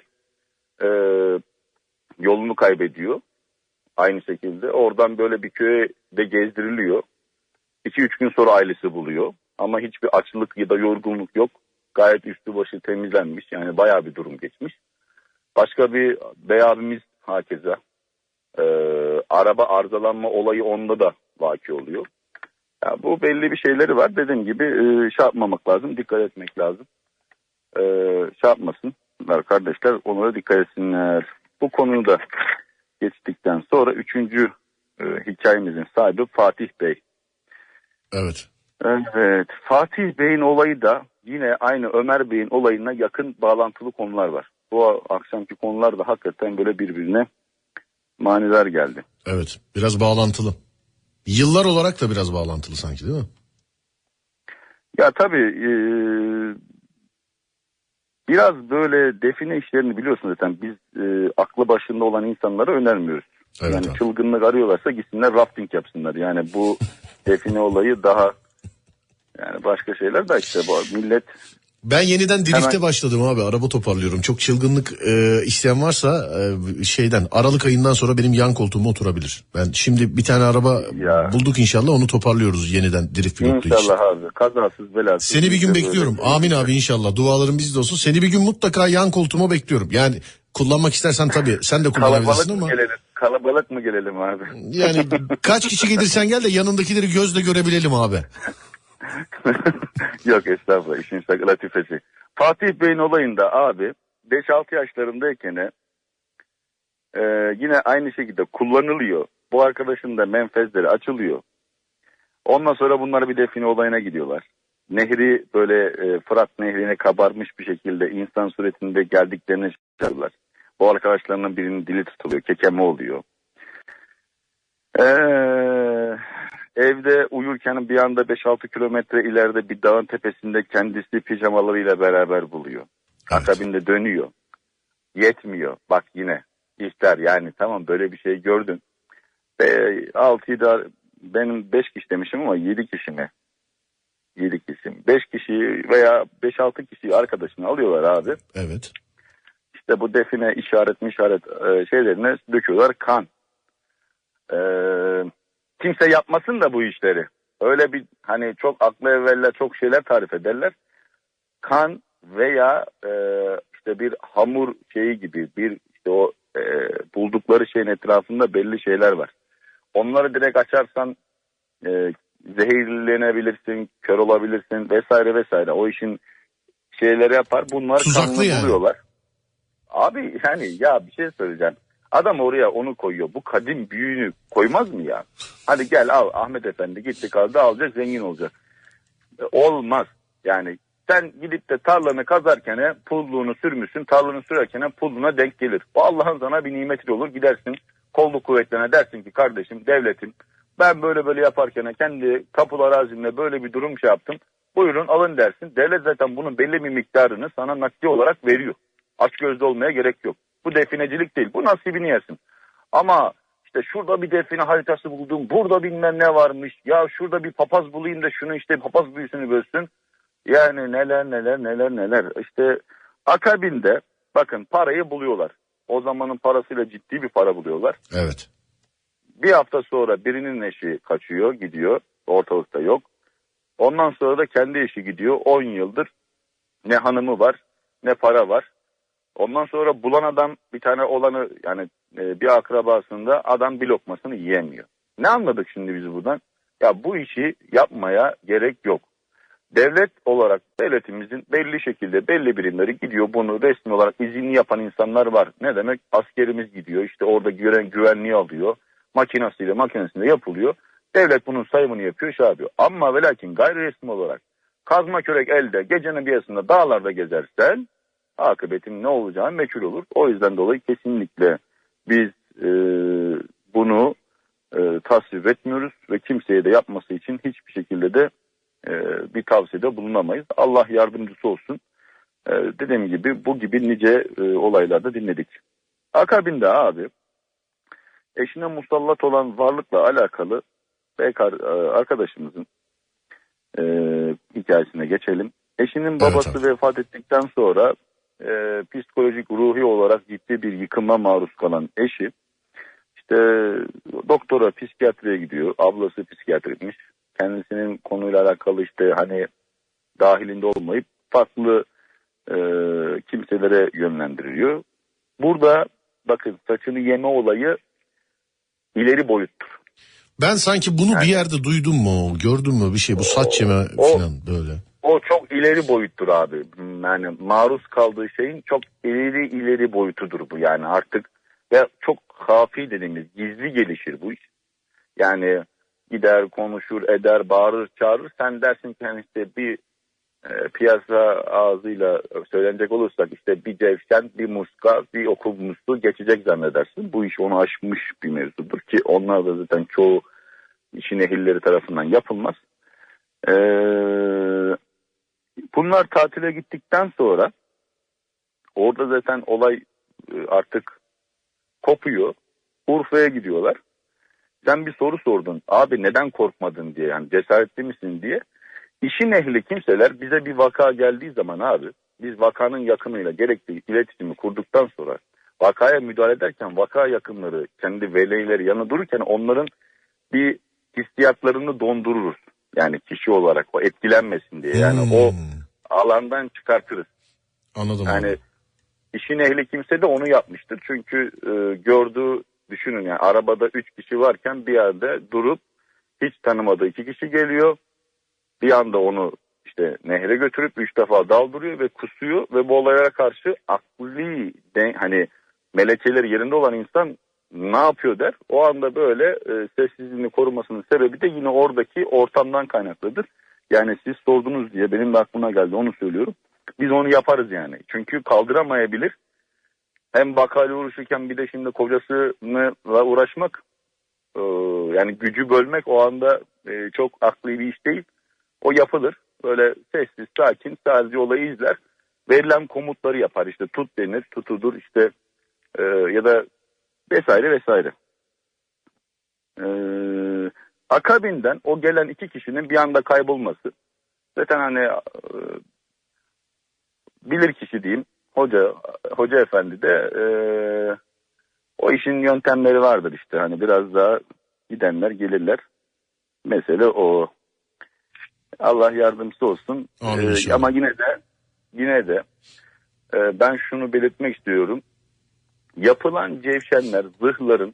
yolunu kaybediyor. Aynı şekilde oradan böyle bir köye de gezdiriliyor. 2-3 gün sonra ailesi buluyor. Ama hiçbir açlık ya da yorgunluk yok. Gayet üstü başı temizlenmiş. Yani bayağı bir durum geçmiş. Başka bir bey abimiz hakeza. Araba arızalanma olayı onda da vaki oluyor. Yani bu belli bir şeyleri var. Dediğim gibi şey yapmamak lazım. Dikkat etmek lazım. Şey yapmasınlar kardeşler. Onlara dikkat etsinler. Bu konuyu da geçtikten sonra 3. hikayemizin sahibi Fatih Bey. Evet. Evet. Fatih Bey'in olayı da yine aynı Ömer Bey'in olayına yakın bağlantılı konular var. Bu akşamki konular da hakikaten böyle birbirine manidar geldi. Evet. Biraz bağlantılı. Yıllar olarak da biraz bağlantılı sanki değil mi? Ya tabii biraz böyle define işlerini biliyorsun zaten biz aklı başında olan insanlara önermiyoruz. Evet, yani abi. Çılgınlık arıyorlarsa gitsinler rafting yapsınlar. Yani bu define olayı daha yani başka şeyler de işte bu millet. Ben yeniden drifte başladım abi. Araba toparlıyorum. Çok çılgınlık isteyen varsa şeyden Aralık ayından sonra benim yan koltuğuma oturabilir. Ben şimdi bir tane araba bulduk inşallah onu toparlıyoruz yeniden drift pilotluğu için. İnşallah abi kazasız belasız. Seni bir gün bekliyorum. Amin abi inşallah. Dualarım bizde olsun. Seni bir gün mutlaka yan koltuğuma bekliyorum. Yani kullanmak istersen tabii sen de kullanabilirsin ama. Kalabalık mı gelelim abi? Yani kaç kişi gelirsen gel de yanındakileri gözle görebilelim abi. Yok estağfurullah, işin latifesi. Fatih Bey'in olayında abi 5-6 yaşlarındayken yine aynı şekilde kullanılıyor. Bu arkadaşın da menfezleri açılıyor. Ondan sonra bunlar bir define olayına gidiyorlar. Nehri böyle Fırat Nehri'ne kabarmış bir şekilde insan suretinde geldiklerini söylüyorlar. Bu arkadaşlarının birinin dili tutuluyor, kekeme oluyor. Evde uyurken bir anda 5-6 kilometre ileride bir dağın tepesinde kendisi pijamalarıyla beraber buluyor. Evet. Akabinde dönüyor. Yetmiyor. Bak yine ister yani tamam böyle bir şey gördün. 6-7 benim 5 kişi demişim ama 7 kişi mi? 7 kişi. 5 kişi veya 5-6 kişi arkadaşını alıyorlar abi. Evet. İşte bu define işaret şeylerine döküyorlar kan. Kimse yapmasın da bu işleri. Öyle bir hani çok aklı evveller çok şeyler tarif ederler. Kan veya işte bir hamur şeyi gibi bir işte o buldukları şeyin etrafında belli şeyler var. Onları direkt açarsan zehirlenebilirsin, kör olabilirsin vesaire vesaire. O işin şeyleri yapar. Bunlar kanını yani buluyorlar. Abi yani ya bir şey söyleyeceğim. Adam oraya onu koyuyor. Bu kadim büyüğünü koymaz mı ya? Hadi gel al Ahmet Efendi gitti kaldı alacak zengin olacak. Olmaz. Yani sen gidip de tarlanı kazarken pulluğunu sürmüşsün. Tarlanı sürerken pulluğuna denk gelir. O Allah'ın sana bir nimeti olur. Gidersin kolluk kuvvetlerine dersin ki kardeşim devletim ben böyle yaparken kendi tapulu arazimle böyle bir durum şey yaptım. Buyurun alın dersin. Devlet zaten bunun belli bir miktarını sana nakdi olarak veriyor. Açgözlü olmaya gerek yok. Bu definecilik değil. Bu nasibini yersin. Ama işte şurada bir define haritası buldum. Burada bilmem ne varmış. Ya şurada bir papaz bulayım da şunu işte papaz büyüsünü bölsün. Yani neler. İşte akabinde bakın parayı buluyorlar. O zamanın parasıyla ciddi bir para buluyorlar. Evet. Bir hafta sonra birinin eşi kaçıyor gidiyor. Ortalıkta yok. Ondan sonra da kendi eşi gidiyor. 10 yıldır ne hanımı var ne para var. Ondan sonra bulan adam bir tane olanı yani bir akrabasında adam bir lokmasını yiyemiyor. Ne anladık şimdi biz buradan? Ya bu işi yapmaya gerek yok. Devlet olarak devletimizin belli şekilde belli birimleri gidiyor bunu resmi olarak izinli yapan insanlar var. Ne demek? Askerimiz gidiyor işte orada güvenliği alıyor. Makinesiyle yapılıyor. Devlet bunun sayımını yapıyor şey yapıyor. Ama ve lakin gayri resmi olarak kazma körek elde gecenin bir yarısında dağlarda gezersen akıbetin ne olacağı meçhul olur. O yüzden dolayı kesinlikle biz bunu tasvip etmiyoruz ve kimseye de yapması için hiçbir şekilde de bir tavsiyede bulunamayız. Allah yardımcısı olsun. Dediğim gibi bu gibi nice olaylarda dinledik. Akabinde abi eşine musallat olan varlıkla alakalı Bekar arkadaşımızın hikayesine geçelim. Eşinin babası vefat ettikten sonra psikolojik, ruhi olarak ciddi bir yıkıma maruz kalan eşi işte doktora, psikiyatriye gidiyor. Ablası psikiyatrikmiş. Kendisinin konuyla alakalı işte hani dahilinde olmayıp farklı kimselere yönlendiriliyor. Burada bakın saçını yeme olayı ileri boyuttur. Ben sanki bunu bir yerde duydum mu, gördüm mü bir şey bu saç yeme falan böyle. O çok ileri boyuttur abi. Yani maruz kaldığı şeyin çok ileri boyutudur bu yani artık ve çok hafi dediğimiz gizli gelişir bu iş. Yani gider konuşur eder bağırır çağırır sen dersin ki yani işte bir piyasa ağzıyla söylenecek olursak işte bir cevşen bir muska bir okul musluğu geçecek zannedersin. Bu iş onu aşmış bir mevzudur ki onlar da zaten çoğu işin ehilleri tarafından yapılmaz. Bunlar tatile gittikten sonra orada zaten olay artık kopuyor. Urfa'ya gidiyorlar. Sen bir soru sordun. Abi neden korkmadın diye yani cesaretli misin diye. İşin ehli kimseler bize bir vaka geldiği zaman abi biz vakanın yakınıyla gerekli iletişimi kurduktan sonra vakaya müdahale ederken vaka yakınları kendi velileri yanı dururken onların bir hissiyatlarını dondururuz. Yani kişi olarak o etkilenmesin diye yani o alandan çıkartırız. Anladım yani abi. İşin ehli kimse de onu yapmıştır. Çünkü gördüğü düşünün yani arabada 3 kişi varken bir yerde durup hiç tanımadığı 2 kişi geliyor. Bir anda onu işte nehre götürüp 3 defa daldırıyor ve kusuyor ve bu olaylara karşı akli hani melekeleri yerinde olan insan ne yapıyor der. O anda böyle sessizliğini korumasının sebebi de yine oradaki ortamdan kaynaklıdır. Yani siz sordunuz diye benim de aklıma geldi, onu söylüyorum. Biz onu yaparız yani. Çünkü kaldıramayabilir. Hem bakayla uğraşırken bir de şimdi kocasıyla uğraşmak yani gücü bölmek o anda çok akli bir iş değil. O yapılır. Böyle sessiz, sakin, sadece olayı izler. Verilen komutları yapar. İşte tut denir, tutulur işte ya da vesaire vesaire. Akabinden o gelen 2 kişinin bir anda kaybolması. Zaten hani bilir kişi diyeyim. Hoca efendi de o işin yöntemleri vardır işte. Hani biraz daha gidenler gelirler. Mesele o. Allah yardımcısı olsun. Ama yine de ben şunu belirtmek istiyorum. Yapılan cevşenler, zırhların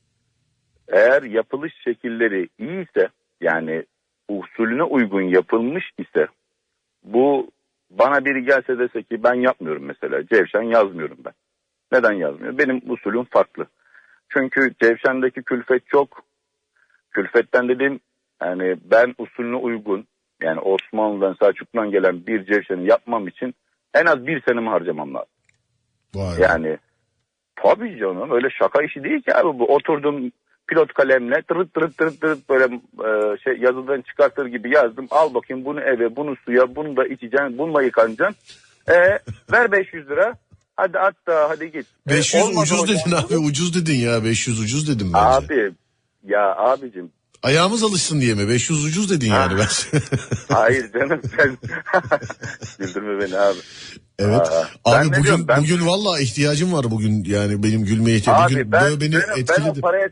eğer yapılış şekilleri iyiyse, yani usulüne uygun yapılmış ise, bu bana biri gelse dese ki ben yapmıyorum mesela, cevşen yazmıyorum ben. Neden yazmıyor? Benim usulüm farklı. Çünkü cevşendeki külfet çok. Külfetten dediğim yani ben usulüne uygun, yani Osmanlı'dan Selçuklu'dan gelen bir cevşeni yapmam için en az 1 senemi harcamam lazım. Vay yani tabii canım, öyle şaka işi değil ki abi bu. Oturdum pilot kalemle tırıt böyle yazıdan çıkartır gibi yazdım. Al bakayım bunu eve, bunu suya, bunu da içeceksin, bununla yıkanacaksın. Ver 500 lira. Hadi hatta hadi git. 500 ucuz dedin abi, ucuz dedin ya, 500 ucuz dedim bence. Abi ya abicim. Ayağımız alışsın diye mi? 500 ucuz dedin yani ben. Hayır canım sen. Güldürme beni abi. Evet. Abi bugün vallahi ihtiyacım var bugün, yani benim gülmeye ihtiyacım. Bugün beni etkiledi. Ben o paraya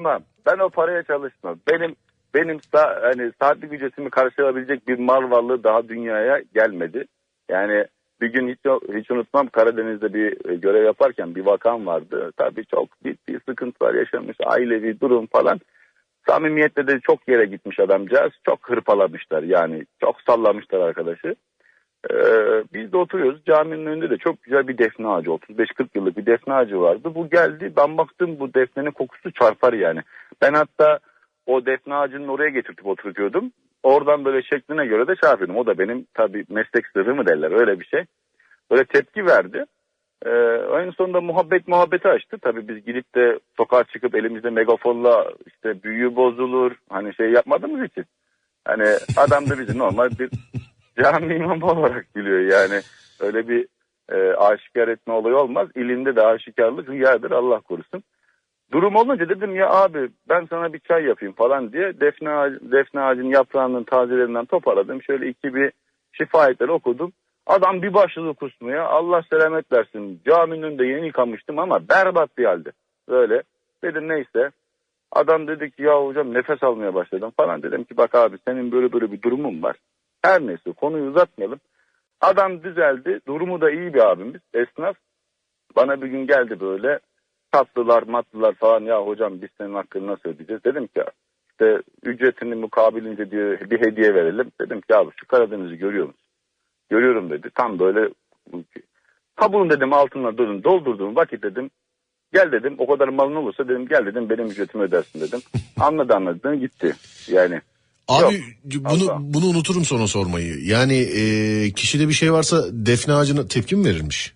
çalışmam. Benim hani saatlik ücretimi karşılayabilecek bir mal varlığı daha dünyaya gelmedi. Yani bir gün hiç unutmam, Karadeniz'de bir görev yaparken bir vakam vardı. Tabii çok ciddi sıkıntılar yaşamış, ailevi durum falan. Samimiyetle de çok yere gitmiş adamcağız. Çok hırpalamışlar yani, çok sallamışlar arkadaşı. Biz de oturuyoruz, caminin önünde de çok güzel bir defne ağacı, 35-40 yıllık bir defne ağacı vardı. Bu geldi, ben baktım bu defnenin kokusu çarpar yani. Ben hatta o defne ağacının oraya getirtip oturtuyordum. Oradan böyle şekline göre de çarpıyordum. O da benim tabii meslek sırrı mı derler, öyle bir şey. Böyle tepki verdi. En sonunda muhabbeti açtı. Tabii biz gidip de sokağa çıkıp elimizde megafonla işte büyü bozulur hani şey yapmadığımız için. Hani adam da bizi normal bir cami imamı olarak biliyor yani. Öyle bir aşikar etme olayı olmaz. İlimde de aşikarlık riyadır, Allah korusun. Durum olunca dedim ya abi ben sana bir çay yapayım falan diye defne ağacının yaprağının tazelerinden toparladım. Şöyle bir şifa ayetleri okudum. Adam bir başladı kusmaya. Allah selamet versin. Caminin önünde yeni yıkamıştım ama berbat bir halde. Böyle. Dedim neyse. Adam dedi ki ya hocam nefes almaya başladım falan. Dedim ki bak abi senin böyle bir durumun var. Her neyse konuyu uzatmayalım. Adam düzeldi. Durumu da iyi bir abimiz. Esnaf. Bana bir gün geldi böyle. Tatlılar matlılar falan, ya hocam biz senin hakkını nasıl ödeyeceğiz? Dedim ki işte ücretini mukabilince diye bir hediye verelim. Dedim ki abi şu Karadeniz'i görüyor musun? Görüyorum dedi. Tam böyle kabuğun dedim altına doldurduğum vakit dedim. Gel dedim, o kadar malın olursa dedim gel dedim benim ücretimi ödersin dedim. Anladı gitti yani. Abi bunu unuturum sonra sormayı. Yani kişide bir şey varsa defne ağacına tepki mi verilmiş?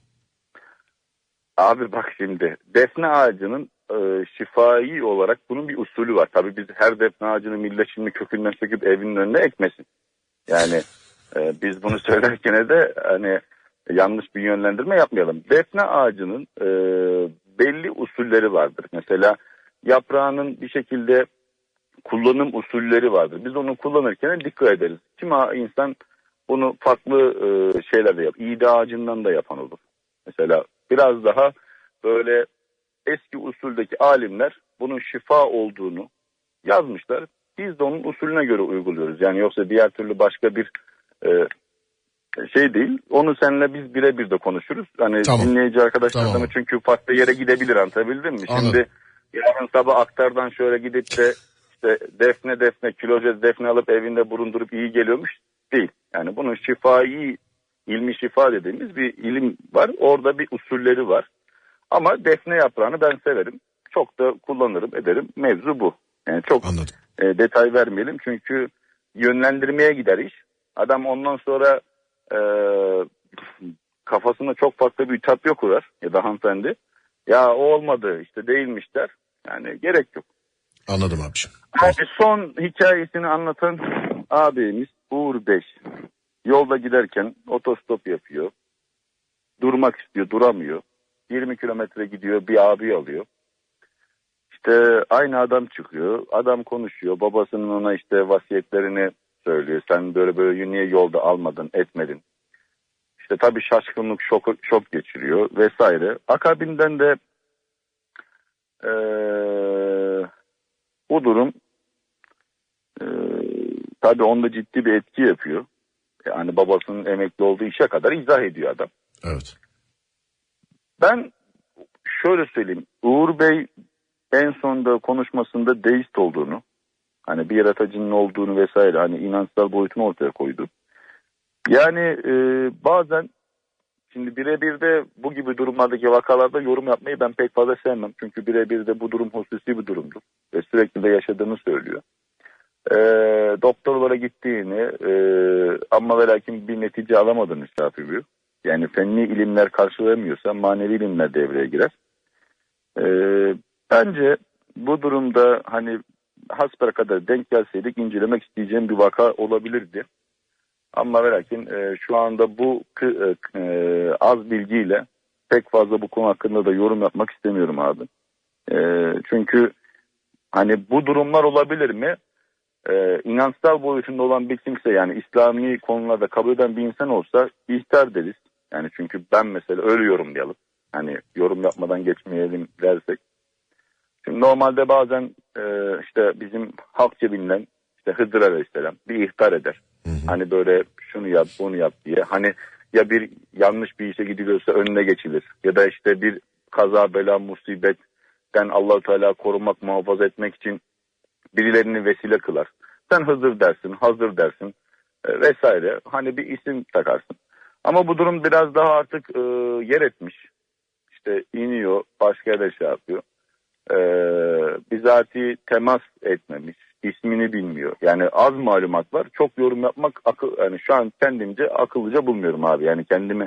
Abi bak şimdi defne ağacının şifai olarak bunun bir usulü var. Tabii biz her defne ağacını millet şimdi kökünden söküp evinin önüne ekmesin. Yani biz bunu söylerken de hani yanlış bir yönlendirme yapmayalım. Defne ağacının belli usulleri vardır. Mesela yaprağının bir şekilde kullanım usulleri vardır. Biz onu kullanırken dikkat ederiz. Kimi insan bunu farklı şeylerde yapar. İğde ağacından da yapan olur. Mesela biraz daha böyle eski usuldeki alimler bunun şifa olduğunu yazmışlar. Biz de onun usulüne göre uyguluyoruz. Yani yoksa diğer türlü başka bir şey değil. Onu seninle biz birebir de konuşuruz. Hani tamam. Dinleyici arkadaşlarımız çünkü farklı yere gidebilir, anlatabildim mi? Anladım. Şimdi yarın sabah aktardan şöyle gidip de işte defne kiloce defne alıp evinde bulundurup iyi geliyormuş değil. Yani bunun şifai, ilmi şifa dediğimiz bir ilim var. Orada bir usulleri var. Ama defne yaprağını ben severim. Çok da kullanırım, ederim. Mevzu bu. Yani çok detay vermeyelim çünkü yönlendirmeye gider iş. Adam ondan sonra kafasına çok farklı bir ütopya kurar ya da hanımefendi. Ya o olmadı işte değilmiş der. Yani gerek yok. Anladım abiciğim. Abi son hikayesini anlatan abimiz Uğur Beş. Yolda giderken otostop yapıyor. Durmak istiyor, duramıyor. 20 kilometre gidiyor, bir abi alıyor. İşte aynı adam çıkıyor. Adam konuşuyor. Babasının ona işte vasiyetlerini söylüyor. Sen böyle niye yolda almadın, etmedin. İşte tabii şaşkınlık, şok geçiriyor vesaire. Akabinden de bu durum tabii onda ciddi bir etki yapıyor. Yani babasının emekli olduğu işe kadar izah ediyor adam. Evet. Ben şöyle söyleyeyim. Uğur Bey en sonunda konuşmasında deist olduğunu, hani bir yaratıcının olduğunu vesaire, hani inançsal boyutunu ortaya koydu. Yani bazen şimdi birebir de bu gibi durumlardaki vakalarda yorum yapmayı ben pek fazla sevmem. Çünkü birebir de bu durum hususi bir durumdur. Ve sürekli de yaşadığını söylüyor. Doktorlara gittiğini ama ve lakin bir netice alamadığını söylüyor. Yani fenli ilimler karşılayamıyorsa manevi ilimler devreye girer. Bence bu durumda hani hasbelkader denk gelseydik incelemek isteyeceğim bir vaka olabilirdi. Ama ve lakin şu anda bu az bilgiyle pek fazla bu konu hakkında da yorum yapmak istemiyorum abi. Çünkü hani bu durumlar olabilir mi? İnançsal boyutunda olan bir kimse, yani İslami konularda kabul eden bir insan olsa ihtar deriz. Yani çünkü ben mesela öyle yorumlayalım. Hani yorum yapmadan geçmeyelim dersek. Şimdi normalde bazen işte bizim halkça bilinen işte Hıdır Aleyhisselam bir ihtar eder. Hani böyle şunu yap bunu yap diye. Hani ya bir yanlış bir işe gidiliyorsa önüne geçilir. Ya da işte bir kaza bela musibetten Allah-u Teala korumak, muhafaza etmek için birilerini vesile kılar. Sen Hızır dersin, Hazır dersin vesaire. Hani bir isim takarsın. Ama bu durum biraz daha artık yer etmiş. İşte iniyor, başka yerde şey yapıyor. Bizatihi temas etmemiş, ismini bilmiyor. Yani az malumat var. Çok yorum yapmak yani şu an kendimce akıllıca bulmuyorum abi. Yani kendimi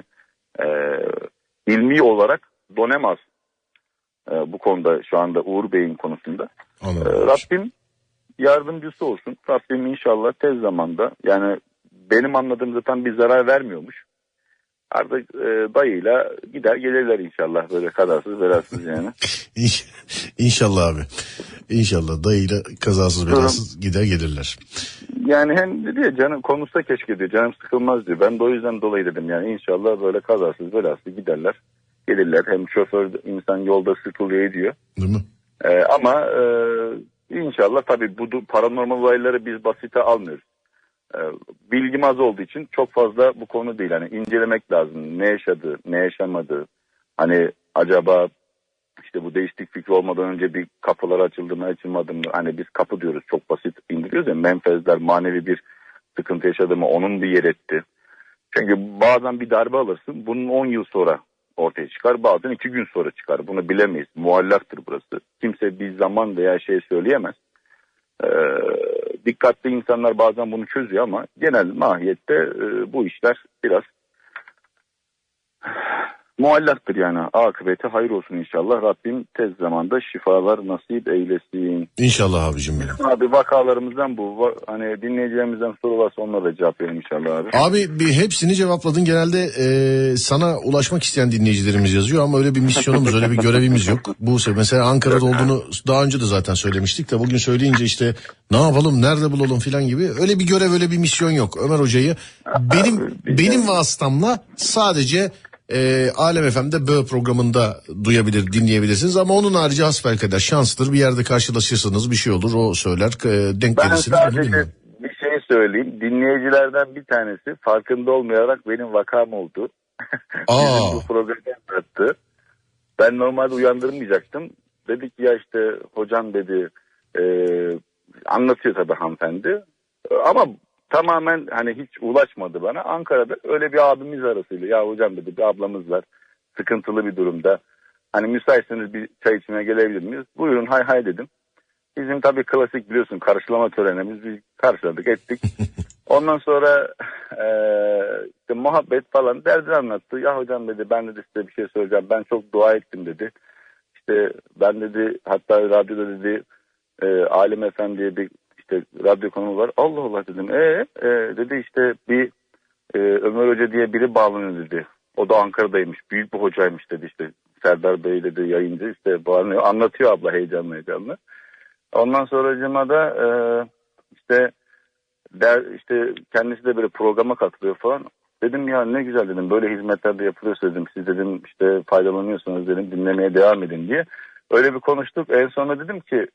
ilmi olarak donemaz bu konuda şu anda Uğur Bey'in konusunda. Rabbim yardımcısı olsun. Rabbim inşallah tez zamanda, yani benim anladığım zaten bir zarar vermiyormuş. Artık dayıyla gider gelirler inşallah, böyle kazasız belasız yani. İnşallah abi. İnşallah dayıyla kazasız belasız gider gelirler. Yani hem dedi ya canım konuşsa keşke diyor, canım sıkılmaz diyor. Ben de o yüzden dolayı dedim yani inşallah böyle kazasız belasız giderler. Gelirler, hem şoför insan yolda sıkılıyor diyor. Değil mi? Ama inşallah tabii bu paranormal olayları biz basite almıyoruz. Bilgim az olduğu için çok fazla bu konu değil. Hani incelemek lazım. Ne yaşadı, ne yaşamadı. Hani acaba işte bu deistlik fikri olmadan önce bir kapılar açıldı mı, açılmadı mı? Hani biz kapı diyoruz, çok basit indiriyoruz ya. Menfezler manevi bir sıkıntı yaşadı mı, onun bir yer etti. Çünkü bazen bir darbe alırsın, bunun 10 yıl sonra ortaya çıkar. Bazen 2 gün sonra çıkar. Bunu bilemeyiz. Muallaktır burası. Kimse bir zaman veya şey söyleyemez. Dikkatli insanlar bazen bunu çözüyor ama genel mahiyette bu işler biraz muallaktır yani. Akıbeti hayır olsun inşallah. Rabbim tez zamanda şifalar nasip eylesin. İnşallah abicim benim. Abi vakalarımızdan bu. Hani dinleyicilerimizden soru varsa onlara da cevap verin inşallah abi. Abi hepsini cevapladın. Genelde sana ulaşmak isteyen dinleyicilerimiz yazıyor ama öyle bir misyonumuz, öyle bir görevimiz yok. Bu mesela Ankara'da olduğunu daha önce de zaten söylemiştik de bugün söyleyince işte ne yapalım, nerede bulalım filan gibi öyle bir görev, öyle bir misyon yok. Ömer Hoca'yı benim vasıtamla sadece Alem FM'de Böğ programında duyabilir, dinleyebilirsiniz ama onun harici hasbelkader şanslıdır, bir yerde karşılaşırsınız, bir şey olur, o söyler, denk gelirsiniz. Ben sadece bir şey söyleyeyim, dinleyicilerden bir tanesi farkında olmayarak benim vakam oldu. Bizim bu programı anlattı. Ben normalde uyandırmayacaktım. Dedik ya işte hocam dedi, anlatıyor tabii hanımefendi. Ama tamamen hani hiç ulaşmadı bana. Ankara'da öyle bir abimiz arasıyla, ya hocam dedi, bir ablamız var sıkıntılı bir durumda. Hani müsaitseniz bir çay içmeye gelebilir miyiz? Buyurun, hay hay dedim. Bizim tabii klasik biliyorsun karşılama törenimiz, biz karşıladık ettik. Ondan sonra işte muhabbet falan derdini anlattı. Ya hocam dedi, ben dedi size bir şey söyleyeceğim. Ben çok dua ettim dedi. İşte ben dedi, hatta radyoda dedi Alim FM diye bir işte radyo konumu var. Allah Allah dedim. Dedi işte bir Ömer Hoca diye biri bağlanıyor dedi. O da Ankara'daymış. Büyük bir hocaymış dedi işte. Serdar Bey dedi, yayıncı, işte bağlanıyor. Anlatıyor abla heyecanlı. Ondan sonra da işte kendisi de böyle programa katılıyor falan. Dedim ya ne güzel dedim, böyle hizmetler de yapılıyorsa dedim, siz dedim işte faydalanıyorsanız dedim, dinlemeye devam edin diye. Öyle bir konuştuk. En sonunda dedim ki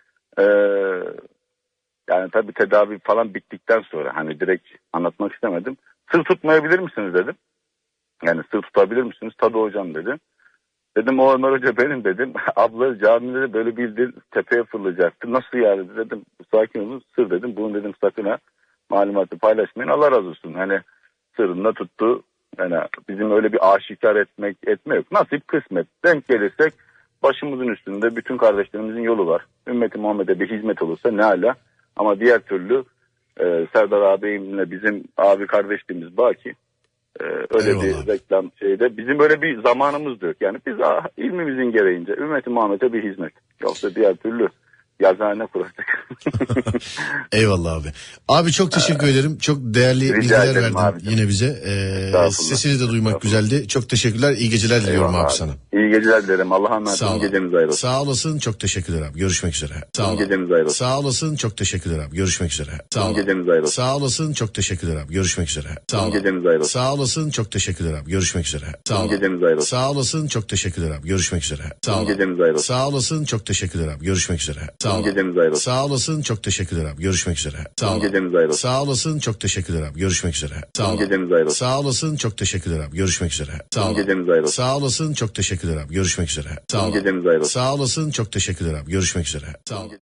yani tabii tedavi falan bittikten sonra hani direkt anlatmak istemedim. Sır tutmayabilir misiniz dedim. Yani sır tutabilir misiniz? Tabii hocam dedi. Dedim o Ömer Hoca benim dedim. Abla camide böyle bildiğin tepeye fırlayacaktı. Nasıl yani dedim. Sakin olun, sır dedim. Bunu dedim sakın ha malumatı paylaşmayın. Allah razı olsun. Hani sırrında tuttu. Yani bizim öyle bir aşikar etme yok. Nasip kısmet. Denk gelirsek başımızın üstünde bütün kardeşlerimizin yolu var. Ümmeti Muhammed'e bir hizmet olursa ne ala. Ama diğer türlü Serdar ağabeyimle bizim abi kardeşliğimiz baki. Öyle Eyvallah. Bir reklam şeyde bizim öyle bir zamanımız da yok. Yani biz ilmimizin gereğince Ümmeti Muhammed'e bir hizmet. Yoksa diğer türlü yazıhane kuracak. Eyvallah abi. Abi çok teşekkür ederim. Çok değerli bilgiler verdin abicim. yine bize. Sesini de duymak güzeldi. Çok teşekkürler. İyi geceler diliyorum abi sana. İyi geceler dilerim. Allah'a emanet Sağ olun. ol. Geceniz ayrı olsun. Sağ olasın. Çok teşekkürler abi. Görüşmek üzere. Sağ ol. Geceniz ayrı olsun. Sağ olasın. Çok teşekkürler abi. Görüşmek üzere. Sağ ol. Geceniz ayrı olsun. Sağ olasın. Çok teşekkürler abi. Görüşmek üzere. Sağ ol. Geceniz ayrı olsun. Sağ olasın. Çok teşekkürler abi. Görüşmek üzere. Sağ ol. Geceniz ayrı olsun. Sağ olasın. Çok teşekkürler abi. Görüşmek üzere. Sağ ol. Geceniz ayrı olsun. Sağ olasın. Çok teşekkürler abi. Görüşmek üzere. Sağ ol. Geceniz ayrı olsun. Sağ olasın. Çok teşekkürler abi. Görüşmek üzere. Sağ ol. Geceniz ayrı olsun. Sağ olasın. Çok teşekkürler abi. Görüşmek üzere. Sağ ol. Geceniz ayrı olsun. Sağ olasın. Çok teşekkürler abi. Görüşmek üzere. Sağ ol. Geceniz ayrı olsun. Sağ olasın. Çok teşekkürler abi. Görüşmek üzere. Sağ ol. Geceniz ayrı olsun. Sağ olasın. Çok teşekkürler abi. Görüşmek üzere. Sağ ol.